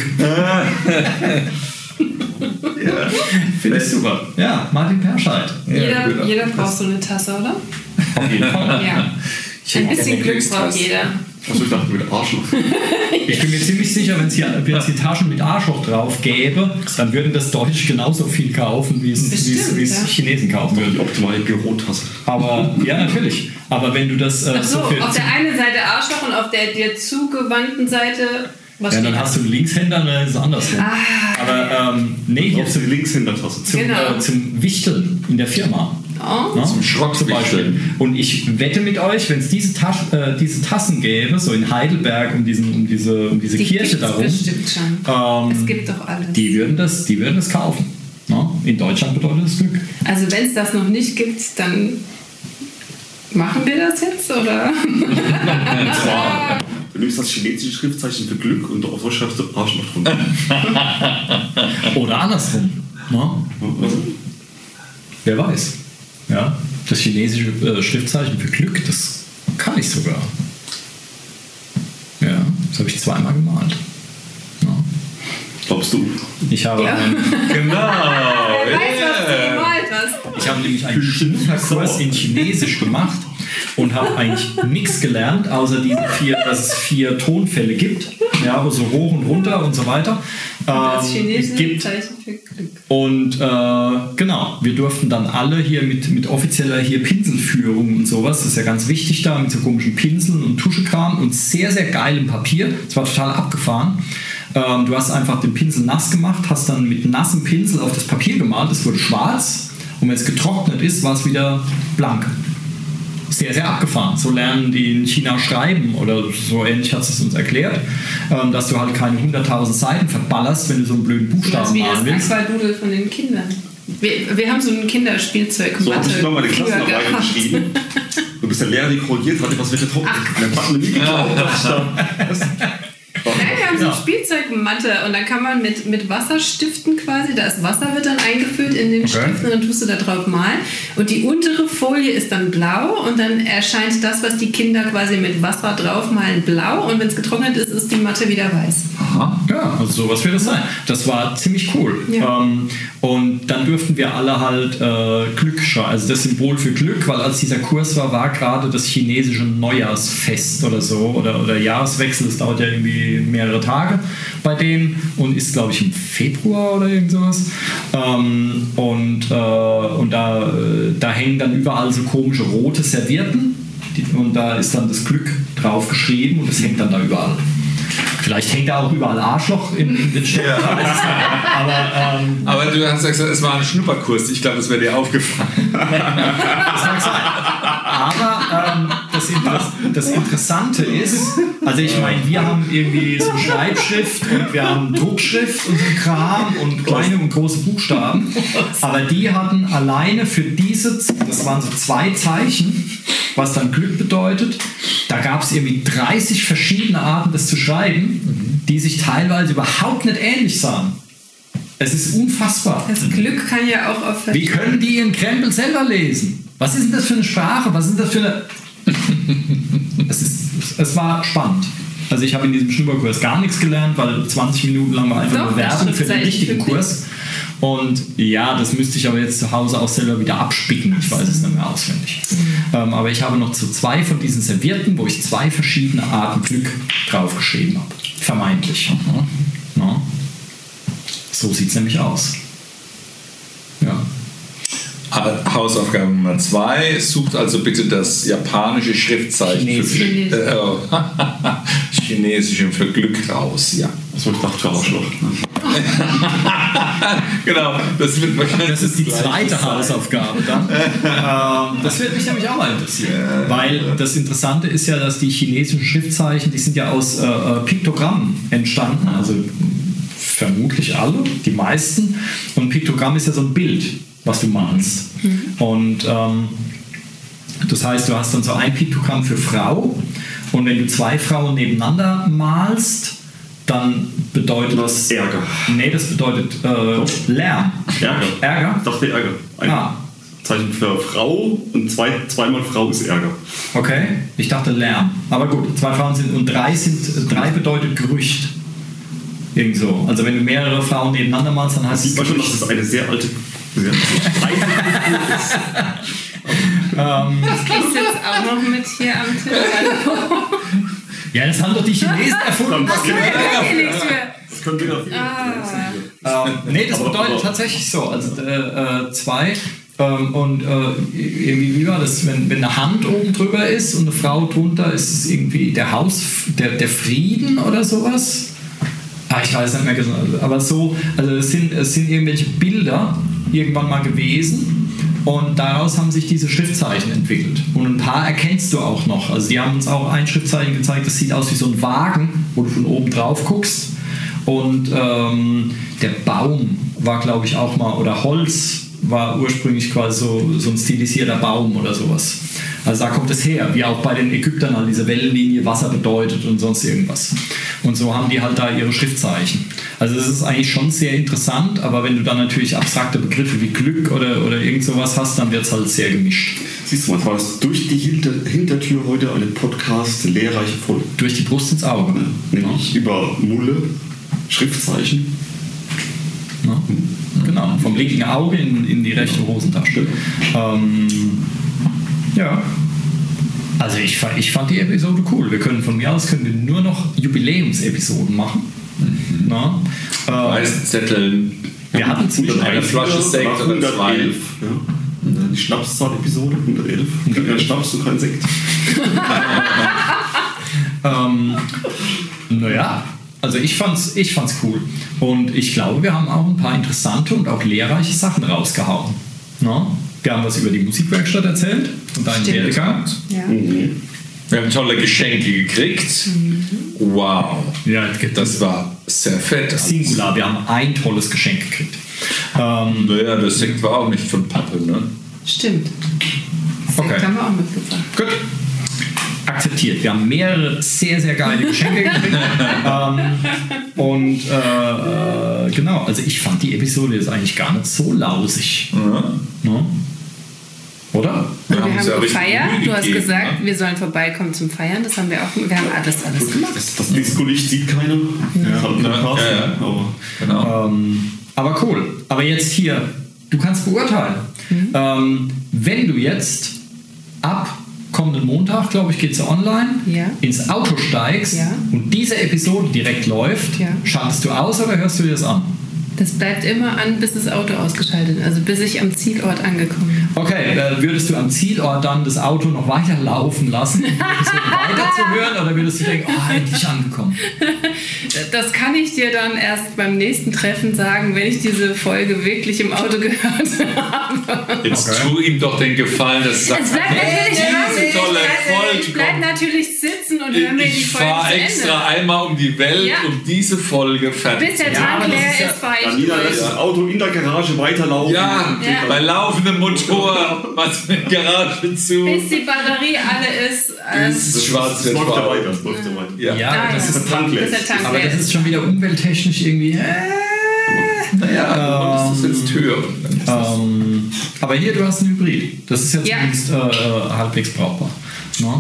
Speaker 2: Ja, finde ich super. Ja, Martin Perscheid.
Speaker 4: Jeder braucht so eine Tasse, oder?
Speaker 2: Auf jeden Fall.
Speaker 4: Ja. Ein bisschen Glück braucht jeder.
Speaker 5: Achso, ich dachte mit Arschloch.
Speaker 2: Ich bin mir ziemlich sicher, wenn es hier Taschen mit Arschloch drauf gäbe, dann würden das Deutsch genauso viel kaufen, wie es Chinesen kaufen würden.
Speaker 5: Die optimale Bürotasse.
Speaker 2: Aber, ja, natürlich. Aber wenn du das
Speaker 4: auf der einen Seite Arschloch und auf der dir zugewandten Seite...
Speaker 2: Ja, dann hast du einen Linkshänder und dann ist es andersrum. Aber hier
Speaker 5: zum Linkshändertasse.
Speaker 2: Zum Wichteln in der Firma.
Speaker 4: Oh.
Speaker 2: Zum Schrott zum Beispiel. Und ich wette mit euch, wenn es diese Tassen gäbe, so in Heidelberg um diese Kirche darum,
Speaker 4: bestimmt schon. Es gibt doch alles.
Speaker 2: Die würden das kaufen. No? In Deutschland bedeutet das Glück.
Speaker 4: Also wenn es das noch nicht gibt, dann machen wir das jetzt, oder?
Speaker 5: Du nimmst das chinesische Schriftzeichen für Glück und auf so schreibst du Arschloch drunter.
Speaker 2: Oder andersrum. No? Wer weiß. Ja, das chinesische Schriftzeichen für Glück, das kann ich sogar. Ja, das habe ich zweimal gemalt. Ja.
Speaker 5: Glaubst du?
Speaker 2: Ich habe
Speaker 4: Ja.
Speaker 6: Genau.
Speaker 4: Wer weiß, was du gemalt hast.
Speaker 2: Ich habe nämlich einen Schnupperkurs in Chinesisch gemacht und habe eigentlich nichts gelernt, außer dass es 4 Tonfälle gibt, ja, wo so hoch und runter und so weiter
Speaker 4: Das chinesische
Speaker 2: gibt.
Speaker 4: Zeichen für Glück.
Speaker 2: Und genau, wir durften dann alle hier mit offizieller hier Pinselführung und sowas, das ist ja ganz wichtig da, mit so komischen Pinseln und Tuschekram und sehr, sehr geilem Papier. Das war total abgefahren. Du hast einfach den Pinsel nass gemacht, hast dann mit nassem Pinsel auf das Papier gemalt, es wurde schwarz und wenn es getrocknet ist, war es wieder blank. Sehr, sehr abgefahren. So lernen die in China schreiben oder so ähnlich hat es uns erklärt, dass du halt keine 100.000 Seiten verballerst, wenn du so einen blöden
Speaker 4: Das
Speaker 2: Buchstaben
Speaker 4: ist wie
Speaker 2: malen
Speaker 4: das
Speaker 2: willst.
Speaker 4: Aquadudel von den Kindern. Wir haben so ein Kinderspielzeug.
Speaker 5: So habe ich immer meine
Speaker 4: früher
Speaker 5: Klassenarbeit
Speaker 4: gehabt.
Speaker 5: geschrieben. Du bist der Lehrer, die korrigiert hatte, was wir getroffen haben. Dann hat mir nie geglaubt, dass ich da...
Speaker 4: Nein, wir haben so Spielzeugmatte und dann kann man mit Wasserstiften quasi, das Wasser wird dann eingefüllt in den Stift und dann tust du da drauf malen und die untere Folie ist dann blau und dann erscheint das, was die Kinder quasi mit Wasser draufmalen, blau und wenn es getrocknet ist, ist die Matte wieder weiß.
Speaker 2: Aha. Ja, also sowas wird das sein. Das war ziemlich cool.
Speaker 4: Ja.
Speaker 2: Und dann durften wir alle halt Glück schreiben, also das Symbol für Glück, weil als dieser Kurs war gerade das chinesische Neujahrsfest oder so oder Jahreswechsel, das dauert ja irgendwie mehrere Tage bei denen und ist, glaube ich, im Februar oder irgend sowas. Und da hängen dann überall so komische rote Servietten und da ist dann das Glück drauf geschrieben und es hängt dann da überall. Vielleicht hängt da auch überall Arschloch in den Städten. Ja.
Speaker 6: Aber du hast ja gesagt, es war ein Schnupperkurs. Ich glaube, das wäre dir aufgefallen.
Speaker 2: Das mag sein. Aber das Interessante ist, also ich meine, wir haben irgendwie so Schreibschrift und wir haben Druckschrift und so Kram und kleine und große Buchstaben. Aber die hatten alleine für das waren so 2 Zeichen, was dann Glück bedeutet. Da gab es irgendwie 30 verschiedene Arten, das zu schreiben, die sich teilweise überhaupt nicht ähnlich sahen. Es ist unfassbar.
Speaker 4: Das Glück kann ja auch auf
Speaker 2: Wie können die ihren Krempel selber lesen? Was ist denn das für eine Sprache? Was ist das für eine... Es war spannend. Also ich habe in diesem Schnupperkurs gar nichts gelernt, weil 20 Minuten lang war einfach nur Werbung für den richtigen Kurs. Und ja, das müsste ich aber jetzt zu Hause auch selber wieder abspicken. Ich weiß es nicht mehr auswendig. Aber ich habe noch zu 2 von diesen Servietten, wo ich 2 verschiedene Arten Glück draufgeschrieben habe. Vermeintlich. Ja. So sieht es nämlich aus. Ja.
Speaker 6: Hausaufgabe Nummer 2. Sucht also bitte das japanische Schriftzeichen Chinesische für Glück raus. Ja.
Speaker 5: Also ich dachte für Arschloch.
Speaker 6: Genau, das wird wahrscheinlich.
Speaker 2: Das ist die zweite Hausaufgabe dann. Das wird mich nämlich auch mal interessieren. Weil das Interessante ist ja, dass die chinesischen Schriftzeichen, die sind ja aus Piktogrammen entstanden. Also vermutlich alle, die meisten. Und ein Piktogramm ist ja so ein Bild, was du malst. Und das heißt, du hast dann so ein Piktogramm für Frau. Und wenn du 2 Frauen nebeneinander malst, dann bedeutet das
Speaker 5: Ärger.
Speaker 2: Nee, das bedeutet Lärm. Ärger?
Speaker 5: Ich dachte Ärger. Ein Zeichen für Frau und zweimal Frau ist Ärger.
Speaker 2: Okay, ich dachte Lärm. Aber gut, 2 Frauen sind und 3 bedeutet Gerücht. Irgend so. Also wenn du mehrere Frauen nebeneinander malst, dann heißt es.
Speaker 5: Sieht man schon, dass das eine sehr alte.
Speaker 4: Das kriegst du jetzt auch noch mit hier am Tisch.
Speaker 2: Ja, das haben doch die Chinesen erfunden.
Speaker 5: Das können wir dafür.
Speaker 2: Nee, das bedeutet tatsächlich so. Also 2. Und wie war das? Wenn eine Hand oben drüber ist und eine Frau drunter, ist es irgendwie der der Frieden oder sowas? Ich weiß nicht mehr genau. Aber so, also es sind irgendwelche Bilder irgendwann mal gewesen. Und daraus haben sich diese Schriftzeichen entwickelt. Und ein paar erkennst du auch noch. Also die haben uns auch ein Schriftzeichen gezeigt, das sieht aus wie so ein Wagen, wo du von oben drauf guckst. Und der Baum war, glaube ich, auch mal, oder Holz war ursprünglich quasi so ein stilisierter Baum oder sowas. Also da kommt es her, wie auch bei den Ägyptern, halt diese Wellenlinie Wasser bedeutet und sonst irgendwas. Und so haben die halt da ihre Schriftzeichen. Also das ist eigentlich schon sehr interessant, aber wenn du dann natürlich abstrakte Begriffe wie Glück oder irgend sowas hast, dann wird es halt sehr gemischt.
Speaker 5: Siehst du mal, war das durch die Hintertür heute eine Podcast-lehrreiche Folge.
Speaker 2: Durch die Brust ins Auge.
Speaker 5: Nämlich über Mulle, Schriftzeichen
Speaker 2: vom linken Auge in die rechte Hosentasche. Ja. Also ich fand die Episode cool. Von mir aus können wir nur noch Jubiläumsepisoden machen. Na?
Speaker 6: Weißen Zetteln.
Speaker 2: Wir hatten zwischen
Speaker 6: eine Flasche Sekt oder 2.
Speaker 5: 111. Ja. Die Schnapszahl-Episode 111. Kein Schnaps und kein Sekt.
Speaker 2: Naja, also ich fand's cool. Und ich glaube, wir haben auch ein paar interessante und auch lehrreiche Sachen rausgehauen. Na? Wir haben was über die Musikwerkstatt erzählt und deinen Werdegang.
Speaker 4: Ja.
Speaker 6: Wir haben tolle Geschenke gekriegt. Wow.
Speaker 2: Ja,
Speaker 6: Das war sehr fett.
Speaker 2: Singular, wir haben ein tolles Geschenk gekriegt.
Speaker 6: Naja, das Sekt war auch nicht von Pappe, ne?
Speaker 4: Stimmt.
Speaker 2: Okay.
Speaker 4: Das haben wir auch mitgebracht.
Speaker 2: Gut. Akzeptiert. Wir haben mehrere sehr, sehr geile Geschenke gekriegt. Genau, also ich fand die Episode jetzt eigentlich gar nicht so lausig. Ne? Oder?
Speaker 4: Wir haben
Speaker 6: uns ja richtig
Speaker 4: gefeiert.
Speaker 6: Mühe
Speaker 4: Du hast
Speaker 6: gegeben,
Speaker 4: gesagt,
Speaker 6: ne?
Speaker 4: wir sollen vorbeikommen zum Feiern. Das haben wir auch. Wir haben alles gemacht.
Speaker 5: Das Disco-Licht sieht keiner. Ja. Aber
Speaker 6: Genau.
Speaker 2: Aber cool. Aber jetzt hier, du kannst beurteilen. Wenn du jetzt ab kommenden Montag, glaube ich, geht es online, ins Auto steigst und diese Episode direkt läuft, schaltest du aus oder hörst du dir das an?
Speaker 4: Das bleibt immer an, bis das Auto ausgeschaltet ist, also bis ich am Zielort angekommen bin.
Speaker 2: Okay, würdest du am Zielort dann das Auto noch weiter laufen lassen, um die Episode weiter zu hören, oder würdest du denken, endlich angekommen?
Speaker 4: Das kann ich dir dann erst beim nächsten Treffen sagen, wenn ich diese Folge wirklich im Auto gehört habe.
Speaker 6: Jetzt tu ihm doch den Gefallen, dass
Speaker 4: Es bleibt natürlich
Speaker 6: diese tolle Folge
Speaker 4: ich bleib natürlich sitzen und höre mir die
Speaker 6: Ich
Speaker 4: Folge
Speaker 6: fahre
Speaker 4: zu Ende.
Speaker 6: extra einmal um die Welt, um diese Folge fertig
Speaker 4: Bis
Speaker 6: zu
Speaker 4: der
Speaker 6: machen.
Speaker 4: Tank
Speaker 2: aber das
Speaker 4: leer
Speaker 2: ist ja-
Speaker 4: ist, fahre ich
Speaker 5: Janina
Speaker 4: durch.
Speaker 5: lässt das Auto in der Garage weiterlaufen.
Speaker 6: Ja, bei laufendem Motor, was mit Garage zu.
Speaker 4: Bis die Batterie alle ist.
Speaker 6: Das schwarz
Speaker 5: Das läuft ja weiter. Das läuft ja weiter.
Speaker 6: Ja.
Speaker 2: Das ist,
Speaker 5: Der Tank
Speaker 4: bis
Speaker 5: lässt.
Speaker 4: der Tank
Speaker 2: aber
Speaker 4: leer
Speaker 2: das ist schon wieder umwelttechnisch irgendwie.
Speaker 6: Naja, du konntest das jetzt hören.
Speaker 2: Aber hier, du hast ein Hybrid. Das ist ja
Speaker 4: Ja.
Speaker 2: zumindest halbwegs brauchbar. Ne?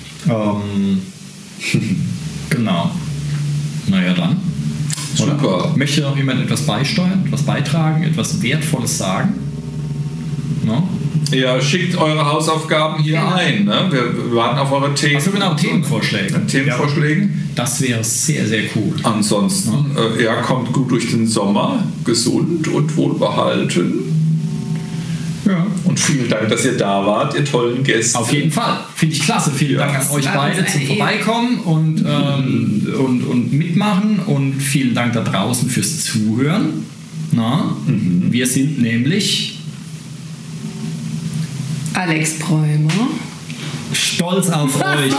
Speaker 2: Genau. Naja, dann. Oder?
Speaker 6: Super.
Speaker 2: Möchte noch jemand etwas beisteuern, etwas beitragen, etwas Wertvolles sagen? No?
Speaker 6: Ja, schickt eure Hausaufgaben hier ein. Ne? Wir warten auf eure Themen.
Speaker 2: Achso, genau, Themenvorschläge.
Speaker 6: Themenvorschläge.
Speaker 2: Das wäre sehr, sehr cool.
Speaker 6: Ansonsten, kommt gut durch den Sommer, gesund und wohlbehalten.
Speaker 2: Ja.
Speaker 6: Und vielen Dank, dass ihr da wart, ihr tollen Gäste.
Speaker 2: Auf jeden Fall. Finde ich klasse. Vielen Dank an euch
Speaker 4: war
Speaker 2: beide
Speaker 4: uns
Speaker 2: zum
Speaker 4: eine Ehre.
Speaker 2: Vorbeikommen und mitmachen. Und vielen Dank da draußen fürs Zuhören. Na? Wir sind nämlich
Speaker 4: Alex Bräumer.
Speaker 2: stolz auf euch.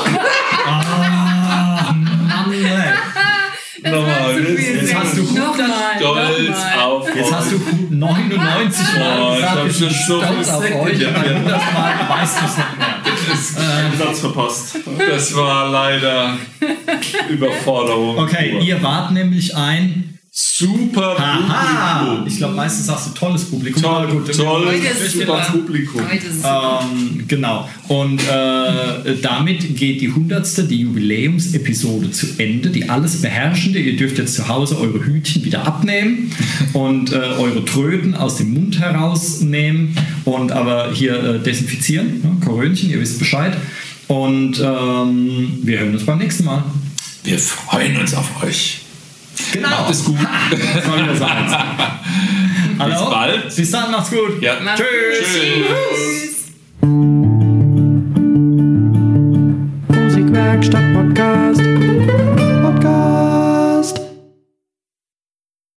Speaker 2: Mann, ey.
Speaker 6: Nochmal,
Speaker 2: Jetzt hast du
Speaker 6: stolz auf
Speaker 2: Jetzt hast du 99 Mal
Speaker 6: ich
Speaker 2: gesagt,
Speaker 6: hab
Speaker 2: wir sind
Speaker 6: schon so
Speaker 2: stolz auf
Speaker 6: viel
Speaker 2: euch.
Speaker 6: Sekt.
Speaker 2: Und beim 100. Mal weißt du es nicht mehr.
Speaker 5: Den Satz verpasst.
Speaker 6: Das war leider Überforderung.
Speaker 2: Okay, ihr wart nämlich ein
Speaker 6: Super
Speaker 2: Aha!
Speaker 6: Publikum.
Speaker 2: Ich glaube, meistens sagst du tolles Publikum.
Speaker 6: Toll,
Speaker 2: Aber gut,
Speaker 6: toll,
Speaker 4: Heute ist es
Speaker 6: super
Speaker 4: super.
Speaker 6: Publikum.
Speaker 4: Heute ist es
Speaker 2: Genau. Und damit geht die 100. die Jubiläumsepisode zu Ende. Die alles beherrschende. Ihr dürft jetzt zu Hause eure Hütchen wieder abnehmen und eure Tröten aus dem Mund herausnehmen und aber hier desinfizieren. Ne? Korönchen, ihr wisst Bescheid. Und wir hören uns beim nächsten Mal.
Speaker 6: Wir freuen uns auf euch.
Speaker 2: Genau.
Speaker 6: Macht es gut.
Speaker 2: Das war wieder so eins. Hallo?
Speaker 6: Bis bald.
Speaker 2: Bis dann, macht's gut.
Speaker 6: Ja.
Speaker 2: Tschüss.
Speaker 6: Tschüss.
Speaker 3: Musikwerkstatt Podcast.